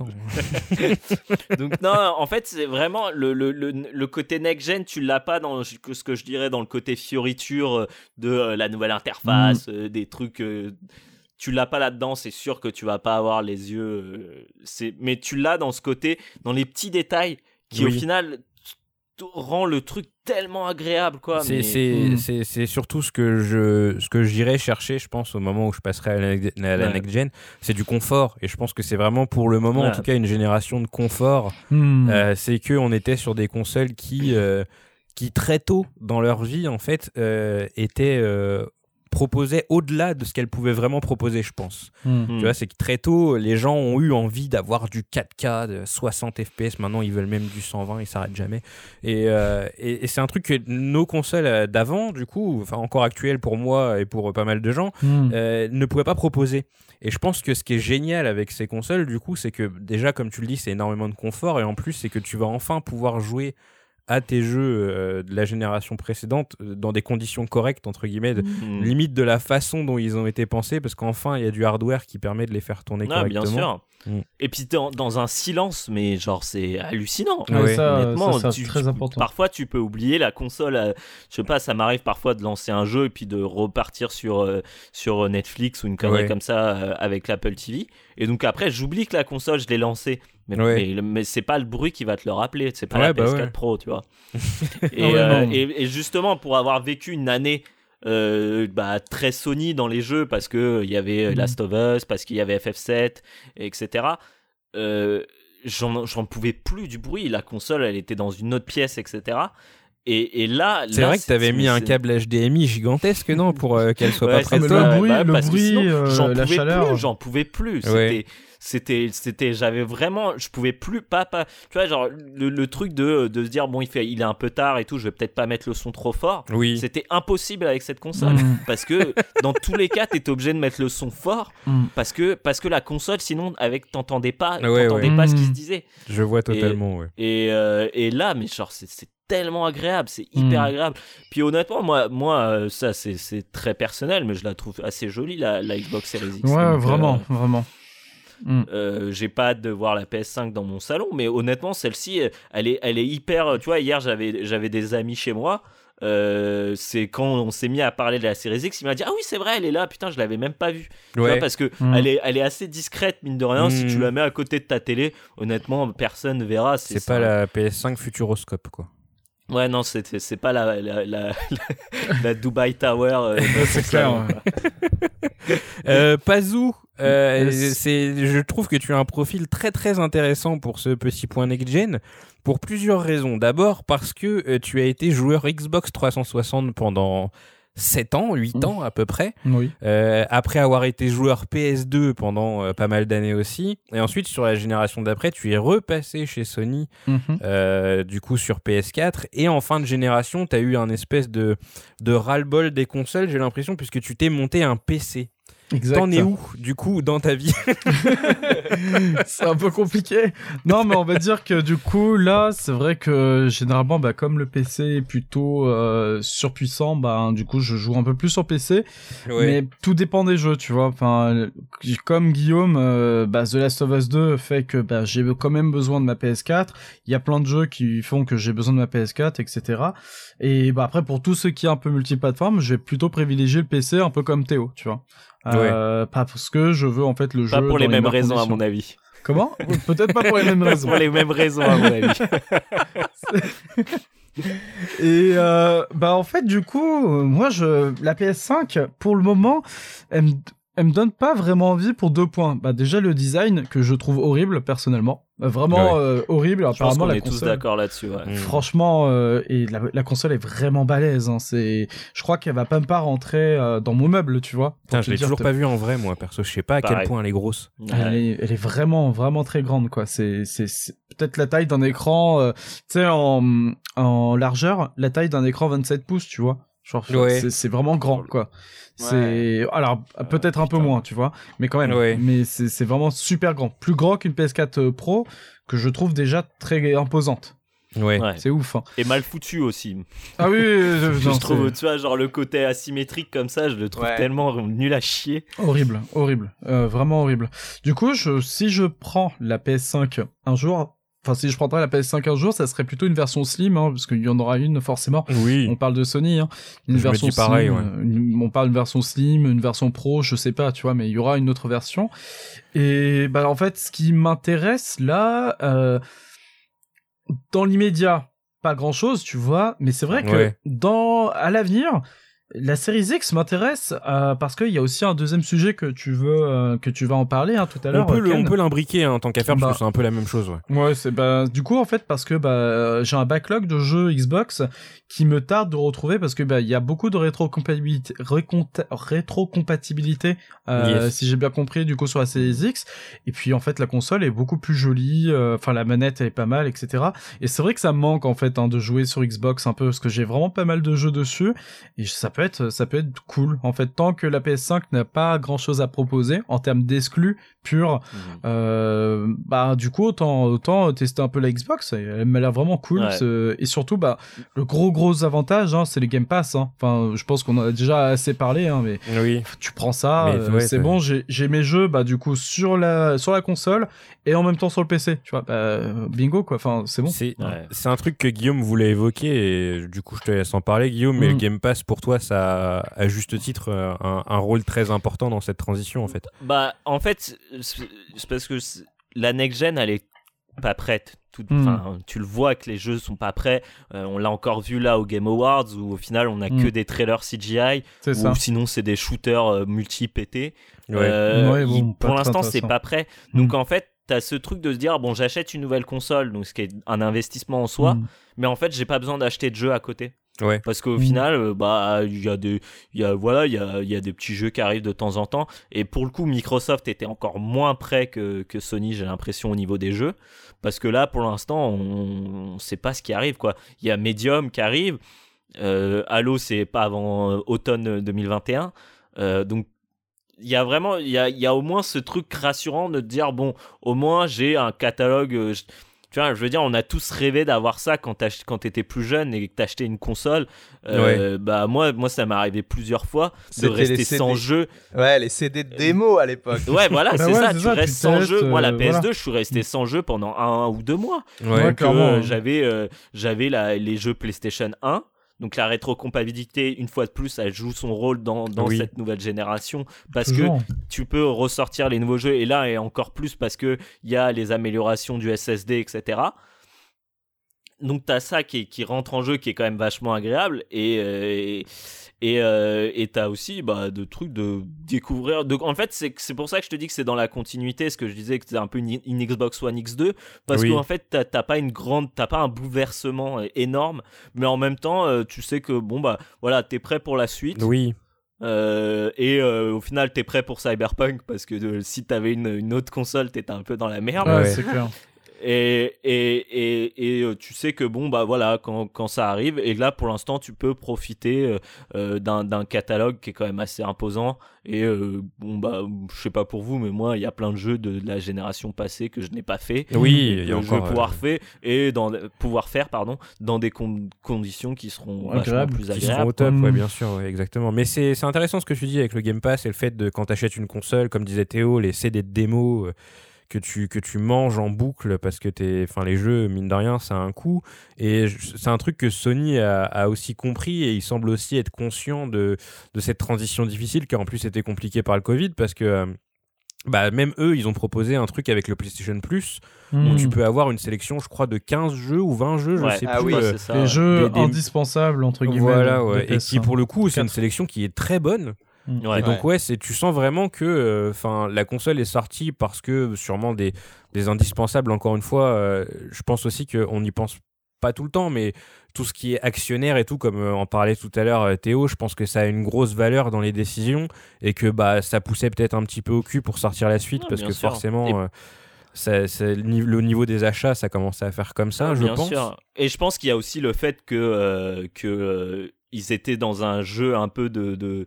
Donc non, en fait, c'est vraiment le côté next-gen, tu l'as pas dans ce que je dirais dans le côté fioriture de la nouvelle interface, des trucs. Tu l'as pas là-dedans, c'est sûr que tu vas pas avoir les yeux. Mais tu l'as dans ce côté, dans les petits détails qui au final rend le truc tellement agréable quoi. C'est surtout ce que j'irai chercher, je pense, au moment où je passerai à la next gen, c'est du confort, et je pense que c'est vraiment pour le moment en tout cas une génération de confort. C'est que on était sur des consoles qui très tôt dans leur vie en fait étaient proposait au-delà de ce qu'elle pouvait vraiment proposer, je pense. Tu vois, c'est que très tôt, les gens ont eu envie d'avoir du 4K, de 60 FPS. Maintenant, ils veulent même du 120, ils s'arrêtent jamais. Et c'est un truc que nos consoles d'avant, du coup, enfin encore actuelles pour moi et pour pas mal de gens, ne pouvaient pas proposer. Et je pense que ce qui est génial avec ces consoles, du coup, c'est que déjà, comme tu le dis, c'est énormément de confort, et en plus, c'est que tu vas enfin pouvoir jouer à tes jeux de la génération précédente dans des conditions correctes, entre guillemets, limite de la façon dont ils ont été pensés, parce qu'enfin il y a du hardware qui permet de les faire tourner correctement. Bien sûr. Et puis dans un silence, mais genre c'est hallucinant. Honnêtement, c'est très important. Parfois tu peux oublier la console. Je sais pas, ça m'arrive parfois de lancer un jeu et puis de repartir sur Netflix ou une connerie comme ça avec l'Apple TV. Et donc après j'oublie que la console je l'ai lancée. Mais c'est pas le bruit qui va te le rappeler, c'est pas la PS4 Pro, tu vois. Et justement, pour avoir vécu une année très Sony dans les jeux, parce que il y avait Last of Us, parce qu'il y avait FF7, etc. J'en pouvais plus du bruit. La console, elle était dans une autre pièce, etc. Et là, c'est vrai que t'avais mis un câble HDMI gigantesque, non, pour qu'elle soit pas prête. Le bruit, la chaleur, j'en pouvais plus. C'était j'avais vraiment, je pouvais plus pas tu vois, genre le truc de se dire bon, il est un peu tard et tout, je vais peut-être pas mettre le son trop fort. C'était impossible avec cette console parce que dans tous les cas t'étais obligé de mettre le son fort parce que la console, sinon t'entendais pas ce qui se disait. Je vois totalement. Et là, mais genre c'est tellement agréable, c'est hyper agréable. Puis honnêtement, moi ça c'est très personnel, mais je la trouve assez jolie la Xbox Series X. Ouais, vraiment. J'ai pas hâte de voir la PS5 dans mon salon, mais honnêtement celle-ci elle est hyper, tu vois, hier j'avais des amis chez moi, c'est quand on s'est mis à parler de la Series X, il m'a dit ah oui c'est vrai elle est là, putain je l'avais même pas vue, tu vois, parce que elle est assez discrète mine de rien. Si tu la mets à côté de ta télé, honnêtement personne ne verra. C'est pas la PS5 Futuroscope quoi. Ouais, non, c'est pas la Dubai Tower. C'est clair. Pazou, je trouve que tu as un profil très très intéressant pour ce petit point next-gen, pour plusieurs raisons. D'abord parce que tu as été joueur Xbox 360 pendant 7 ans, 8 ans à peu près. Après avoir été joueur PS2 pendant pas mal d'années aussi. Et ensuite, sur la génération d'après, tu es repassé chez Sony, du coup sur PS4. Et en fin de génération, tu as eu un espèce de ras-le-bol des consoles, j'ai l'impression, puisque tu t'es monté un PC. Exact. T'en es où, du coup, dans ta vie? C'est un peu compliqué. Non, mais on va dire que du coup, là, c'est vrai que généralement, comme le PC est plutôt surpuissant, du coup, je joue un peu plus sur PC. Ouais. Mais tout dépend des jeux, tu vois. Enfin, comme Guillaume, The Last of Us 2 fait que j'ai quand même besoin de ma PS4. Il y a plein de jeux qui font que j'ai besoin de ma PS4, etc. Et après, pour tous ceux qui sont un peu multiplateforme, je vais plutôt privilégier le PC, un peu comme Théo, tu vois. Pas parce que je veux en fait le jeu. Pas pour les mêmes raisons, à mon avis. Comment? Peut-être pas pour les mêmes raisons. Pour les mêmes raisons, à mon avis. Et en fait, du coup, moi, la PS5, pour le moment, elle me donne pas vraiment envie pour 2 points. Déjà le design que je trouve horrible personnellement, vraiment horrible. Je pense qu'on est tous d'accord là-dessus. Ouais. Franchement, et la console est vraiment balèze. Hein. Je crois qu'elle va même pas rentrer dans mon meuble, tu vois. Putain, je l'ai toujours pas vu en vrai, moi perso. Je sais pas à quel point elle est grosse. Elle est vraiment, vraiment très grande, quoi. C'est peut-être la taille d'un écran, tu sais, en largeur, la taille d'un écran 27 pouces, tu vois. Genre, c'est vraiment grand, quoi. Alors peut-être un peu moins, tu vois, mais quand même. Mais c'est vraiment super grand, plus grand qu'une PS4 Pro, que je trouve déjà très imposante. Ouais. C'est ouf. Hein. Et mal foutu aussi. Ah oui. Je trouve, tu vois, genre le côté asymétrique comme ça, je le trouve tellement nul à chier. Horrible, vraiment horrible. Du coup, si je prends la PS5 un jour. Enfin, si je prendrais la PS5 un jour, ça serait plutôt une version slim, hein, parce qu'il y en aura une forcément. Oui. On parle de Sony, hein. Une version slim. Pareil, on parle d'une version slim, une version pro, je sais pas, tu vois, mais il y aura une autre version. Et en fait, ce qui m'intéresse là, dans l'immédiat, pas grand chose, tu vois, mais c'est vrai que à l'avenir. La Series X m'intéresse parce qu'il y a aussi un deuxième sujet que tu vas en parler tout à l'heure. On peut l'imbriquer en tant qu'affaire parce que c'est un peu la même chose. Ouais, c'est du coup en fait parce que j'ai un backlog de jeux Xbox qui me tarde de retrouver parce que il y a beaucoup de rétrocompatibilité si j'ai bien compris du coup sur la Series X, et puis en fait la console est beaucoup plus jolie, enfin la manette elle est pas mal, etc. Et c'est vrai que ça me manque en fait de jouer sur Xbox un peu parce que j'ai vraiment pas mal de jeux dessus et ça peut être cool en fait tant que la PS5 n'a pas grand chose à proposer en termes d'exclus purs. Du coup autant tester un peu la Xbox, elle m'a l'air vraiment cool. Et surtout le gros avantage c'est le Game Pass. Enfin je pense qu'on en a déjà assez parlé mais tu prends ça, c'est bon, j'ai mes jeux du coup sur la console et en même temps sur le PC, tu vois, bingo quoi, enfin c'est bon. C'est un truc que Guillaume voulait évoquer et du coup je te laisse en parler, Guillaume. Mais le Game Pass pour toi ça a à juste titre un rôle très important dans cette transition en fait. En fait c'est parce que la next gen elle est pas prête. Tu le vois que les jeux sont pas prêts. On l'a encore vu là au Game Awards où au final on a que des trailers CGI ou sinon c'est des shooters multi-pétés. Pour l'instant c'est pas prêt. Donc en fait t'as ce truc de se dire bon j'achète une nouvelle console, donc ce qui est un investissement en soi, mais en fait j'ai pas besoin d'acheter de jeux à côté. Parce qu'au final il y a des petits jeux qui arrivent de temps en temps, et pour le coup Microsoft était encore moins prêt que Sony, j'ai l'impression, au niveau des jeux, parce que là pour l'instant on sait pas ce qui arrive quoi. Il y a Medium qui arrive, Halo c'est pas avant automne 2021, donc il y a vraiment il y a au moins ce truc rassurant de te dire bon au moins j'ai un catalogue. Tu vois, je veux dire, on a tous rêvé d'avoir ça quand t'étais plus jeune et que t'achetais une console. Moi, ça m'est arrivé plusieurs fois de rester sans jeu. Ouais, les CD de démo à l'époque. Ouais, voilà, c'est ça. Tu restes sans jeu. Moi, la PS2, je suis resté sans jeu pendant 1 ou 2 mois. Donc, j'avais les jeux PlayStation 1. Donc la rétrocompatibilité, une fois de plus, elle joue son rôle dans cette nouvelle génération, parce que tu peux ressortir les nouveaux jeux, et là et encore plus parce que il y a les améliorations du SSD, etc. Donc t'as ça qui rentre en jeu, qui est quand même vachement agréable, et t'as aussi de trucs de découvrir. En fait, c'est pour ça que je te dis que c'est dans la continuité, ce que je disais que c'était un peu une Xbox One X2, parce qu'en fait t'as pas un bouleversement énorme, mais en même temps tu sais que t'es prêt pour la suite. Au final t'es prêt pour Cyberpunk, parce que si t'avais une autre console t'étais un peu dans la merde. C'est clair. Et tu sais que bon bah voilà quand ça arrive, et là pour l'instant tu peux profiter d'un catalogue qui est quand même assez imposant. Et bon bah je sais pas pour vous, mais moi il y a plein de jeux de la génération passée que je n'ai pas fait. Oui, il y a encore pouvoir faire dans des conditions qui seront vachement plus agréables. Qui seront au top, ouais, bien sûr, ouais, exactement. Mais c'est intéressant ce que tu dis avec le Game Pass et le fait de quand t'achètes une console, comme disait Théo, les CD de démo que tu manges en boucle parce que les jeux, mine de rien, ça a un coût. Et c'est un truc que Sony a aussi compris, et il semble aussi être conscient de cette transition difficile qui en plus était compliquée par le Covid, parce que même eux, ils ont proposé un truc avec le PlayStation Plus où tu peux avoir une sélection, je crois, de 15 jeux ou 20 jeux, je sais plus. Oui, c'est ça, les jeux indispensables, entre guillemets. Voilà, ouais. Et qui, pour le coup, c'est une sélection qui est très bonne. Et donc tu sens vraiment que la console est sortie parce que sûrement des indispensables, encore une fois, je pense aussi qu'on n'y pense pas tout le temps, mais tout ce qui est actionnaire et tout, comme en parlait tout à l'heure Théo, je pense que ça a une grosse valeur dans les décisions, et que ça poussait peut-être un petit peu au cul pour sortir la suite, parce que sûr. Forcément le niveau des achats, ça commençait à faire comme ça, je pense. Sûr. Et je pense qu'il y a aussi le fait que ils étaient dans un jeu un peu de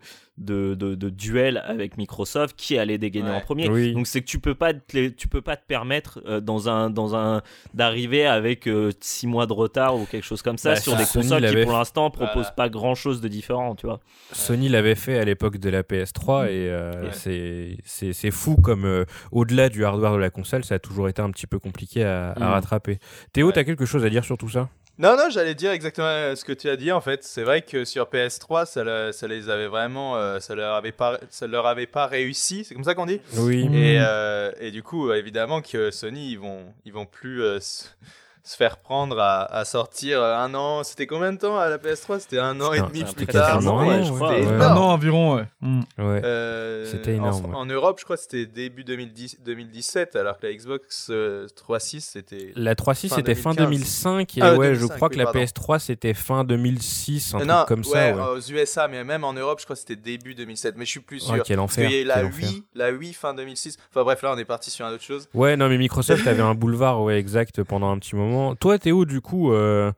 duel avec Microsoft qui allait dégainer en premier. Oui. Donc c'est que tu peux pas te permettre d'arriver avec 6 mois de retard ou quelque chose comme ça sur des consoles qui pour l'instant proposent pas grand chose de différent, tu vois. Sony l'avait fait à l'époque de la PS3 et c'est fou comme au-delà du hardware de la console, ça a toujours été un petit peu compliqué à rattraper. Théo, t'as quelque chose à dire sur tout ça ? Non, j'allais dire exactement ce que tu as dit en fait. C'est vrai que sur PS3, ça les avait vraiment, ça leur avait pas réussi. C'est comme ça qu'on dit. Oui. Et du coup, évidemment que Sony, ils vont plus se faire prendre à sortir un an. C'était combien de temps à la PS3 ? C'était un an et demi plus tard. Je crois. Un an environ, ouais. C'était énorme. En Europe, je crois que c'était début 2017, alors que la Xbox 3.6, c'était. La 3.6, c'était fin 2005. Et 2005, je crois que la PS3, c'était fin 2006, un truc comme ça. Ouais, aux USA, mais même en Europe, je crois que c'était début 2007. Mais je suis plus sûr. Oh, quel enfer. Parce qu'il y a la Wii fin 2006. Enfin bref, là, on est parti sur une autre chose. Ouais, non, mais Microsoft avait un boulevard, exact, pendant un petit moment. Toi, Théo, du coup,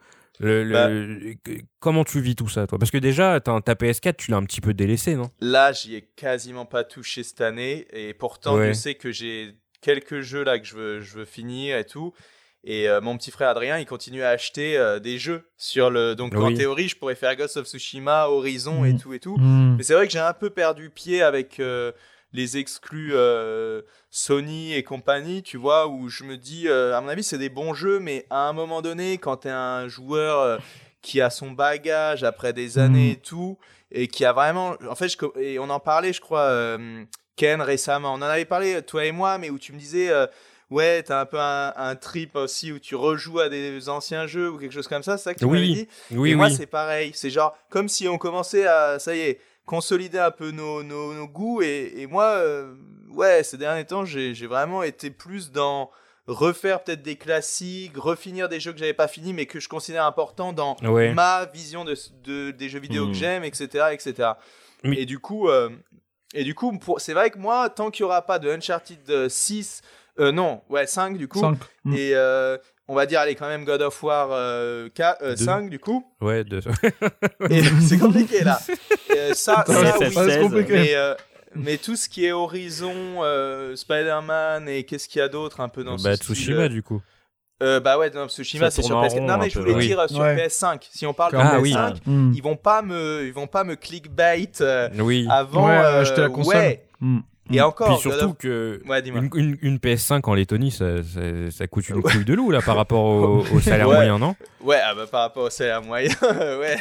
comment tu vis tout ça, toi ? Parce que déjà, ta PS4, tu l'as un petit peu délaissée, non ? Là, j'y ai quasiment pas touché cette année, et pourtant, je sais que j'ai quelques jeux là que je veux finir et tout. Et mon petit frère Adrien, il continue à acheter des jeux sur le. Donc en théorie, je pourrais faire Ghost of Tsushima, Horizon et tout. Mais c'est vrai que j'ai un peu perdu pied avec les exclus Sony et compagnie, tu vois, où je me dis, à mon avis, c'est des bons jeux, mais à un moment donné, quand t'es un joueur qui a son bagage après des années et tout, et qui a vraiment... En fait, et on en parlait, je crois, Ken, récemment. On en avait parlé, toi et moi, mais où tu me disais... ouais, t'as un peu un trip aussi où tu rejoues à des anciens jeux ou quelque chose comme ça, c'est ça que tu m'avais dit ? Oui, moi, c'est pareil. C'est genre comme si on commençait à, ça y est, consolider un peu nos goûts. Et moi, ces derniers temps, j'ai vraiment été plus dans refaire peut-être des classiques, refinir des jeux que j'avais pas finis, mais que je considère importants dans ma vision des jeux vidéo que j'aime, etc. Mais... Et du coup, c'est vrai que moi, tant qu'il y aura pas de Uncharted 6... 5 du coup. 5. Et on va dire, allez, quand même God of War 5 du coup. Ouais, 2. Et c'est compliqué là. Ça oui, c'est compliqué. Mais tout ce qui est Horizon, Spider-Man et qu'est-ce qu'il y a d'autre un peu dans ce Tsushima du coup. Tsushima c'est sur PS4. Non mais je voulais dire sur PS5. Si on parle de PS5, ils vont pas me clickbait avant acheter la console. Et encore, puis surtout que une PS5 en Lettonie, ça coûte une couille de loup là par rapport au salaire moyen, non ? Ouais, par rapport au salaire moyen, ouais.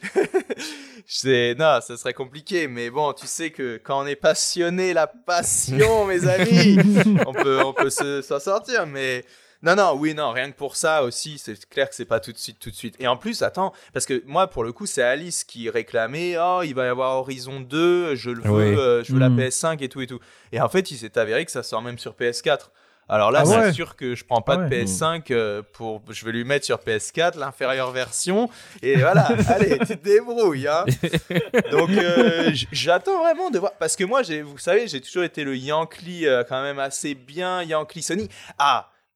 Non, ça serait compliqué, mais bon, tu sais que quand on est passionné, la passion, mes amis, on peut s'en sortir, mais... Non, rien que pour ça aussi, c'est clair que c'est pas tout de suite. Et en plus, attends, parce que moi, pour le coup, c'est Alice qui réclamait, il va y avoir Horizon 2, je le veux, je veux la PS5 et tout. Et en fait, il s'est avéré que ça sort même sur PS4. Alors là, c'est sûr que je prends pas de PS5 je vais lui mettre sur PS4 l'inférieure version et voilà, allez, tu te débrouilles, hein. Donc j'attends vraiment de voir parce que moi, vous savez, j'ai toujours été le Yankee quand même assez bien Yankee Sony.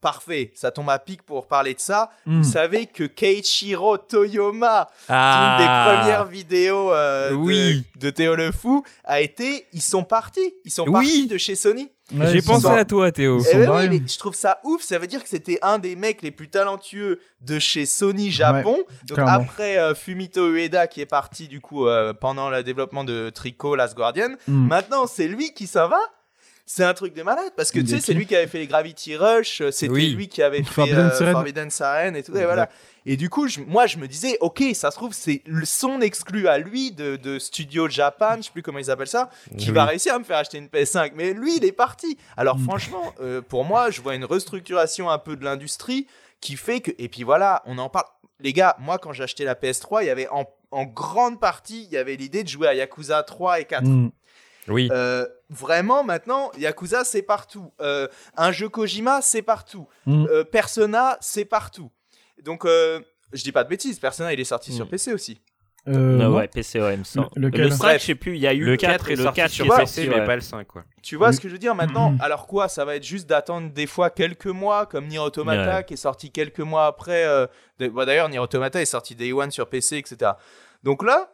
parfait, ça tombe à pic pour parler de ça. Vous savez que Keiichiro Toyoma, une des premières vidéos de Théo le Fou, ils sont partis de chez Sony. Ouais, j'ai pensé à toi, Théo. Oui, je trouve ça ouf. Ça veut dire que c'était un des mecs les plus talentueux de chez Sony Japon. Ouais, donc après Fumito Ueda qui est parti du coup pendant le développement de Trico Last Guardian. Maintenant, c'est lui qui s'en va. C'est un truc de malade parce que tu sais, c'est lui qui avait fait les Gravity Rush, c'était lui qui avait fait Forbidden Siren et tout. Et voilà. Et du coup, moi, je me disais, ok, ça se trouve, c'est son exclu à lui de Studio Japan, je sais plus comment ils appellent ça, qui va réussir à me faire acheter une PS5. Mais lui, il est parti. Alors franchement, pour moi, je vois une restructuration un peu de l'industrie qui fait que... Et puis voilà, on en parle. Les gars, moi, quand j'ai acheté la PS3, il y avait en grande partie, il y avait l'idée de jouer à Yakuza 3 et 4. Oui. Vraiment, maintenant, Yakuza, c'est partout. Un jeu Kojima, c'est partout. Persona, c'est partout. Donc, je dis pas de bêtises, Persona, il est sorti sur PC aussi. Ouais, PC, ouais, il me semble. Le 5, je sais plus, il y a eu le 4 et le 4 sur PC, mais pas le 5, quoi. Tu vois ce que je veux dire maintenant? Alors quoi, ça va être juste d'attendre des fois quelques mois, comme Nier Automata, qui est sorti quelques mois après. D'ailleurs, Nier Automata est sorti Day One sur PC, etc. Donc là,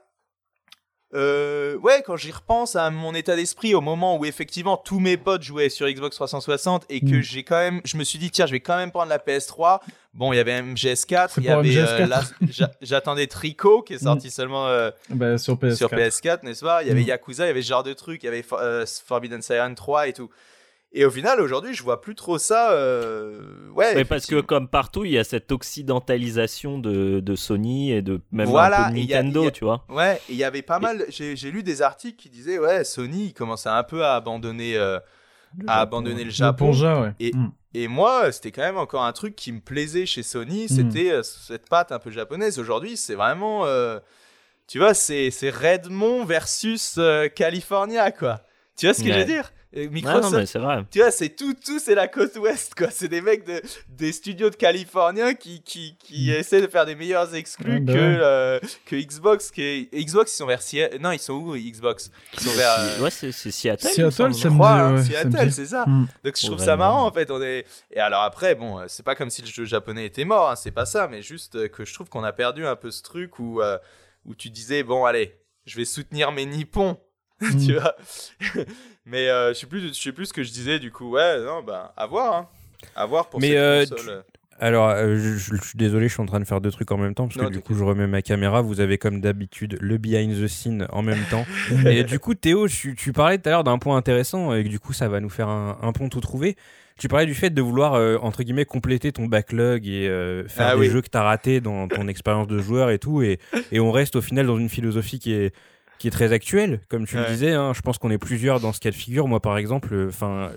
quand j'y repense à mon état d'esprit au moment où effectivement tous mes potes jouaient sur Xbox 360 et que je me suis dit tiens, je vais quand même prendre la PS3. Bon, il y avait MGS4, il y avait j'attendais Trico qui est sorti seulement sur PS4, n'est-ce pas? Il y avait Yakuza, il y avait ce genre de trucs, il y avait Forbidden Siren 3 et tout. Et au final, aujourd'hui, je vois plus trop ça. Ouais, parce que comme partout, il y a cette occidentalisation de Sony et de même un peu de Nintendo, tu vois. Ouais, et il y avait pas mal. J'ai lu des articles qui disaient ouais, Sony il commençait un peu à abandonner le Japon. Et moi, c'était quand même encore un truc qui me plaisait chez Sony. C'était cette patte un peu japonaise. Aujourd'hui, c'est vraiment, tu vois, c'est Redmond versus California, quoi. Tu vois ce que je veux dire? Microsoft, non, mais c'est vrai. Tu vois, c'est tout c'est la côte ouest, quoi. C'est des mecs des studios de Californiens qui essaient de faire des meilleurs exclus que Xbox. Xbox, ils sont vers Seattle. Non, ils sont où, Xbox? Ils sont vers. Ouais, c'est Seattle. Seattle, Seattle, c'est ça. Donc je trouve ça marrant, en fait. Et alors après, bon, c'est pas comme si le jeu japonais était mort, hein, c'est pas ça, mais juste que je trouve qu'on a perdu un peu ce truc où tu disais, bon, allez, je vais soutenir mes Nippons. Tu vois. Mais je sais plus ce que je disais du coup. Ouais, non, à voir pour cette console. Alors, je suis désolé, je suis en train de faire deux trucs en même temps parce que du coup, je remets ma caméra. Vous avez comme d'habitude le behind the scene en même temps. Et du coup, Théo, tu parlais tout à l'heure d'un point intéressant et que du coup, ça va nous faire un pont tout trouvé. Tu parlais du fait de vouloir, entre guillemets, compléter ton backlog et faire des jeux que t'as ratés dans ton expérience de joueur et tout. Et on reste au final dans une philosophie qui est très actuel, comme tu le disais, hein. Je pense qu'on est plusieurs dans ce cas de figure. Moi, par exemple,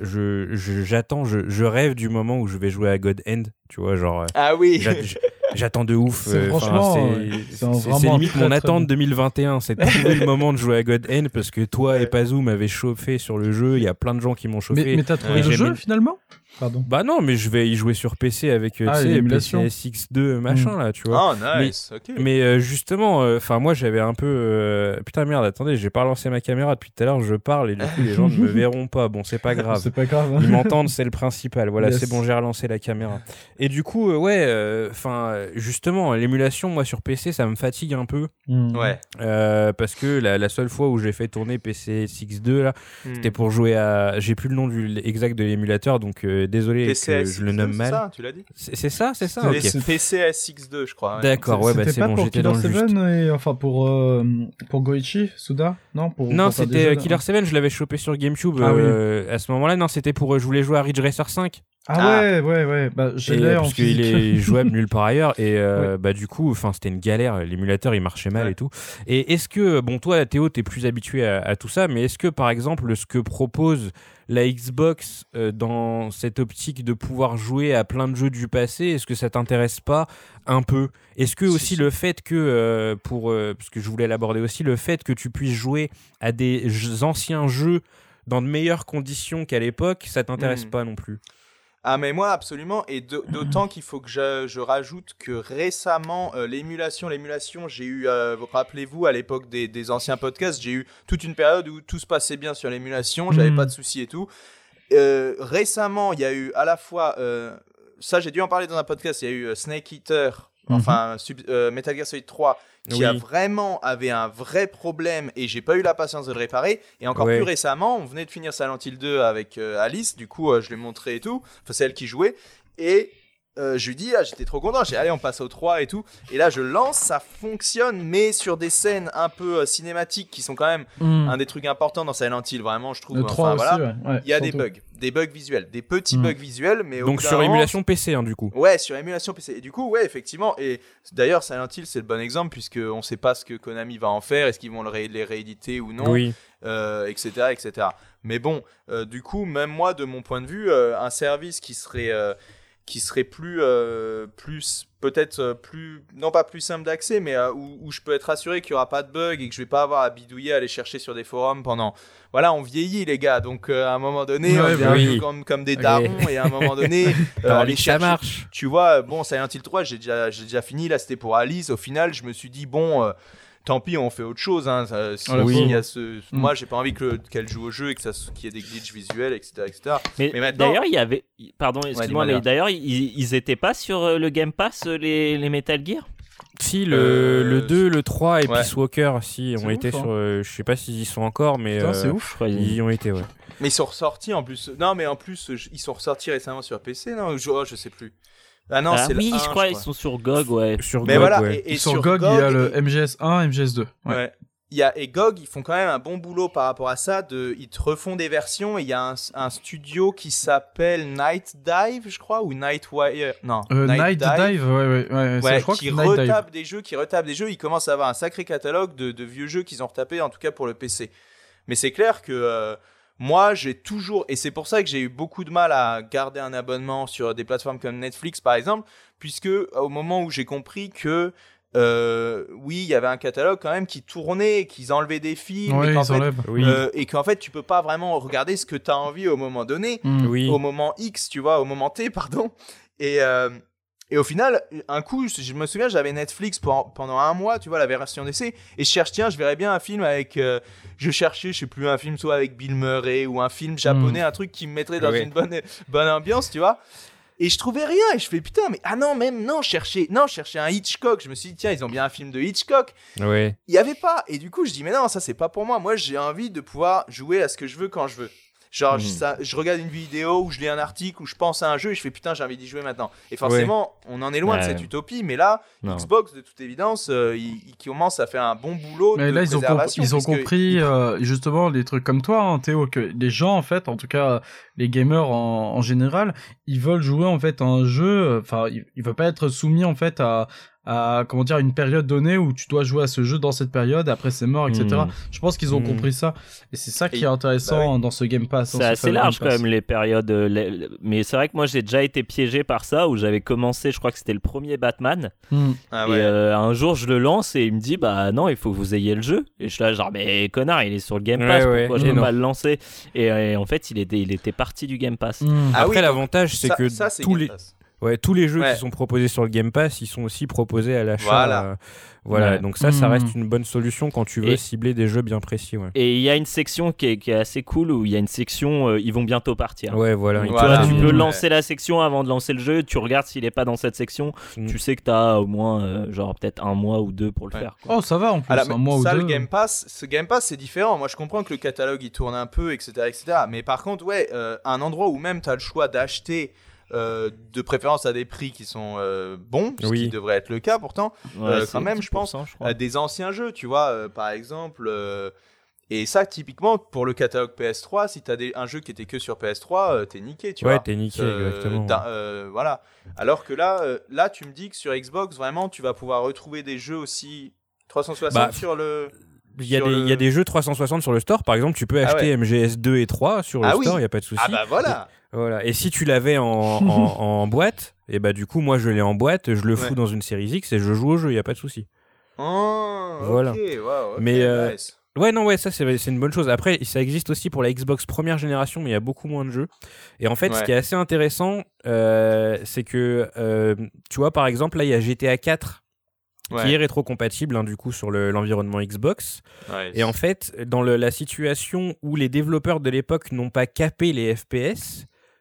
je rêve du moment où je vais jouer à God End, tu vois, genre. Ah oui. J'attends de ouf. Franchement, c'est limite mon attente 2021. C'est de trouver le moment de jouer à God End parce que toi et Pazou m'avaient chauffé sur le jeu. Il y a plein de gens qui m'ont chauffé. Mais t'as trouvé le jeu finalement? Pardon. Bah non, mais je vais y jouer sur PC avec l'émulation PCSX2 machin là, tu vois. Oh nice. Mais justement, moi j'avais un peu putain merde, attendez, j'ai pas lancé ma caméra depuis tout à l'heure, je parle et du coup les gens ne me verront pas. Bon, c'est pas grave. C'est pas grave. Ils m'entendent, c'est le principal. Voilà, c'est bon, j'ai relancé la caméra. Et du coup justement, l'émulation moi sur PC, ça me fatigue un peu. Ouais. Parce que la seule fois où j'ai fait tourner PCSX2 là, c'était pour jouer à, j'ai plus le nom exact de l'émulateur, donc désolé que je le nomme mal. C'est ça, tu l'as dit? C'est ça. Okay. PCSX2, je crois. Ouais. D'accord, c'est bon, j'étais dans le juste. Enfin pour Goichi Suda, non c'était Killer 7, je l'avais chopé sur GameCube à ce moment-là. Non, c'était pour je voulais jouer à Ridge Racer 5. Ouais. Bah, parce qu'il est jouable nulle part ailleurs et du coup, c'était une galère. L'émulateur, il marchait mal et tout. Et est-ce que, bon, toi, Théo, t'es plus habitué à tout ça, mais est-ce que, par exemple, ce que propose la Xbox dans cette optique de pouvoir jouer à plein de jeux du passé, est-ce que ça t'intéresse pas un peu? Est-ce que aussi le fait que, parce que je voulais l'aborder aussi, le fait que tu puisses jouer à des anciens jeux dans de meilleures conditions qu'à l'époque, ça t'intéresse pas non plus? Ah mais moi absolument, et d'autant qu'il faut que je rajoute que récemment l'émulation j'ai eu, rappelez-vous à l'époque des anciens podcasts, j'ai eu toute une période où tout se passait bien sur l'émulation, j'avais pas de soucis et tout. Récemment il y a eu à la fois ça j'ai dû en parler dans un podcast, il y a eu Snake Eater, Metal Gear Solid 3 qui avait un vrai problème et j'ai pas eu la patience de le réparer. Et encore plus récemment, on venait de finir Silent Hill 2 avec Alice, du coup je lui ai montré et tout, enfin c'est elle qui jouait, et je lui dis, j'étais trop content, j'ai dit allez on passe au 3 et tout, et là je lance, ça fonctionne, mais sur des scènes un peu cinématiques qui sont quand même un des trucs importants dans Silent Hill, vraiment je trouve. Le 3 aussi, il y a des bugs visuels, des petits bugs visuels, mais donc sur émulation PC du coup. Ouais, sur émulation PC, et du coup effectivement, et d'ailleurs Silent Hill c'est le bon exemple puisque on sait pas ce que Konami va en faire, est-ce qu'ils vont les rééditer ou non, etc. Mais bon, du coup même moi de mon point de vue, un service qui serait plus peut-être plus, non pas plus simple d'accès, mais où je peux être assuré qu'il n'y aura pas de bug et que je vais pas avoir à bidouiller, à aller chercher sur des forums pendant. Voilà, on vieillit les gars, donc à un moment donné, on devient un peu comme des darons, et à un moment donné, aller chercher. Ça marche. Tu vois, bon, Silent Hill 3, j'ai déjà fini, là c'était pour Alice. Au final, je me suis dit bon. Tant pis, on fait autre chose. Hein. Moi, j'ai pas envie qu'elle joue au jeu et qu'il y ait des glitches visuels, etc. Mais maintenant... D'ailleurs, il y avait. Pardon, excuse-moi, mais d'ailleurs, ils étaient pas sur le Game Pass, les Metal Gear ? Si, le 2, le 3 et Peace Walker, si, ont été sur. Je sais pas s'ils y sont encore, mais. Putain, c'est ouf. Ils y ont été, ouais. Mais ils sont ressortis en plus. Non, mais en plus, ils sont ressortis récemment sur PC, non ? Je sais plus. Ah non, c'est oui, je crois ils sont sur GOG, ouais. Sur mais GOG, voilà, ouais. Et sur GOG, il y a le MGS1, MGS2. Ouais. Et GOG, ils font quand même un bon boulot par rapport à ça. Ils te refont des versions. Et il y a un studio qui s'appelle Night Dive, je crois, ou Nightwire. Non, Night Dive, ouais. Je crois qui retape des jeux. Ils commencent à avoir un sacré catalogue de vieux jeux qu'ils ont retapés, en tout cas pour le PC. Mais c'est clair que moi, j'ai toujours, et c'est pour ça que j'ai eu beaucoup de mal à garder un abonnement sur des plateformes comme Netflix, par exemple, puisque au moment où j'ai compris que il y avait un catalogue quand même qui tournait, qu'ils enlevaient des films, et qu'en fait tu peux pas vraiment regarder ce que tu as envie au moment donné, au moment X, tu vois, au moment T, pardon. Et au final, un coup, je me souviens, j'avais Netflix pendant un mois, tu vois, la version d'essai, et je cherche, je verrais bien un film avec, je cherchais, je sais plus, un film soit avec Bill Murray ou un film japonais, un truc qui me mettrait dans une bonne ambiance, tu vois. Et je trouvais rien, et je fais putain, mais je cherchais un Hitchcock. Je me suis dit, tiens, ils ont bien un film de Hitchcock. Ouais. Il y avait pas, et du coup, je dis, mais non, ça c'est pas pour moi. Moi, j'ai envie de pouvoir jouer à ce que je veux quand je veux. Genre, je regarde une vidéo ou je lis un article ou je pense à un jeu et je fais putain, j'ai envie d'y jouer maintenant. Et forcément, on en est loin de cette utopie, mais là, Xbox, de toute évidence, ils commencent à faire un bon boulot. Mais là, ils ont compris justement des trucs comme toi, hein, Théo, que les gens, en fait, en tout cas, les gamers en général, ils veulent jouer en fait à un jeu, enfin, ils veulent pas être soumis en fait à comment dire, une période donnée où tu dois jouer à ce jeu dans cette période, après c'est mort, etc. Je pense qu'ils ont compris ça, et c'est ça qui est intéressant dans ce Game Pass. C'est assez large quand même les périodes, mais c'est vrai que moi j'ai déjà été piégé par ça, où j'avais commencé, je crois que c'était le premier Batman, et un jour je le lance et il me dit bah non, il faut que vous ayez le jeu, et je suis là genre mais connard, il est sur le Game Pass, pourquoi je peux pas le lancer, et en fait il était parti du Game Pass. Après l'avantage c'est que tous les jeux qui sont proposés sur le Game Pass, ils sont aussi proposés à l'achat. Voilà. Donc ça reste une bonne solution quand tu veux cibler des jeux bien précis. Ouais. Et il y a une section qui est assez cool, où il y a une section ils vont bientôt partir. Ouais, voilà. Tu peux lancer la section avant de lancer le jeu, tu regardes s'il est pas dans cette section, tu sais que tu as au moins genre peut-être 1 mois ou 2 pour le faire. Quoi. Oh, ça va en plus, un mois ou 2. Le Game Pass, c'est différent. Moi, je comprends que le catalogue il tourne un peu, etc. Mais par contre, un endroit où même tu as le choix d'acheter de préférence à des prix qui sont bons, ce qui devrait être le cas pourtant, quand même je pense des anciens jeux, tu vois, par exemple, et ça typiquement pour le catalogue PS3, si t'as un jeu qui était que sur PS3, t'es niqué, tu vois. T'es niqué, exactement. Voilà. Alors que là tu me dis que sur Xbox vraiment tu vas pouvoir retrouver des jeux aussi 360 sur le... Il y a des jeux 360 sur le store, par exemple, tu peux acheter MGS2 et 3 sur le store, il n'y a pas de souci. Ah bah voilà. Voilà. Et si tu l'avais en boîte, et bah du coup moi je l'ai en boîte, je le fous dans une série X et je joue au jeu, il y a pas de souci. Voilà. Mais ça c'est une bonne chose. Après ça existe aussi pour la Xbox première génération, mais il y a beaucoup moins de jeux. Et en fait ce qui est assez intéressant, c'est que tu vois par exemple là il y a GTA 4 qui est rétro-compatible du coup sur l'environnement Xbox. Et en fait, dans la situation où les développeurs de l'époque n'ont pas capé les FPS,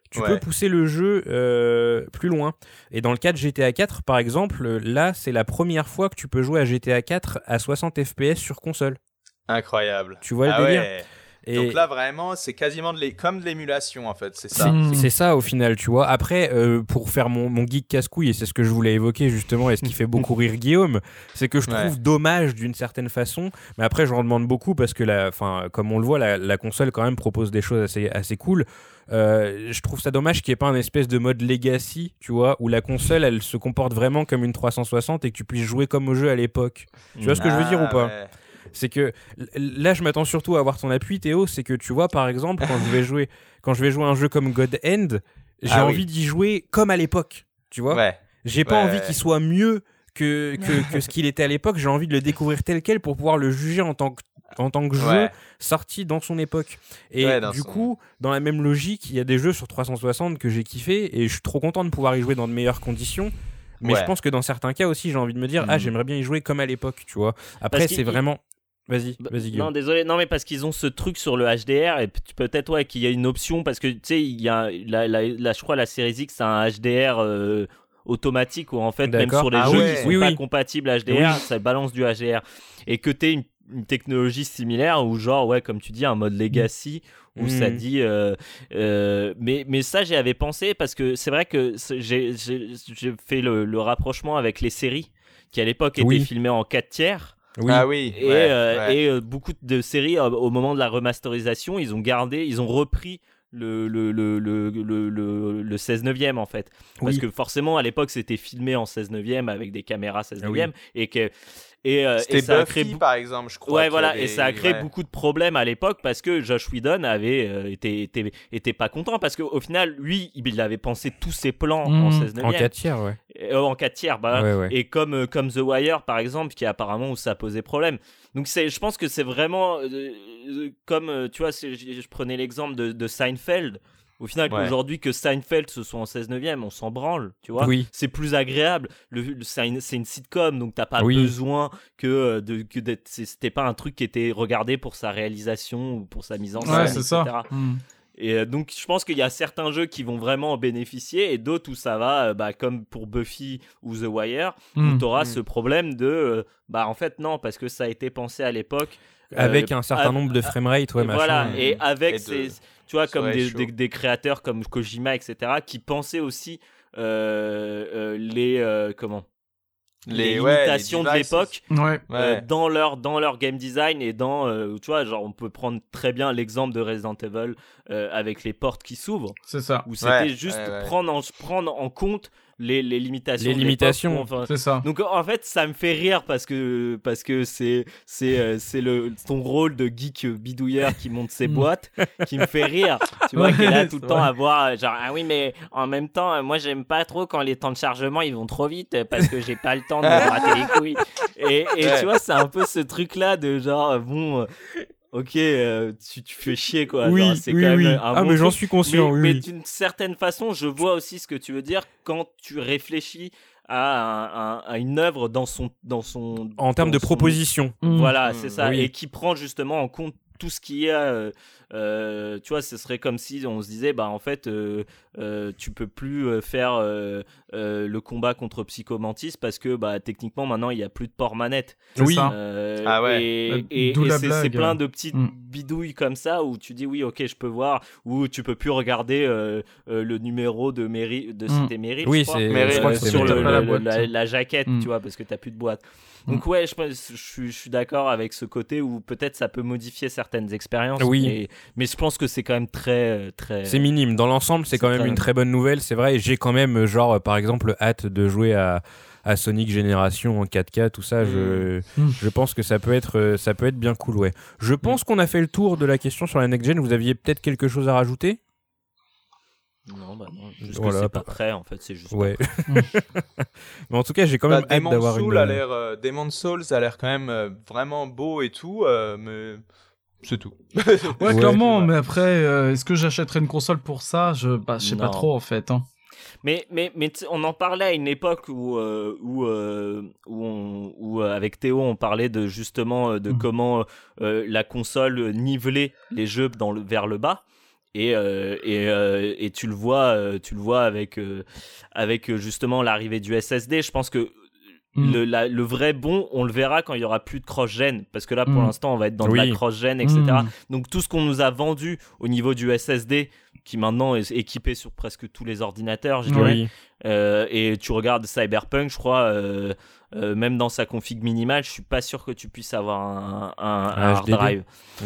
tu peux pousser le jeu plus loin. Et dans le cas de GTA 4, par exemple, là, c'est la première fois que tu peux jouer à GTA 4 à 60 FPS sur console. Incroyable. Tu vois le délire ? Et... Donc là, vraiment, c'est quasiment comme de l'émulation, en fait, c'est ça. C'est ça, au final, tu vois. Après, pour faire mon geek casse-couille, et c'est ce que je voulais évoquer, justement, et ce qui fait beaucoup rire Guillaume, c'est que je trouve dommage, d'une certaine façon, mais après, j'en demande beaucoup, parce que, comme on le voit, la console, quand même, propose des choses assez cool. Je trouve ça dommage qu'il n'y ait pas un espèce de mode legacy, tu vois, où la console, elle se comporte vraiment comme une 360 et que tu puisses jouer comme au jeu à l'époque. Tu vois ce que je veux dire ou pas ? C'est que là, je m'attends surtout à avoir ton appui, Théo. C'est que tu vois, par exemple, quand je vais jouer à un jeu comme God End, j'ai envie d'y jouer comme à l'époque. Tu vois, j'ai pas envie qu'il soit mieux que ce qu'il était à l'époque. J'ai envie de le découvrir tel quel pour pouvoir le juger en tant que jeu sorti dans son époque. Et du coup, dans la même logique, il y a des jeux sur 360 que j'ai kiffé et je suis trop content de pouvoir y jouer dans de meilleures conditions. Mais je pense que dans certains cas aussi, j'ai envie de me dire, j'aimerais bien y jouer comme à l'époque, tu vois. Après, c'est vraiment... Vas-y, Guillaume. Non, désolé, non, mais parce qu'ils ont ce truc sur le HDR et peut-être qu'il y a une option parce que tu sais, il y a je crois la Series X, c'est un HDR automatique où en fait, même sur les jeux qui sont pas compatibles HDR, ça balance du HDR et que tu aies une technologie similaire ou genre, comme tu dis, un mode legacy où ça dit. Mais ça, j'y avais pensé parce que c'est vrai que j'ai fait le rapprochement avec les séries qui à l'époque étaient filmées en 4/3. Et beaucoup de séries au moment de la remasterisation, ils ont repris le 16/9 en fait, parce que forcément à l'époque c'était filmé en 16/9 avec des caméras 16/9 c'était ça Buffy, a créé par exemple, je crois. Et ça a créé beaucoup de problèmes à l'époque parce que Joss Whedon avait était pas content parce qu'au final lui il avait pensé tous ses plans en 16/9 en 4/3 en 4/3 et comme The Wire par exemple qui apparemment où ça posait problème. Donc je pense que c'est vraiment comme tu vois, je prenais l'exemple de Seinfeld. Au final, aujourd'hui, que Seinfeld ce soit en 16/9, on s'en branle, tu vois. C'est plus agréable. C'est une sitcom, donc t'as pas besoin que c'était pas un truc qui était regardé pour sa réalisation ou pour sa mise en scène, etc. Ça. Et donc, je pense qu'il y a certains jeux qui vont vraiment en bénéficier et d'autres où ça va, comme pour Buffy ou The Wire, où t'auras ce problème de, en fait, non, parce que ça a été pensé à l'époque. Avec un certain nombre de framerate, voilà, et avec tu vois, comme des créateurs comme Kojima, etc., qui pensaient aussi les limitations de l'époque dans leur game design et dans tu vois, genre on peut prendre très bien l'exemple de Resident Evil avec les portes qui s'ouvrent. C'est ça. Où c'était juste prendre en compte les limitations. C'est ça. Donc en fait, ça me fait rire parce que c'est ton rôle de geek bidouilleur qui monte ses boîtes qui me fait rire. Tu vois, qui est là tout le temps à voir genre ah oui, mais en même temps, moi j'aime pas trop quand les temps de chargement ils vont trop vite parce que j'ai pas le temps de me gratter les couilles. Et tu vois, c'est un peu ce truc là de genre bon. Ok, tu fais chier quoi. Oui, c'est quand même un mais j'en suis conscient. Mais d'une certaine façon, je vois aussi ce que tu veux dire quand tu réfléchis à une œuvre dans son en termes de proposition. Voilà, c'est ça, et qui prend justement en compte tout ce qui est tu vois, ce serait comme si on se disait en fait tu peux plus faire le combat contre Psychomantis parce que techniquement maintenant il y a plus de port manette. Et c'est plein de petites bidouilles comme ça où tu dis oui, ok, je peux voir, ou tu peux plus regarder le numéro de Cité Mérite, je crois que c'est sur la jaquette, tu vois, parce que t'as plus de boîte. Donc je suis d'accord avec ce côté où peut-être ça peut modifier certaines expériences, mais je pense que c'est quand même très c'est minime. Dans l'ensemble, c'est quand même une très bonne nouvelle, c'est vrai. Et j'ai quand même par exemple hâte de jouer à Sonic Génération en 4K, tout ça. Je pense que ça peut être bien cool, Je pense qu'on a fait le tour de la question sur la next gen. Vous aviez peut-être quelque chose à rajouter? Non, juste que c'est pas prêt, en fait, c'est juste mais en tout cas, j'ai quand même hâte d'avoir Demon's Souls a l'air quand même vraiment beau et tout, mais c'est tout. Clairement, mais après, est-ce que j'achèterais une console pour ça? Je sais pas trop, en fait. Mais on en parlait à une époque où avec Théo on parlait de justement de comment la console nivelait les jeux vers le bas. Et tu le vois avec justement l'arrivée du SSD. Je pense que le vrai bon, on le verra quand il y aura plus de cross-gen, parce que là pour l'instant on va être dans de la cross-gen, etc. Donc tout ce qu'on nous a vendu au niveau du SSD, qui maintenant est équipé sur presque tous les ordinateurs, je dirais. Et tu regardes Cyberpunk, je crois, même dans sa config minimale, je suis pas sûr que tu puisses avoir un hard drive.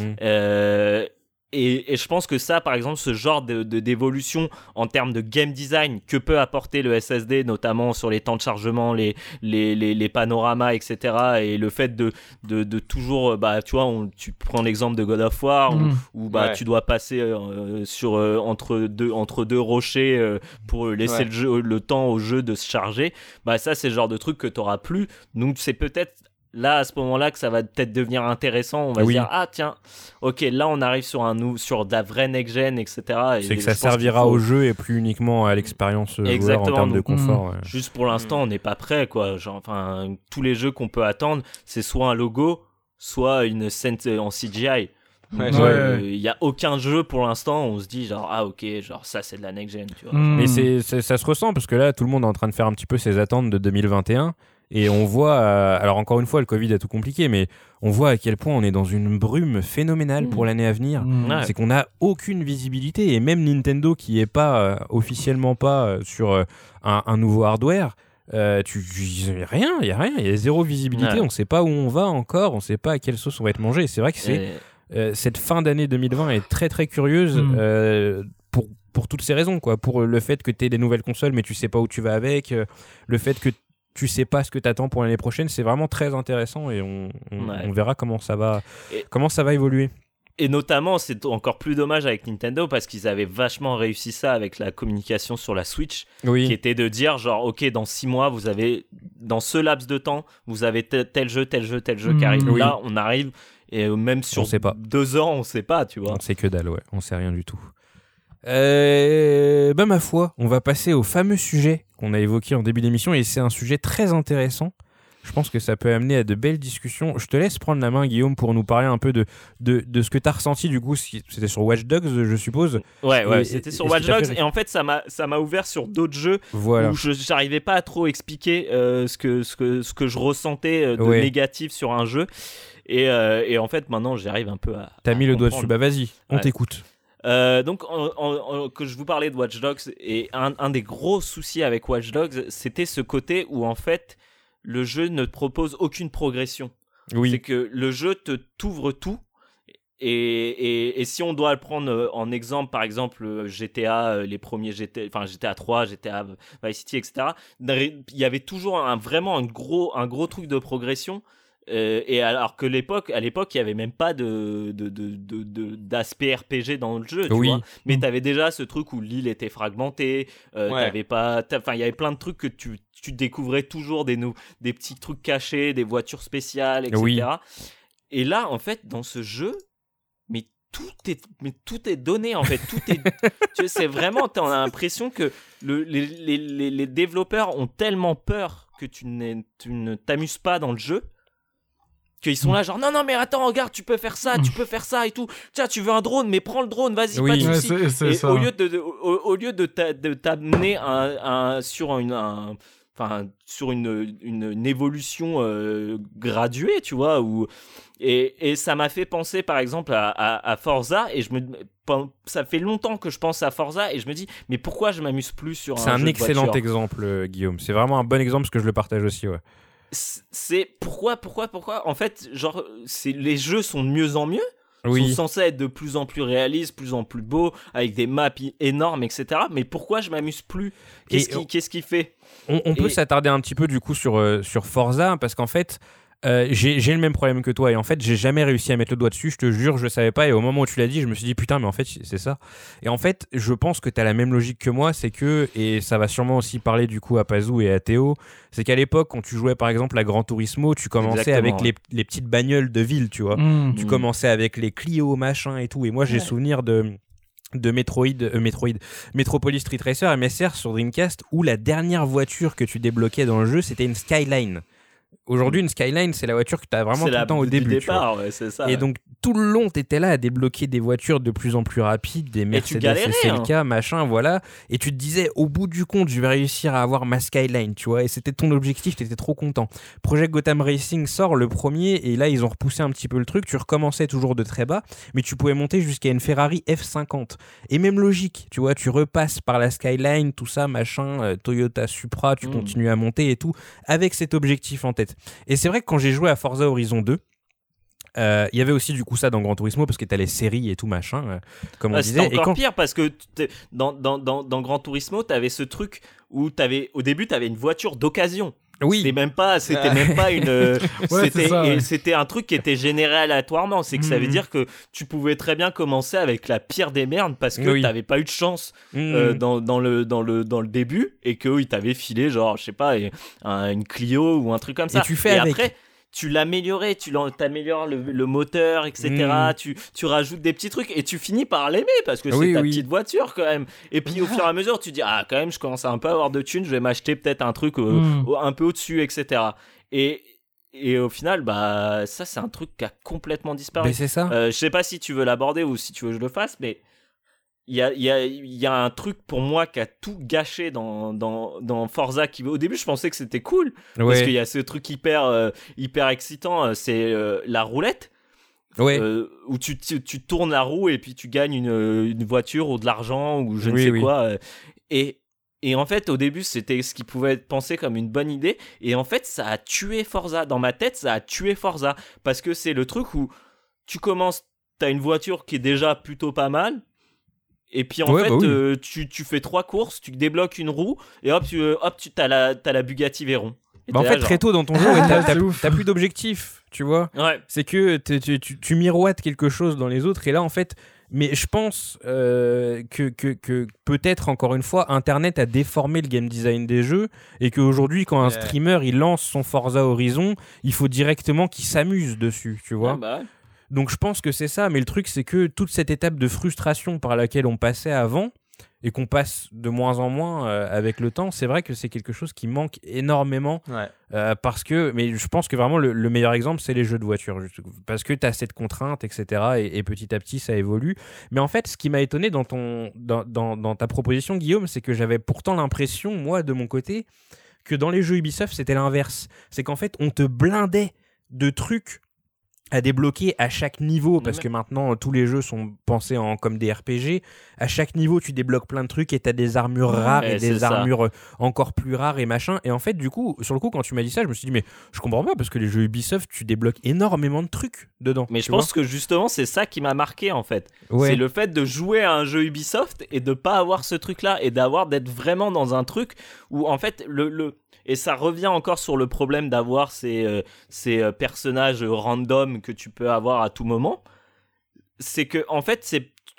Et je pense que ça, par exemple, ce genre d'évolution en termes de game design que peut apporter le SSD, notamment sur les temps de chargement, les panoramas, etc. Et le fait de toujours, tu vois, tu prends l'exemple de God of War où tu dois passer entre deux rochers pour laisser le temps au jeu de se charger. Ça, c'est le genre de truc que tu n'auras plus. Donc, c'est peut-être là, à ce moment-là, que ça va peut-être devenir intéressant. On va se dire, tiens, ok, là, on arrive sur de la vraie next-gen, etc. Et c'est que ça servira au jeu et plus uniquement à l'expérience joueur en termes de confort. Juste pour l'instant, on n'est pas prêt, quoi. Tous les jeux qu'on peut attendre, c'est soit un logo, soit une scène en CGI. Il y a aucun jeu pour l'instant où on se dit ça c'est de la next-gen, tu vois. Mais ça se ressent, parce que là, tout le monde est en train de faire un petit peu ses attentes de 2021. Et on voit, alors encore une fois, le Covid a tout compliqué, mais on voit à quel point on est dans une brume phénoménale pour l'année à venir. C'est qu'on n'a aucune visibilité, et même Nintendo, qui est pas officiellement pas sur un nouveau hardware, il y a rien, il y a zéro visibilité. On sait pas où on va encore, on sait pas à quelle sauce on va être mangé. Et c'est vrai que cette fin d'année 2020 est très très curieuse pour toutes ces raisons, quoi. Pour le fait que tu aies des nouvelles consoles, mais tu sais pas où tu vas avec, le fait que tu sais pas ce que t'attends pour l'année prochaine. C'est vraiment très intéressant, et on verra comment ça va évoluer. Et notamment, c'est encore plus dommage avec Nintendo, parce qu'ils avaient vachement réussi ça avec la communication sur la Switch, qui était de dire ok, dans 6 mois, vous avez, dans ce laps de temps, vous avez tel jeu qui arrive. Là, on arrive, et même sur 2 ans, on sait pas, tu vois. On sait que dalle, on sait rien du tout. Ma foi, on va passer au fameux sujet qu'on a évoqué en début d'émission, et c'est un sujet très intéressant. Je pense que ça peut amener à de belles discussions. Je te laisse prendre la main, Guillaume, pour nous parler un peu de ce que tu as ressenti. Du coup, c'était sur Watch Dogs, je suppose. Ouais, c'était sur Watch Dogs, et en fait, ça m'a ouvert sur d'autres jeux où je n'arrivais pas à trop expliquer ce que je ressentais de négatif sur un jeu. Et en fait, maintenant, j'arrive un peu à. T'as mis le doigt dessus. Vas-y, on t'écoute. Donc, que je vous parlais de Watch Dogs, et un des gros soucis avec Watch Dogs, c'était ce côté où en fait le jeu ne te propose aucune progression. C'est que le jeu t'ouvre tout, et si on doit le prendre en exemple, par exemple GTA, les premiers GTA 3, GTA Vice City, etc. Il y avait toujours vraiment un gros truc de progression. Et alors que à l'époque il y avait même pas d'aspect RPG dans le jeu, tu vois, mais t'avais déjà ce truc où l'île était fragmentée, t'avais pas, il y avait plein de trucs que tu découvrais toujours, des petits trucs cachés, des voitures spéciales, etc. Et là en fait dans ce jeu, tout est donné, en fait, c'est vraiment, t'as l'impression que les développeurs ont tellement peur que tu ne t'amuses pas dans le jeu, qu'ils sont là genre non mais attends, regarde, tu peux faire ça et tout, tiens, tu veux un drone, mais prends le drone, vas-y, pas de soucis. Et ça. Au lieu de t'amener sur une évolution graduée, tu vois, et ça m'a fait penser par exemple à Forza, et ça fait longtemps que je pense à Forza, et je me dis mais pourquoi je m'amuse plus sur un jeu de voiture. C'est un excellent exemple, Guillaume, c'est vraiment un bon exemple, parce que je le partage aussi, C'est pourquoi en fait, genre, les jeux sont de mieux en mieux, sont censés être de plus en plus réalistes, plus en plus beaux, avec des maps énormes, etc. Mais pourquoi je m'amuse plus? Qu'est-ce qui fait? On peut s'attarder un petit peu du coup sur Forza, parce qu'en fait j'ai le même problème que toi, et en fait j'ai jamais réussi à mettre le doigt dessus, je te jure, je savais pas, et au moment où tu l'as dit, je me suis dit putain, mais en fait c'est ça. Et en fait je pense que t'as la même logique que moi, c'est que, et ça va sûrement aussi parler du coup à Pazou et à Théo, c'est qu'à l'époque quand tu jouais par exemple à Gran Turismo, tu commençais avec les petites bagnoles de ville, tu vois, tu commençais avec les Clio machin et tout, et moi j'ai souvenir de Metropolis Street Racer MSR sur Dreamcast, où la dernière voiture que tu débloquais dans le jeu, c'était une Skyline. Aujourd'hui, une Skyline, c'est la voiture que tu as vraiment tout le temps au début. Départ, c'est ça. Et donc, tout le long, tu étais là à débloquer des voitures de plus en plus rapides, des Mercedes SLK, machin, voilà. Et tu te disais, au bout du compte, je vais réussir à avoir ma Skyline, tu vois. Et c'était ton objectif, tu étais trop content. Project Gotham Racing sort le premier, et là, ils ont repoussé un petit peu le truc. Tu recommençais toujours de très bas, mais tu pouvais monter jusqu'à une Ferrari F50. Et même logique, tu vois, tu repasses par la Skyline, tout ça, machin, Toyota Supra, tu continues à monter et tout, avec cet objectif en tête. Et c'est vrai que quand j'ai joué à Forza Horizon 2, il y avait aussi du coup ça dans Gran Turismo parce que t'as les séries et tout machin, comme on disait. C'était encore pire parce que dans Gran Turismo, t'avais ce truc où au début t'avais une voiture d'occasion. Oui. C'était même pas une. C'était un truc qui était généré aléatoirement. C'est que ça veut dire que tu pouvais très bien commencer avec la pire des merdes parce que t'avais pas eu de chance dans le début et qu'eux ils t'avaient filé genre je sais pas une Clio ou un truc comme ça. Et après tu l'améliorais, tu t'améliores le moteur, etc. Tu rajoutes des petits trucs et tu finis par l'aimer parce que c'est ta petite voiture quand même. Et puis au fur et à mesure, tu dis quand même, je commence à un peu avoir de thunes, je vais m'acheter peut-être un truc un peu au-dessus, etc. Et au final, bah ça c'est un truc qui a complètement disparu. Mais c'est ça. Je sais pas si tu veux l'aborder ou si tu veux que je le fasse, mais il y a un truc pour moi qui a tout gâché dans Forza au début je pensais que c'était cool parce qu'il y a ce truc hyper excitant, c'est la roulette où tu tournes la roue et puis tu gagnes une voiture ou de l'argent ou je ne sais quoi et en fait au début c'était ce qui pouvait être pensé comme une bonne idée et en fait ça a tué Forza. Dans ma tête ça a tué Forza parce que c'est le truc où tu commences, t'as une voiture qui est déjà plutôt pas mal. Et puis en fait, tu fais 3 courses, tu débloques une roue et hop, t'as la Bugatti Veyron. En fait, très tôt dans ton jeu, t'as plus d'objectif, tu vois. Ouais. C'est que tu miroites quelque chose dans les autres et là, en fait, mais je pense que peut-être, encore une fois, Internet a déformé le game design des jeux et qu'aujourd'hui, quand un streamer il lance son Forza Horizon, il faut directement qu'il s'amuse dessus, tu vois. Donc je pense que c'est ça, mais le truc c'est que toute cette étape de frustration par laquelle on passait avant et qu'on passe de moins en moins avec le temps, c'est vrai que c'est quelque chose qui manque énormément parce que, mais je pense que vraiment le meilleur exemple c'est les jeux de voiture parce que tu as cette contrainte, etc. Et petit à petit ça évolue. Mais en fait ce qui m'a étonné dans ta proposition Guillaume, c'est que j'avais pourtant l'impression, moi de mon côté, que dans les jeux Ubisoft c'était l'inverse. C'est qu'en fait on te blindait de trucs à débloquer à chaque niveau parce que maintenant tous les jeux sont pensés comme des RPG. À chaque niveau tu débloques plein de trucs et t'as des armures rares et des armures encore plus rares et machin. Et en fait du coup sur le coup quand tu m'as dit ça je me suis dit mais je comprends pas parce que les jeux Ubisoft tu débloques énormément de trucs dedans. Mais je pense que justement c'est ça qui m'a marqué en fait. C'est le fait de jouer à un jeu Ubisoft et de pas avoir ce truc là et d'être vraiment dans un truc où en fait et ça revient encore sur le problème d'avoir ces personnages random que tu peux avoir à tout moment. C'est que en fait,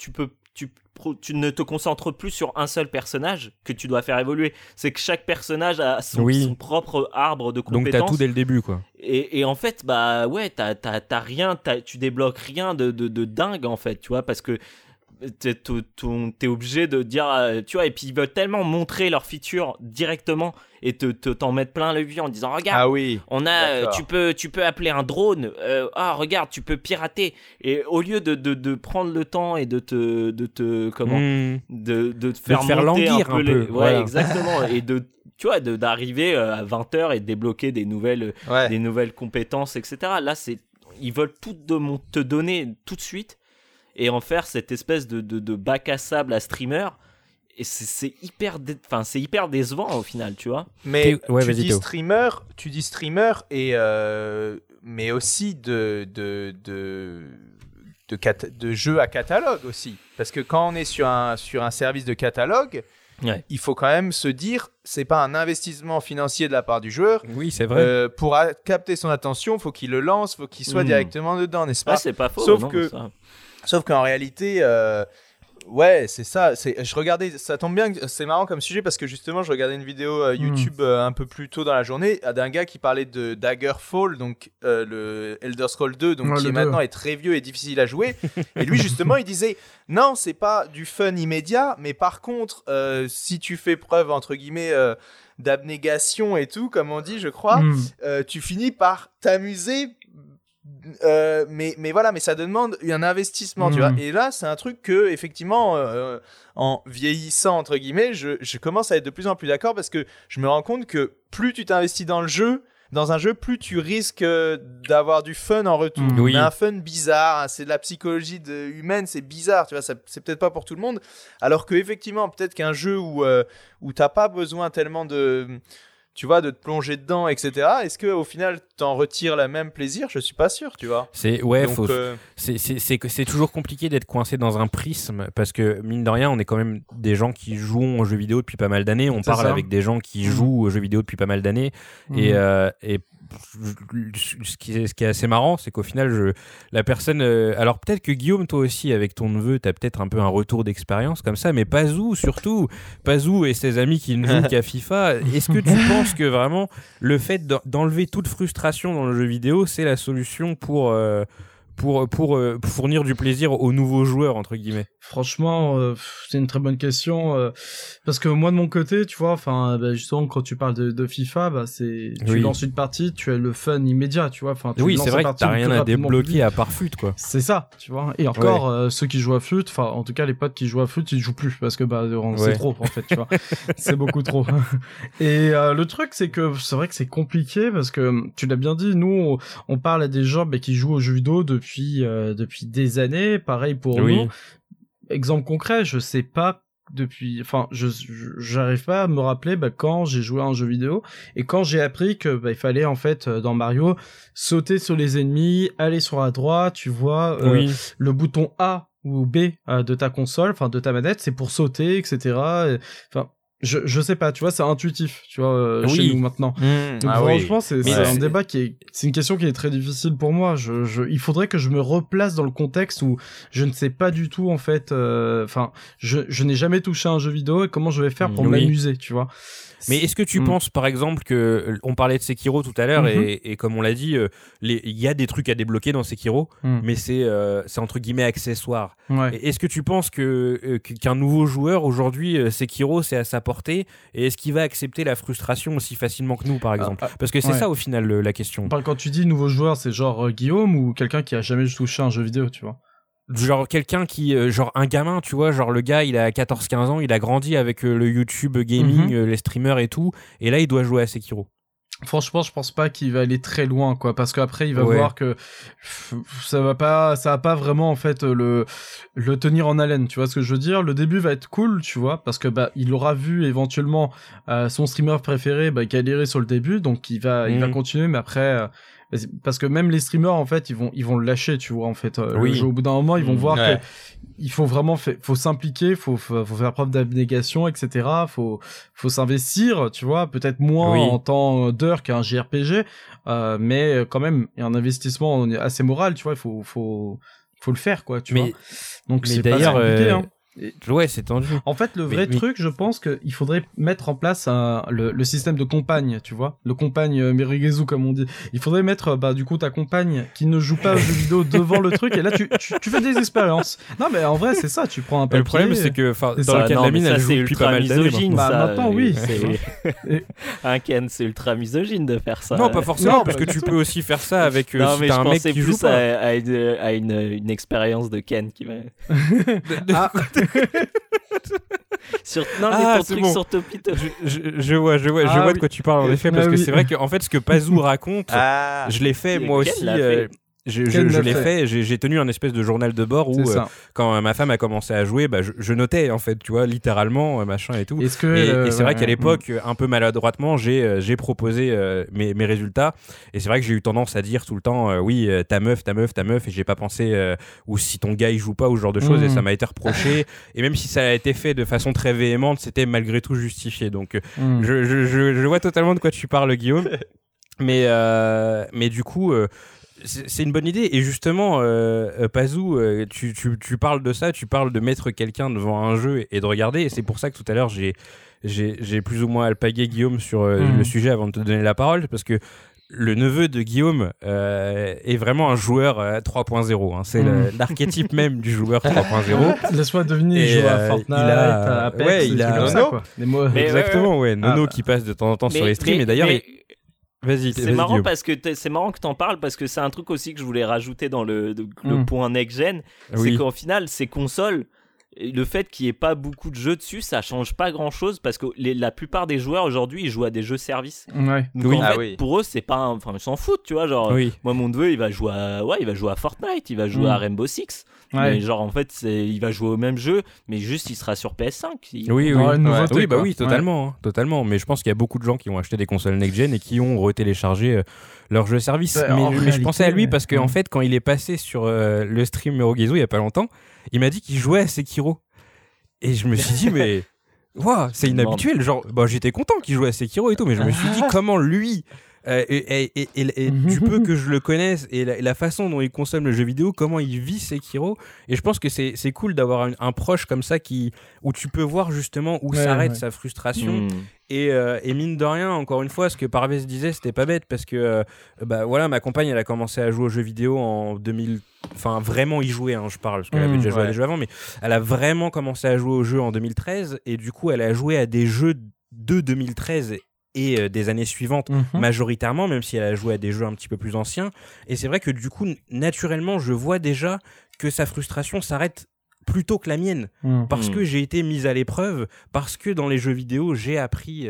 tu ne te concentres plus sur un seul personnage que tu dois faire évoluer. C'est que chaque personnage a son propre arbre de compétences. Donc t'as tout dès le début, quoi. Et en fait, bah ouais, t'as rien, tu débloques rien de dingue en fait, tu vois, parce que t'es obligé de dire tu vois, et puis ils veulent tellement montrer leurs features directement et t'en mettre plein le vue en disant regarde on a tu peux appeler un drone, regarde tu peux pirater, et au lieu de prendre le temps et de te faire languir un peu voilà. Exactement et tu vois d'arriver à 20h et de débloquer des nouvelles compétences, etc. Là ils veulent tout te donner tout de suite et en faire cette espèce de bac à sable à streamer. Et c'est hyper décevant au final, tu vois. Mais tu dis streamer et mais aussi de jeux à catalogue aussi, parce que quand on est sur un service de catalogue, il faut quand même se dire c'est pas un investissement financier de la part du joueur. Oui, c'est vrai. Pour capter son attention, faut qu'il le lance, faut qu'il soit directement dedans, n'est-ce pas? C'est pas faux. Sauf qu'en réalité Ouais, c'est ça. Je regardais, ça tombe bien, c'est marrant comme sujet parce que justement, je regardais une vidéo YouTube un peu plus tôt dans la journée d'un gars qui parlait de Daggerfall, donc le Elder Scrolls 2, donc qui maintenant est très vieux et difficile à jouer. Et lui, justement, il disait non, c'est pas du fun immédiat, mais par contre, si tu fais preuve entre guillemets d'abnégation et tout, comme on dit, je crois, tu finis par t'amuser. Mais voilà, mais ça demande un investissement, tu vois. Et là, c'est un truc que, effectivement, en vieillissant, entre guillemets, je commence à être de plus en plus d'accord parce que je me rends compte que plus tu t'investis dans un jeu, plus tu risques d'avoir du fun en retour. Mais un fun bizarre, hein, c'est de la psychologie humaine, c'est bizarre, tu vois, c'est peut-être pas pour tout le monde. Alors que, effectivement, peut-être qu'un jeu où t'as pas besoin tellement tu vois, de te plonger dedans, etc. Est-ce qu'au final, t'en retires le même plaisir ? Je suis pas sûr, tu vois. C'est toujours compliqué d'être coincé dans un prisme parce que, mine de rien, on est quand même des gens qui jouent aux jeux vidéo depuis pas mal d'années. On parle avec des gens qui jouent aux jeux vidéo depuis pas mal d'années. Et ce qui est assez marrant, c'est qu'au final, la personne... alors peut-être que Guillaume, toi aussi, avec ton neveu, t'as peut-être un peu un retour d'expérience comme ça, mais Pazou, surtout. Pazou et ses amis qui ne jouent qu'à FIFA. Est-ce que tu penses que vraiment, le fait d'enlever toute frustration dans le jeu vidéo, c'est la solution pour fournir du plaisir aux nouveaux joueurs, entre guillemets? Franchement, c'est une très bonne question parce que moi de mon côté, tu vois, enfin justement quand tu parles de FIFA, tu lances une partie, tu as le fun immédiat, tu vois, enfin c'est vrai que t'as rien à débloquer à part FUT, quoi. C'est ça, tu vois. Et encore ceux qui jouent à FUT, enfin en tout cas les potes qui jouent à FUT, ils jouent plus parce que c'est trop en fait, tu vois. C'est beaucoup trop. Et le truc c'est que c'est vrai que c'est compliqué parce que tu l'as bien dit, nous on parle à des gens qui jouent aux jeux vidéo depuis des années, pareil pour nous. Exemple concret, je sais pas j'arrive pas à me rappeler quand j'ai joué à un jeu vidéo et quand j'ai appris que il fallait en fait dans Mario sauter sur les ennemis, aller sur la droite, tu vois, le bouton A ou B de ta console, enfin de ta manette, c'est pour sauter, etc. Enfin, je sais pas, tu vois, c'est intuitif, tu vois, chez nous maintenant. Donc franchement, c'est un débat c'est une question qui est très difficile pour moi. Il faudrait que je me replace dans le contexte où je ne sais pas du tout, en fait, je n'ai jamais touché à un jeu vidéo et comment je vais faire pour m'amuser, tu vois. Mais est-ce que tu penses, par exemple, on parlait de Sekiro tout à l'heure et comme on l'a dit, il y a des trucs à débloquer dans Sekiro, mais c'est entre guillemets accessoire. Est-ce que tu penses qu'un nouveau joueur aujourd'hui, Sekiro, c'est à sa portée, et est-ce qu'il va accepter la frustration aussi facilement que nous, par exemple? Parce que c'est ça au final la question. Quand tu dis nouveau joueur, c'est genre Guillaume ou quelqu'un qui a jamais touché à un jeu vidéo, tu vois? Genre quelqu'un qui genre un gamin, tu vois, genre le gars il a 14-15 ans, il a grandi avec le YouTube gaming, les streamers et tout, et là il doit jouer à Sekiro. Franchement, je pense pas qu'il va aller très loin, quoi, parce qu'après il va voir que ça va pas vraiment en fait le tenir en haleine, tu vois ce que je veux dire. Le début va être cool, tu vois, parce que il aura vu éventuellement son streamer préféré galérer sur le début, donc il va continuer, mais après parce que même les streamers en fait ils vont le lâcher, tu vois, en fait le jeu, au bout d'un moment ils vont voir que il faut vraiment faut s'impliquer, faut faire preuve d'abnégation, etc. faut s'investir, tu vois, peut-être moins en temps d'heure qu'un JRPG, mais quand même il y a un investissement assez moral, tu vois, il faut le faire, quoi, tu vois. Donc c'est d'ailleurs pas compliqué, hein. Ouais, c'est tendu. En fait, le vrai truc, je pense qu'il faudrait mettre en place le système de compagne, tu vois, le compagne Merigezu, comme on dit. Il faudrait mettre du coup ta compagne qui ne joue pas aux jeux vidéo devant le truc, et là tu fais des expériences. Non, mais en vrai c'est ça, tu prends un papier. Le problème c'est que dans le cas de la mine, elle joue depuis pas mal d'années. Maintenant oui. Un Ken, c'est ultra misogyne de faire ça. Non, pas forcément, parce que tu peux aussi faire ça avec si t'as un mec qui joue pas. À une expérience de Ken qui va. Ton truc sur Topito. Je vois de quoi tu parles en effet, parce que c'est vrai que en fait ce que Pazou raconte, je l'ai fait moi aussi. Je l'ai fait, j'ai tenu un espèce de journal de bord où quand ma femme a commencé à jouer, je notais en fait, tu vois, littéralement machin et tout. Et c'est vrai qu'à l'époque, un peu maladroitement, j'ai proposé mes résultats, et c'est vrai que j'ai eu tendance à dire tout le temps oui, ta meuf, et j'ai pas pensé ou si ton gars il joue pas ou ce genre de choses, et ça m'a été reproché. Et même si ça a été fait de façon très véhémente, c'était malgré tout justifié. Donc je vois totalement de quoi tu parles, Guillaume. Mais du coup c'est une bonne idée. Et justement, Pazou, tu parles de ça, tu parles de mettre quelqu'un devant un jeu et de regarder. Et c'est pour ça que tout à l'heure, j'ai plus ou moins alpagué Guillaume sur le sujet avant de te donner la parole, parce que le neveu de Guillaume est vraiment un joueur 3.0. Hein. C'est l'archétype même du joueur 3.0. Laisse-moi deviner, il joue à Fortnite, à Apex, il a Nono, quoi. Exactement, Nono qui passe de temps en temps sur les streams. Et d'ailleurs, vas-y, c'est marrant Guillaume. parce que c'est marrant que t'en parles, parce que c'est un truc aussi que je voulais rajouter dans le point next-gen. C'est qu'en final, ces consoles, le fait qu'il n'y ait pas beaucoup de jeux dessus, ça change pas grand chose, parce que la plupart des joueurs aujourd'hui ils jouent à des jeux services. Donc en fait, pour eux c'est pas enfin ils s'en foutent, tu vois, genre moi mon neveu il va jouer à Fortnite, il va jouer à Rainbow Six. Mais genre en fait il va jouer au même jeu, mais juste il sera sur PS5. Totalement. Mais je pense qu'il y a beaucoup de gens qui ont acheté des consoles next-gen et qui ont retéléchargé leur jeu service. Mais je pensais à lui parce qu'en fait quand il est passé sur le stream Eurogazo il y a pas longtemps, il m'a dit qu'il jouait à Sekiro. Et je me suis dit, mais wow, c'est inhabituel. Genre, j'étais content qu'il jouait à Sekiro et tout, mais je me suis dit, comment lui, du peu que je le connaisse et la façon dont il consomme le jeu vidéo, comment il vit Sekiro. Et je pense que c'est cool d'avoir un proche comme ça où tu peux voir justement où s'arrête sa frustration. Et mine de rien, encore une fois, ce que Parvez disait, c'était pas bête, parce que ma compagne, elle a commencé à jouer aux jeux vidéo en 2000. Enfin, vraiment y jouer, je parle, parce qu'elle avait déjà joué à des jeux avant, mais elle a vraiment commencé à jouer aux jeux en 2013, et du coup, elle a joué à des jeux de 2013 et des années suivantes majoritairement, même si elle a joué à des jeux un petit peu plus anciens. Et c'est vrai que du coup, naturellement, je vois déjà que sa frustration s'arrête plutôt que la mienne, parce que j'ai été mise à l'épreuve, parce que dans les jeux vidéo j'ai appris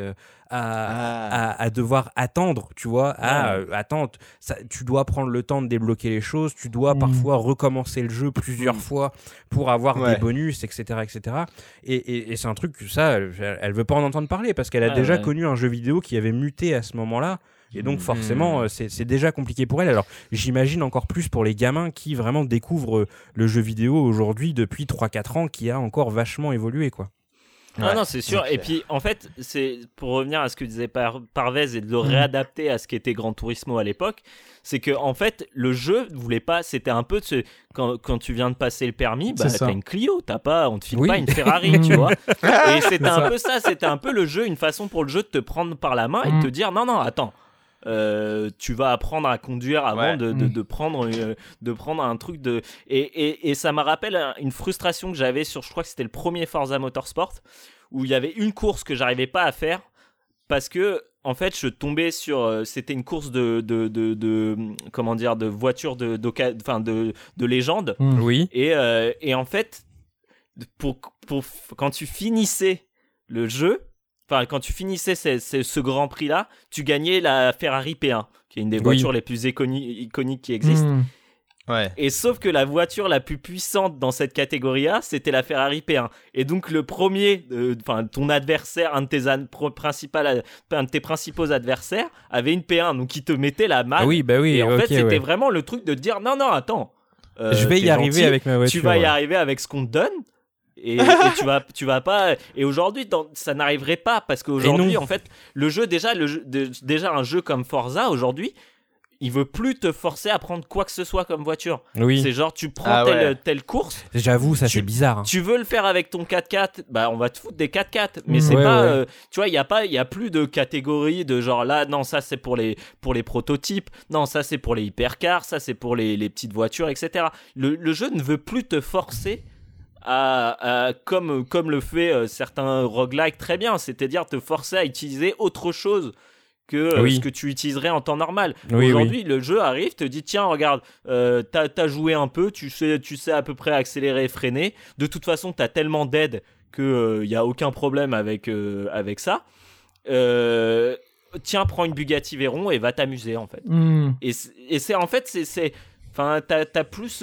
à devoir attendre, tu vois, attendre, tu dois prendre le temps de débloquer les choses, tu dois parfois recommencer le jeu plusieurs fois pour avoir des bonus, etc. Et c'est un truc que ça, elle veut pas en entendre parler, parce qu'elle a déjà connu un jeu vidéo qui avait muté à ce moment-là. Et donc forcément, c'est déjà compliqué pour elle. Alors j'imagine encore plus pour les gamins qui vraiment découvrent le jeu vidéo aujourd'hui depuis 3-4 ans, qui a encore vachement évolué, quoi. Non, c'est sûr. Et puis en fait, c'est pour revenir à ce que disait Parvez et de le réadapter à ce qu'était Gran Turismo à l'époque, c'est que en fait le jeu voulait pas, c'était un peu de quand tu viens de passer le permis, t'as une Clio, on te file pas une Ferrari, tu vois. Et c'était un peu ça, c'était un peu le jeu, une façon pour le jeu de te prendre par la main et de te dire non, attends. Tu vas apprendre à conduire avant de prendre un truc de et ça me rappelle une frustration que j'avais sur, je crois que c'était le premier Forza Motorsport, où il y avait une course que j'arrivais pas à faire parce que en fait je tombais sur c'était une course de voiture de légende. Et en fait pour quand tu finissais le jeu, enfin, quand tu finissais ce Grand Prix-là, tu gagnais la Ferrari P1, qui est une des voitures les plus iconiques qui existent. Et sauf que la voiture la plus puissante dans cette catégorie-là, c'était la Ferrari P1. Et donc le premier, ton adversaire, un de tes principaux adversaires, avait une P1, donc il te mettait la malle. Et en fait, c'était vraiment le truc de te dire non, attends. Je vais y arriver avec ma voiture. Tu vas y arriver avec ce qu'on te donne. Et tu vas pas. Et aujourd'hui, ça n'arriverait pas, parce qu'aujourd'hui, en fait, le jeu, déjà un jeu comme Forza aujourd'hui, il veut plus te forcer à prendre quoi que ce soit comme voiture. C'est genre tu prends telle course. J'avoue, ça c'est bizarre. Tu veux le faire avec ton 4x4, on va te foutre des 4x4, mais c'est pas. Tu vois, il y a plus de catégorie de genre là, non, ça c'est pour les prototypes, non, ça c'est pour les hypercars, ça c'est pour les petites voitures, etc. Le jeu ne veut plus te forcer. Comme le fait certains roguelikes très bien, c'est-à-dire te forcer à utiliser autre chose que ce que tu utiliserais en temps normal. Aujourd'hui, le jeu arrive, te dit tiens, regarde, t'as joué un peu, tu sais à peu près accélérer et freiner. De toute façon, t'as tellement d'aide qu'il n'y a aucun problème avec ça. Tiens, prends une Bugatti Veyron et va t'amuser, en fait. Et c'est en fait, enfin, t'as plus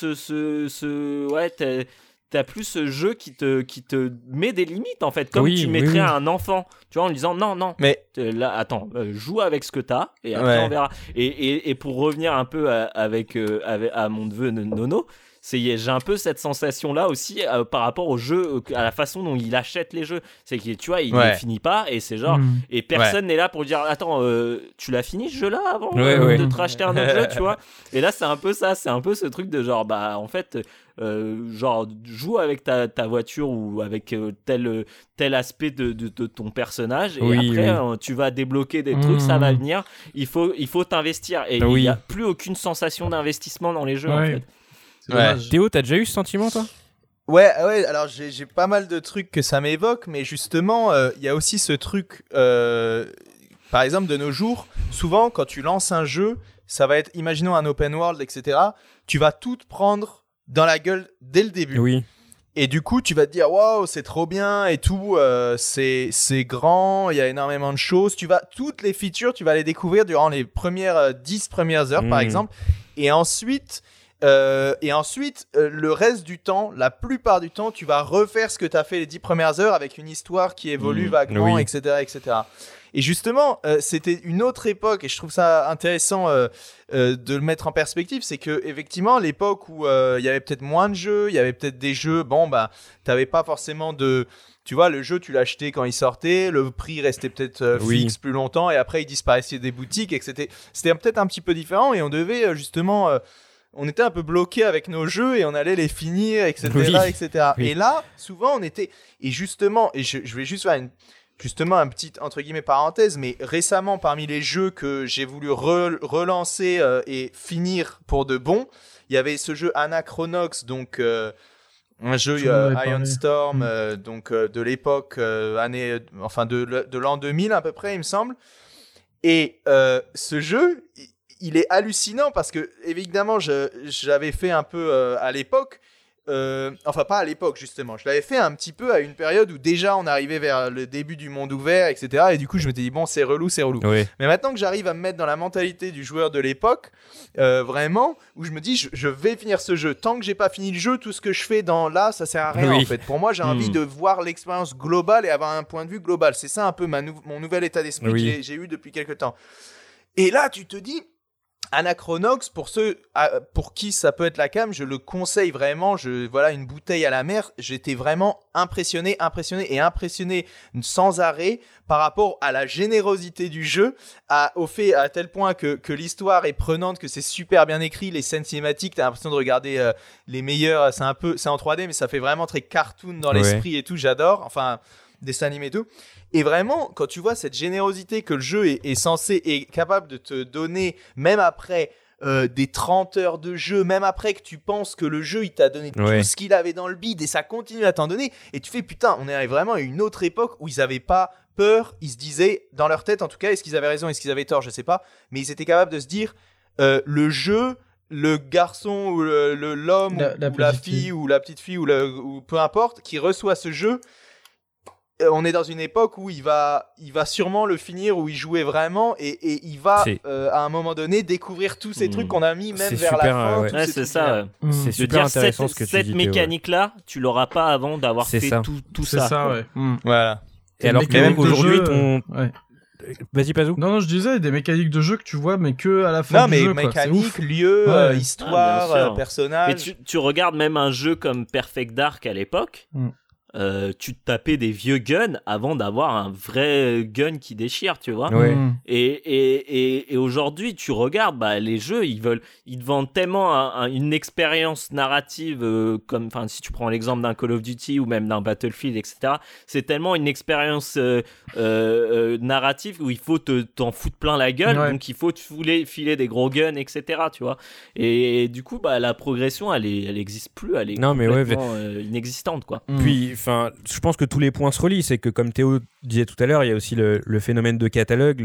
t'as plus ce jeu qui te met des limites, en fait, comme tu mettrais à un enfant, tu vois, en lui disant non, mais là, attends, joue avec ce que t'as et après on verra. Et pour revenir un peu à mon neveu Nono, j'ai un peu cette sensation là aussi par rapport au jeu, à la façon dont il achète les jeux. C'est que tu vois, il ne finit pas et c'est genre et personne n'est là pour dire attends, tu l'as fini ce jeu là avant de te racheter un autre jeu, tu vois. Et là c'est un peu ça, c'est un peu ce truc de genre bah en fait genre joue avec ta voiture ou avec tel aspect de ton personnage et après tu vas débloquer des trucs, ça va venir, il faut t'investir et il n'y a plus aucune sensation d'investissement dans les jeux en fait. Théo, t'as déjà eu ce sentiment toi ? Ouais, alors j'ai pas mal de trucs que ça m'évoque, mais justement il y a aussi ce truc par exemple de nos jours, souvent quand tu lances un jeu, ça va être, imaginons un open world, etc., tu vas tout prendre dans la gueule dès le début. Oui. Et du coup, tu vas te dire waouh, c'est trop bien et tout, c'est grand, il y a énormément de choses. Toutes les features, tu vas les découvrir durant les 10 premières heures, par exemple. Et ensuite, le reste du temps, la plupart du temps, tu vas refaire ce que tu as fait les 10 premières heures avec une histoire qui évolue vaguement, etc., etc. Et justement, c'était une autre époque, et je trouve ça intéressant de le mettre en perspective, c'est que effectivement, l'époque où il y avait peut-être moins de jeux, il y avait peut-être des jeux, t'avais pas forcément de, tu vois, le jeu tu l'achetais quand il sortait, le prix restait peut-être fixe plus longtemps, et après il disparaissait des boutiques, et que c'était peut-être un petit peu différent, et on devait justement, on était un peu bloqué avec nos jeux et on allait les finir, etc., etc. Oui. Et là, souvent on était, et justement, et je vais juste faire justement un petit entre guillemets parenthèse, mais récemment parmi les jeux que j'ai voulu relancer et finir pour de bon, il y avait ce jeu Anachronox, donc un jeu Iron Storm, donc de l'époque de l'an 2000 à peu près il me semble. Et ce jeu il est hallucinant parce que évidemment j'avais fait un peu à l'époque. Enfin pas à l'époque justement, je l'avais fait un petit peu à une période où déjà on arrivait vers le début du monde ouvert, etc. Et du coup je m'étais dit bon c'est relou. Mais maintenant que j'arrive à me mettre dans la mentalité du joueur de l'époque, vraiment, où je me dis je vais finir ce jeu, tant que j'ai pas fini le jeu, tout ce que je fais là ça sert à rien en fait. Pour moi j'ai envie de voir l'expérience globale et avoir un point de vue global. C'est ça un peu mon nouvel état d'esprit que j'ai eu depuis quelques temps. Et là tu te dis Anachronox, pour ceux pour qui ça peut être la came, je le conseille vraiment. Voilà, une bouteille à la mer. J'étais vraiment impressionné sans arrêt par rapport à la générosité du jeu, au fait à tel point que l'histoire est prenante, que c'est super bien écrit, les scènes cinématiques, t'as l'impression de regarder les meilleurs. C'est en 3D, mais ça fait vraiment très cartoon dans l'esprit et tout. J'adore. Enfin, dessin animé et tout. Et vraiment, quand tu vois cette générosité que le jeu est capable de te donner, même après des 30 heures de jeu, même après que tu penses que le jeu, il t'a donné tout ce qu'il avait dans le bide et ça continue à t'en donner, et tu fais putain, on est vraiment à une autre époque où ils n'avaient pas peur, ils se disaient, dans leur tête en tout cas, est-ce qu'ils avaient raison, est-ce qu'ils avaient tort, je sais pas, mais ils étaient capables de se dire, le jeu, le garçon ou l'homme ou la fille ou la petite fille ou peu importe, qui reçoit ce jeu, on est dans une époque où il va sûrement le finir, où il jouait vraiment et il va à un moment donné découvrir tous ces trucs qu'on a mis même vers la fin. C'est ça. C'est super intéressant ce que tu dis. Cette mécanique-là, tu l'auras pas avant d'avoir fait tout ça. C'est ça, ouais. Voilà. Et alors que même aujourd'hui, Vas-y, Pazou. Non, je disais des mécaniques de jeu que tu vois, mais que à la fin du jeu. Non, mais mécanique, lieu, histoire, personnage. Mais tu regardes même un jeu comme Perfect Dark à l'époque. Tu te tapais des vieux guns avant d'avoir un vrai gun qui déchire, tu vois. Et aujourd'hui, tu regardes les jeux, ils te vendent tellement une expérience narrative, comme, enfin, si tu prends l'exemple d'un Call of Duty ou même d'un Battlefield, etc. C'est tellement une expérience narrative où il faut t'en foutre plein la gueule, donc il faut te filer des gros guns, etc. Tu vois. Et du coup, la progression, elle existe plus, elle est complètement inexistante, quoi. Puis enfin, je pense que tous les points se relient. C'est que, comme Théo disait tout à l'heure, il y a aussi le phénomène de catalogue,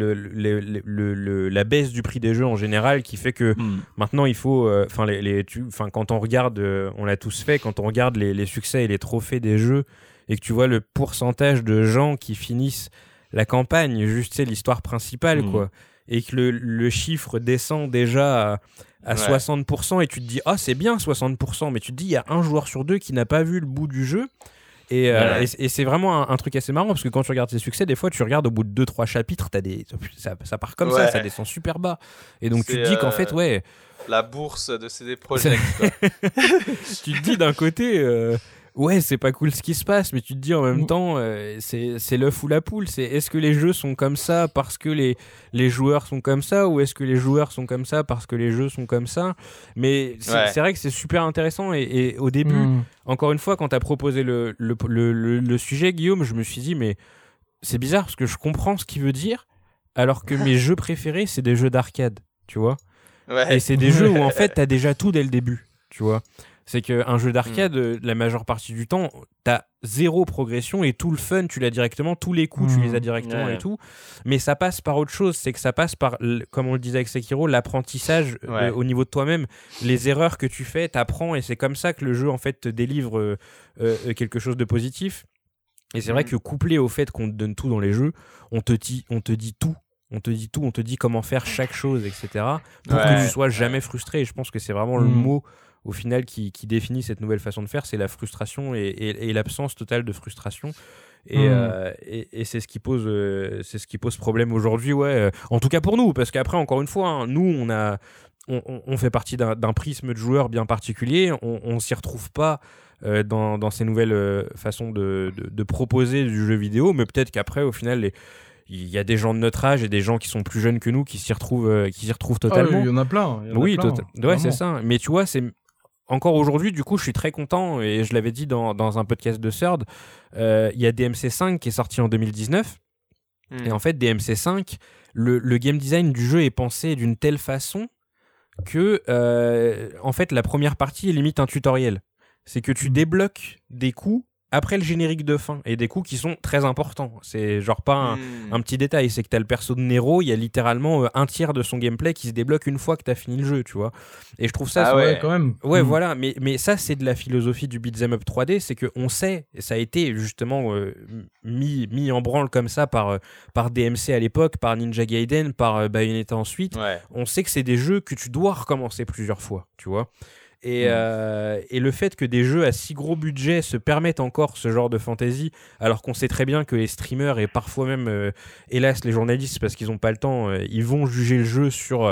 la baisse du prix des jeux en général, qui fait que maintenant il faut, quand on regarde, on l'a tous fait, quand on regarde les succès et les trophées des jeux, et que tu vois le pourcentage de gens qui finissent la campagne, juste l'histoire principale, quoi, et que le chiffre descend déjà à 60%, et tu te dis c'est bien 60%, mais tu te dis il y a un joueur sur deux qui n'a pas vu le bout du jeu. Et c'est vraiment un truc assez marrant parce que quand tu regardes ses succès, des fois tu regardes au bout de 2-3 chapitres, ça part comme ça descend super bas. Et donc tu te dis qu'en fait, la bourse de CD Projekt. Tu te dis d'un côté, c'est pas cool ce qui se passe, mais tu te dis en même temps, c'est l'œuf ou la poule. Est-ce que les jeux sont comme ça parce que les joueurs sont comme ça, ou est-ce que les joueurs sont comme ça parce que les jeux sont comme ça? Mais c'est vrai que c'est super intéressant. Et au début, encore une fois, quand t'as proposé le sujet, Guillaume, je me suis dit, mais c'est bizarre parce que je comprends ce qu'il veut dire, alors que mes jeux préférés, c'est des jeux d'arcade, tu vois. Et c'est des jeux où en fait t'as déjà tout dès le début, tu vois. C'est qu'un jeu d'arcade, la majeure partie du temps, t'as zéro progression et tout le fun, tu l'as directement, tous les coups, tu les as directement et tout. Mais ça passe par autre chose, c'est que ça passe par, comme on le disait avec Sekiro, l'apprentissage au niveau de toi-même. Les erreurs que tu fais, t'apprends, et c'est comme ça que le jeu en fait te délivre quelque chose de positif. Et c'est vrai que couplé au fait qu'on te donne tout dans les jeux, on te dit tout. On te dit tout, on te dit comment faire chaque chose, etc. pour que tu sois jamais frustré. Et je pense que c'est vraiment le mot, au final, qui définit cette nouvelle façon de faire, c'est la frustration et l'absence totale de frustration. Et c'est ce qui pose problème aujourd'hui, en tout cas pour nous, parce qu'après, encore une fois, nous, on fait partie d'un prisme de joueurs bien particulier. On s'y retrouve pas dans ces nouvelles façons de proposer du jeu vidéo, mais peut-être qu'après, au final, il y a des gens de notre âge et des gens qui sont plus jeunes que nous qui s'y retrouvent totalement. Il y en a plein. C'est ça. Mais tu vois, c'est encore aujourd'hui, du coup, je suis très content, et je l'avais dit dans un podcast de Third, il y a DMC5 qui est sorti en 2019. Et en fait, DMC5, le game design du jeu est pensé d'une telle façon que, en fait, la première partie est limite un tutoriel. C'est que tu débloques des coups après le générique de fin, et des coups qui sont très importants. C'est genre pas un petit détail, c'est que t'as le perso de Nero, il y a littéralement un tiers de son gameplay qui se débloque une fois que t'as fini le jeu, tu vois. Et je trouve ça... quand même. Voilà, mais ça, c'est de la philosophie du beat'em up 3D, c'est qu'on sait, et ça a été justement mis en branle comme ça par DMC à l'époque, par Ninja Gaiden, par Bayonetta ensuite. On sait que c'est des jeux que tu dois recommencer plusieurs fois, tu vois. Et le fait que des jeux à si gros budget se permettent encore ce genre de fantasy, alors qu'on sait très bien que les streamers et parfois même, hélas, les journalistes, parce qu'ils n'ont pas le temps, ils vont juger le jeu sur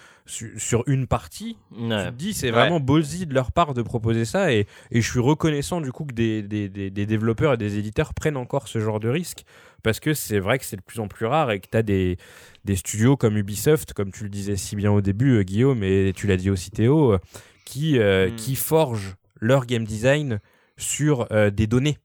une partie. Tu te dis, c'est vraiment ballsy de leur part de proposer ça, et je suis reconnaissant du coup que des développeurs et des éditeurs prennent encore ce genre de risque, parce que c'est vrai que c'est de plus en plus rare, et que tu as des studios comme Ubisoft, comme tu le disais si bien au début, Guillaume, et tu l'as dit aussi Théo, qui forgent leur game design sur des données,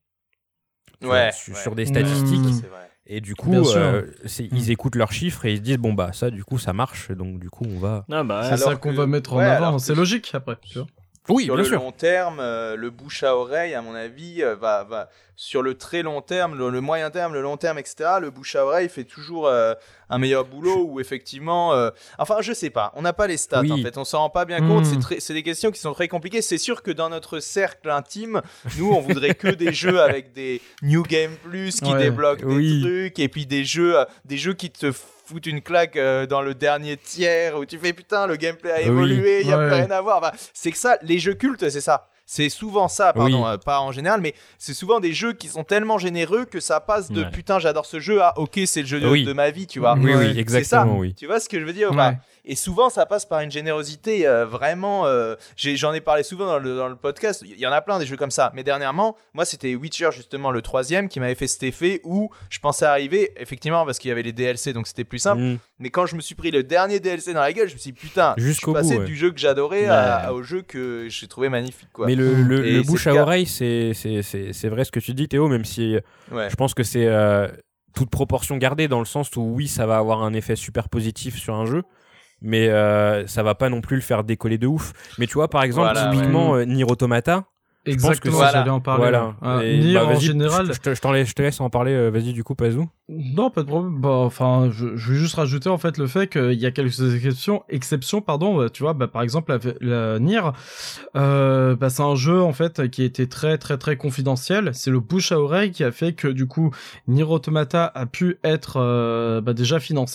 sur des statistiques. Et du coup, ils écoutent leurs chiffres et ils se disent, bon, bah, ça, du coup, ça marche. Donc, du coup, on va... c'est ça qu'on va mettre en avant. C'est logique, après. Tu vois. Oui, sur le long terme, le bouche à oreille, à mon avis, va sur le très long terme, le moyen terme, le long terme, etc. Le bouche à oreille fait toujours un meilleur boulot, ou effectivement, enfin, je sais pas, on n'a pas les stats en fait, on s'en rend pas bien compte. C'est des questions qui sont très compliquées. C'est sûr que dans notre cercle intime, nous, on voudrait que des jeux avec des New Game Plus qui débloquent des trucs, et puis des jeux qui te foutent une claque dans le dernier tiers où tu fais putain, le gameplay a évolué, il y a plus rien à voir. Enfin, c'est que ça, les jeux cultes, c'est ça. C'est souvent ça, pas en général, mais c'est souvent des jeux qui sont tellement généreux que ça passe de putain, j'adore ce jeu à ok, c'est le jeu de ma vie, tu vois. Oui, exactement. C'est ça. Tu vois ce que je veux dire Et souvent, ça passe par une générosité vraiment. J'en ai parlé souvent dans le podcast. Il y en a plein des jeux comme ça. Mais dernièrement, moi, c'était Witcher, justement, le 3e, qui m'avait fait cet effet où je pensais arriver, effectivement, parce qu'il y avait les DLC, donc c'était plus simple. Mais quand je me suis pris le dernier DLC dans la gueule, je me suis dit, putain, je suis passé du jeu que j'adorais au jeu que j'ai trouvé magnifique, quoi. Mais le bouche à oreille, c'est vrai ce que tu dis, Théo, même si je pense que c'est toute proportion gardée, dans le sens où oui, ça va avoir un effet super positif sur un jeu, mais ça va pas non plus le faire décoller de ouf. Mais tu vois, par exemple, typiquement Nier Automata, exactement, j'allais en parler. Nier en général, je te laisse en parler. Vas-y, du coup, Pazou. Non, pas de problème. Enfin, je vais juste rajouter en fait le fait qu'il y a quelques exceptions, tu vois, par exemple la Nier, c'est un jeu en fait qui était très très très confidentiel. C'est le bouche à oreille qui a fait que du coup Nier Automata a pu être déjà financé.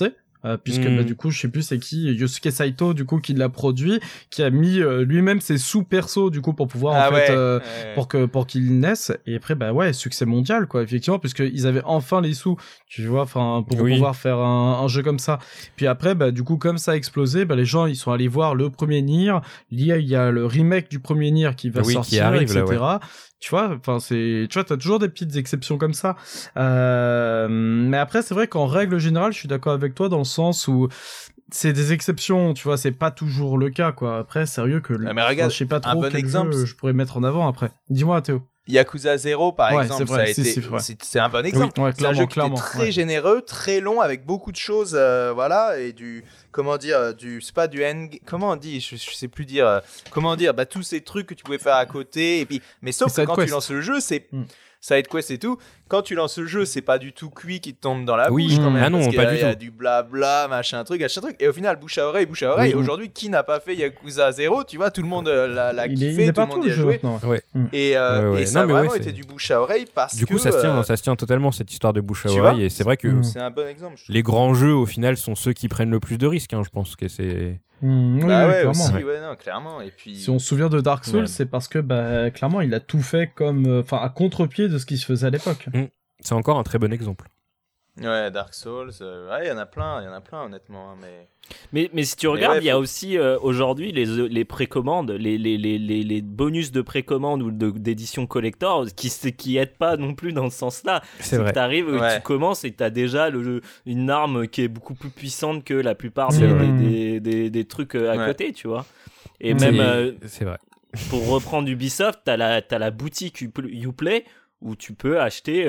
puisque du coup je sais plus c'est qui, Yosuke Saito du coup qui l'a produit, qui a mis lui-même ses sous-persos du coup pour pouvoir pour qu'il naisse, et après succès mondial quoi, effectivement, puisqu'ils avaient enfin les sous, tu vois, enfin pour pouvoir faire un jeu comme ça. Puis après du coup comme ça a explosé, les gens ils sont allés voir le premier Nier, il y a le remake du premier Nier qui va sortir, qui arrive, etc. Là, tu vois, enfin t'as toujours des petites exceptions comme ça. Mais après c'est vrai qu'en règle générale, je suis d'accord avec toi dans le sens où c'est des exceptions, tu vois, c'est pas toujours le cas quoi. Après sérieux que mais regarde, je sais pas trop quel exemple je pourrais mettre en avant après. Dis-moi Théo. Yakuza 0 par exemple, c'est un bon exemple. Oui, c'est un jeu qui est très généreux, très long, avec beaucoup de choses, et c'est pas du end, comment on dit, je sais plus dire, tous ces trucs que tu pouvais faire à côté, et puis, mais sauf que quand tu lances le jeu, c'est side quest et tout. Quand tu lances le jeu, c'est pas du tout cuit qui te tombe dans la bouche quand même. Ah non, parce pas du tout. Il y a du blabla, machin truc. Et au final, bouche à oreille. Oui. Aujourd'hui, qui n'a pas fait Yakuza 0 ? Tu vois, tout le monde l'a kiffé, tout le monde y a joué. Et ça a vraiment été du bouche à oreille parce que... Du coup, ça se tient totalement, cette histoire de bouche à oreille. Et c'est vrai que c'est un bon exemple. Les grands jeux, au final, sont ceux qui prennent le plus de risques. Je pense que c'est... clairement. Aussi, clairement. Et puis... Si on se souvient de Dark Souls, c'est parce que clairement il a tout fait comme à contre-pied de ce qui se faisait à l'époque. C'est encore un très bon exemple. Ouais, Dark Souls, il y en a plein honnêtement, mais si tu regardes, il y a aussi aujourd'hui les précommandes, les bonus de précommande ou d'édition collector qui aident pas non plus dans ce sens-là. C'est vrai. Tu arrives, tu commences et tu as déjà une arme qui est beaucoup plus puissante que la plupart des trucs à côté, tu vois. Et même c'est vrai. Pour reprendre Ubisoft, t'as la boutique Uplay où tu peux acheter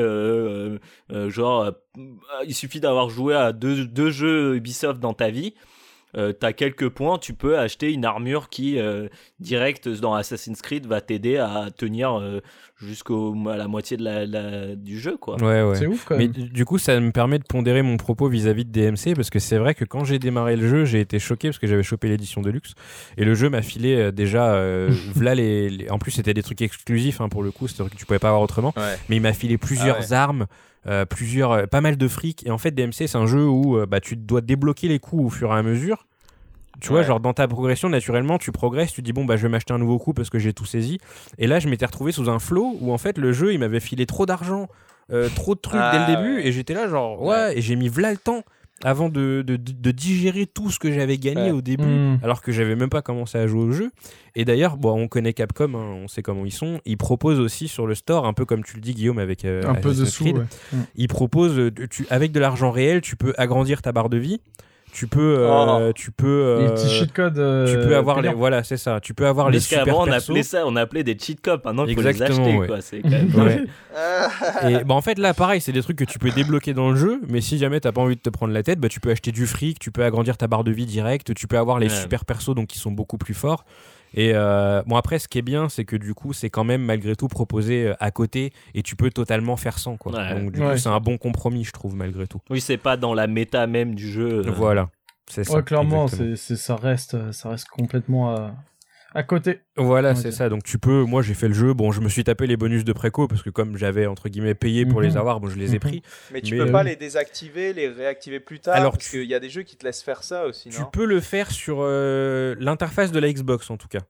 il suffit d'avoir joué à deux jeux Ubisoft dans ta vie, t'as quelques points, tu peux acheter une armure qui direct dans Assassin's Creed va t'aider à tenir jusqu'à la moitié du jeu quoi. Ouais. C'est ouf quand même. Mais du coup ça me permet de pondérer mon propos vis-à-vis de DMC, parce que c'est vrai que quand j'ai démarré le jeu, j'ai été choqué parce que j'avais chopé l'édition de luxe et le jeu m'a filé déjà en plus c'était des trucs exclusifs pour le coup, c'est vrai que tu pouvais pas avoir autrement, mais il m'a filé plusieurs armes, pas mal de fric, et en fait DMC c'est un jeu où tu dois débloquer les coups au fur et à mesure. Tu vois, genre dans ta progression, naturellement, tu progresses, tu dis bon, je vais m'acheter un nouveau coup parce que j'ai tout saisi. Et là, je m'étais retrouvé sous un flow où en fait, le jeu, il m'avait filé trop d'argent, trop de trucs dès le début. Et j'étais là, genre, et j'ai mis v'là le temps avant de digérer tout ce que j'avais gagné au début, alors que j'avais même pas commencé à jouer au jeu. Et d'ailleurs, on connaît Capcom, on sait comment ils sont. Ils proposent aussi sur le store, un peu comme tu le dis, Guillaume, avec un peu de sous. Ils proposent, avec de l'argent réel, tu peux agrandir ta barre de vie. Tu peux les petits cheat codes, tu peux avoir voilà, c'est ça, tu peux avoir les super persos. On appelait des cheat codes, maintenant il faut les acheter quoi, c'est quand même et en fait là pareil, c'est des trucs que tu peux débloquer dans le jeu, mais si jamais t'as pas envie de te prendre la tête, tu peux acheter du fric, tu peux agrandir ta barre de vie direct, tu peux avoir les super persos donc qui sont beaucoup plus forts. Et après ce qui est bien, c'est que du coup c'est quand même malgré tout proposé à côté et tu peux totalement faire sans quoi. Donc du coup c'est un bon compromis, je trouve, malgré tout. Oui, c'est pas dans la méta même du jeu. Voilà, c'est ça. Clairement, ça reste complètement à côté. Voilà, c'est ça. Donc tu peux, moi j'ai fait le jeu, je me suis tapé les bonus de préco parce que comme j'avais entre guillemets payé pour les avoir, je les ai pris. Mais tu peux pas les désactiver, les réactiver plus tard. Alors parce qu'il y a des jeux qui te laissent faire ça aussi, non ? Tu peux le faire sur l'interface de la Xbox en tout cas.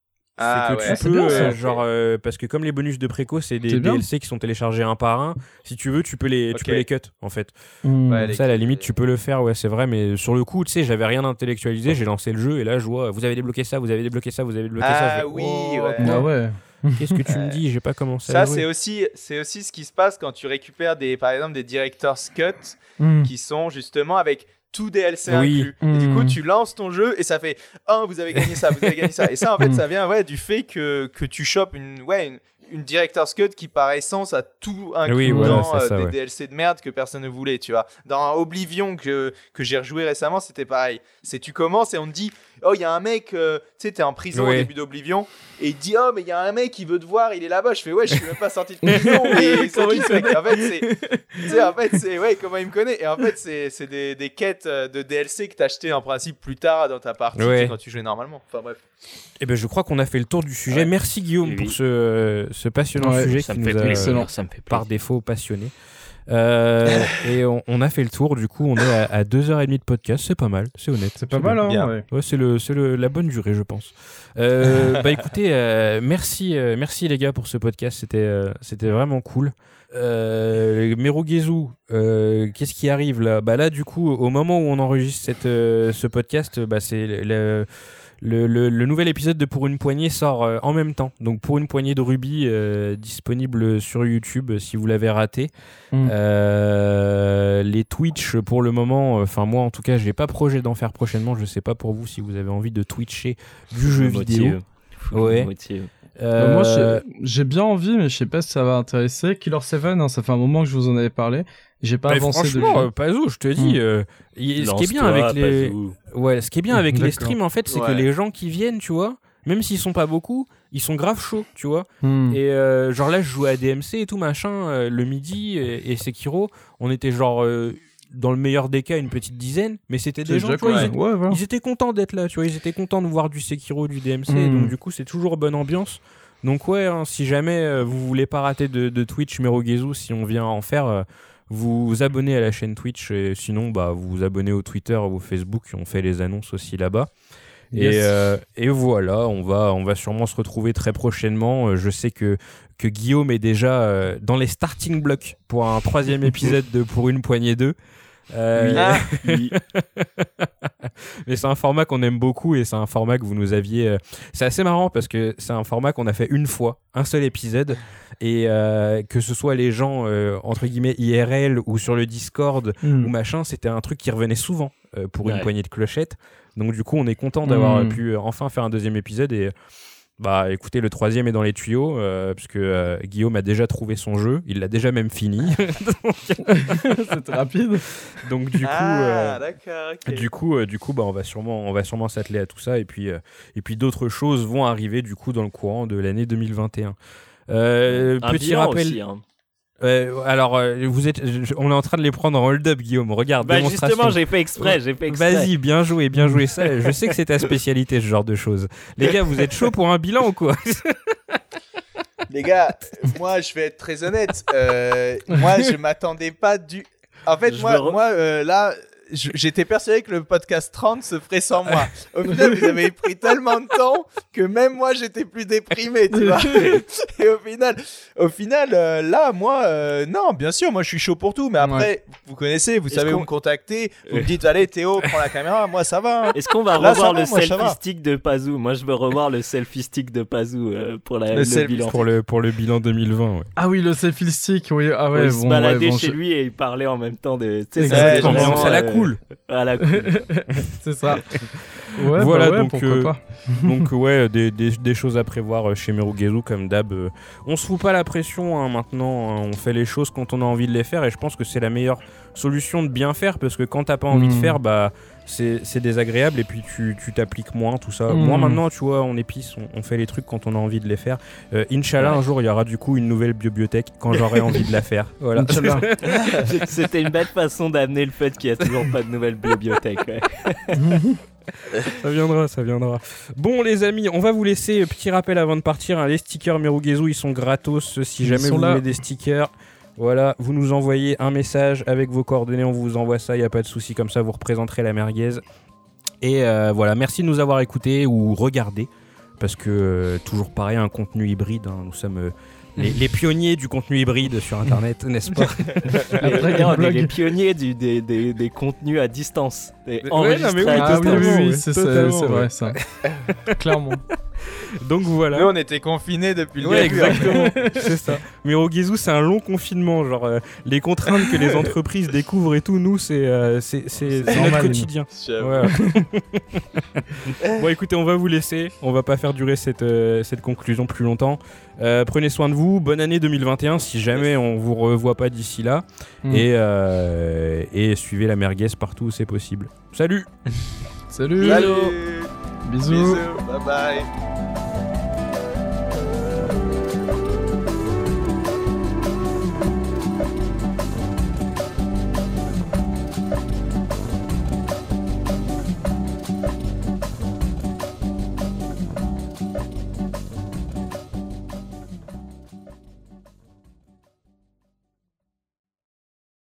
Tu peux, parce que comme les bonus de préco c'est des DLC qui sont téléchargés un par un, si tu veux tu peux les cut en fait. Ça à la limite tu peux le faire, c'est vrai, mais sur le coup tu sais j'avais rien intellectualisé, j'ai lancé le jeu et là je vois vous avez débloqué ça, vous avez débloqué ça, vous avez débloqué ça. Qu'est-ce que tu me dis, j'ai pas commencé à jouer. C'est aussi ce qui se passe quand tu récupères par exemple des Director's Cut qui sont justement avec tout DLC inclus. Et du coup, tu lances ton jeu et ça fait vous avez gagné ça, vous avez gagné ça. Et ça, en fait, ça vient du fait que tu chopes une Director's Cut qui, par essence, a tout inclus dans des DLC de merde que personne ne voulait, tu vois. Dans Oblivion que j'ai rejoué récemment, c'était pareil. Tu commences et on te dit il y a un mec, tu sais, t'es en prison au début d'Oblivion et il dit mais il y a un mec qui veut te voir, il est là-bas. Je fais je suis même pas sorti de prison. Et c'est qui ce mec ? En fait, c'est comment il me connaît. Et en fait, c'est des quêtes de DLC que t'as acheté en principe plus tard dans ta partie quand tu jouais normalement. Enfin bref. Et je crois qu'on a fait le tour du sujet. Merci Guillaume pour ce passionnant sujet qui nous a ça me fait par défaut passionné. Et on a fait le tour, du coup on est à 2h30 de podcast, c'est pas mal, c'est honnête. C'est pas mal, hein, ouais, c'est la bonne durée, je pense. Écoutez, merci les gars pour ce podcast, c'était vraiment cool. Merugezu, qu'est-ce qui arrive là ? Là, du coup, au moment où on enregistre ce podcast, c'est le nouvel épisode de Pour une poignée sort en même temps. Donc Pour une poignée de rubis, disponible sur YouTube si vous l'avez raté. Les Twitch pour le moment, moi en tout cas, j'ai pas projet d'en faire prochainement. Je sais pas pour vous si vous avez envie de twitcher du jeu vidéo. Ouais. Moi j'ai bien envie, mais je sais pas si ça va intéresser. Killer 7, hein, ça fait un moment que je vous en avais parlé. J'ai pas avancé de franchement, Pazou, je te dis, ce qui est bien avec ce qui est bien avec les streams en fait, c'est que les gens qui viennent, tu vois, même s'ils sont pas beaucoup, ils sont grave chauds, tu vois. Et genre là, je jouais à DMC et tout machin le midi et Sekiro, on était genre dans le meilleur des cas une petite dizaine, mais c'était des gens, tu vois, ils étaient contents d'être là, tu vois, ils étaient contents de voir du Sekiro, du DMC, donc du coup c'est toujours bonne ambiance. Donc ouais, hein, si jamais vous voulez pas rater de Twitch Merugezu, si on vient en faire, vous vous abonnez à la chaîne Twitch, et sinon vous vous abonnez au Twitter ou au Facebook, on fait les annonces aussi là-bas. Yes. Et voilà, on va sûrement se retrouver très prochainement. Je sais que Guillaume est déjà dans les starting blocks pour un 3e épisode de Pour une poignée 2. Oui. Mais c'est un format qu'on aime beaucoup et c'est un format que vous nous aviez. C'est assez marrant parce que c'est un format qu'on a fait une fois, un seul épisode, et que ce soit les gens entre guillemets IRL ou sur le Discord ou machin, c'était un truc qui revenait souvent pour une poignée de clochettes. Donc du coup, on est content d'avoir pu enfin faire un 2e épisode et. Écoutez, le 3e est dans les tuyaux puisque Guillaume a déjà trouvé son jeu, il l'a déjà même fini. C'était rapide. Donc du coup, okay. Du coup, on va sûrement s'atteler à tout ça et puis d'autres choses vont arriver du coup dans le courant de l'année 2021. Petit rappel. Aussi, hein. Alors, on est en train de les prendre en hold-up, Guillaume. Regarde, justement, j'ai fait exprès. Vas-y, bien joué ça. Je sais que c'est ta spécialité, ce genre de choses. Les gars, vous êtes chauds pour un bilan ou quoi ? Les gars, moi, je vais être très honnête. Moi, je m'attendais pas du. En fait, là. J'étais persuadé que le podcast 30 se ferait sans moi. Au final, vous avez pris tellement de temps que même moi, j'étais plus déprimé, tu vois. Et au final, là, moi, non, bien sûr, moi, je suis chaud pour tout. Mais après, vous connaissez, vous savez où me contacter. Vous me dites, allez, Théo, prends la caméra. Moi, ça va. Hein. Est-ce qu'on va revoir le selfie stick de Pazou ? Moi, je veux revoir le selfie stick de Pazou pour le bilan. Pour le bilan 2020, ouais. Ah oui, le selfie stick, oui. Ah ouais, se balader chez lui et parler en même temps de. Ça la cool. À la cool. C'est ça. Ouais, voilà, donc pourquoi pas. Donc ouais, des choses à prévoir chez Merugezu comme d'hab. On se fout pas la pression hein, maintenant, hein, on fait les choses quand on a envie de les faire et je pense que c'est la meilleure solution de bien faire parce que quand t'as pas envie de faire, c'est désagréable et puis tu t'appliques moins tout ça. Moi maintenant, tu vois, on épice, on fait les trucs quand on a envie de les faire. Inch'Allah, un jour il y aura du coup une nouvelle bibliothèque quand j'aurai envie de la faire. Voilà. C'était une belle façon d'amener le fait qu'il y a toujours pas de nouvelle bibliothèque. Ouais. Ça viendra. Bon les amis, on va vous laisser. Petit rappel avant de partir, hein, les stickers Merugezu ils sont gratos si jamais vous voulez des stickers. Voilà, vous nous envoyez un message avec vos coordonnées, on vous envoie ça, il n'y a pas de souci, comme ça vous représenterez la merguez. Et voilà, merci de nous avoir écoutés ou regardés, parce que toujours pareil, un contenu hybride, hein, nous sommes les pionniers du contenu hybride sur Internet, n'est-ce pas ? les pionniers des contenus à distance. Oui, c'est vrai ça. Clairement. Donc voilà. Nous on était confinés depuis le début. Exactement. C'est ça. Mais Merugezu c'est un long confinement, genre les contraintes que les entreprises découvrent et tout, nous c'est notre quotidien. Ouais. Bon écoutez, on va vous laisser, on va pas faire durer cette conclusion plus longtemps. Prenez soin de vous, bonne année 2021 si jamais on vous revoit pas d'ici là et suivez la merguez partout où c'est possible. Salut. Salut. Salut. Bisous. Bye bye.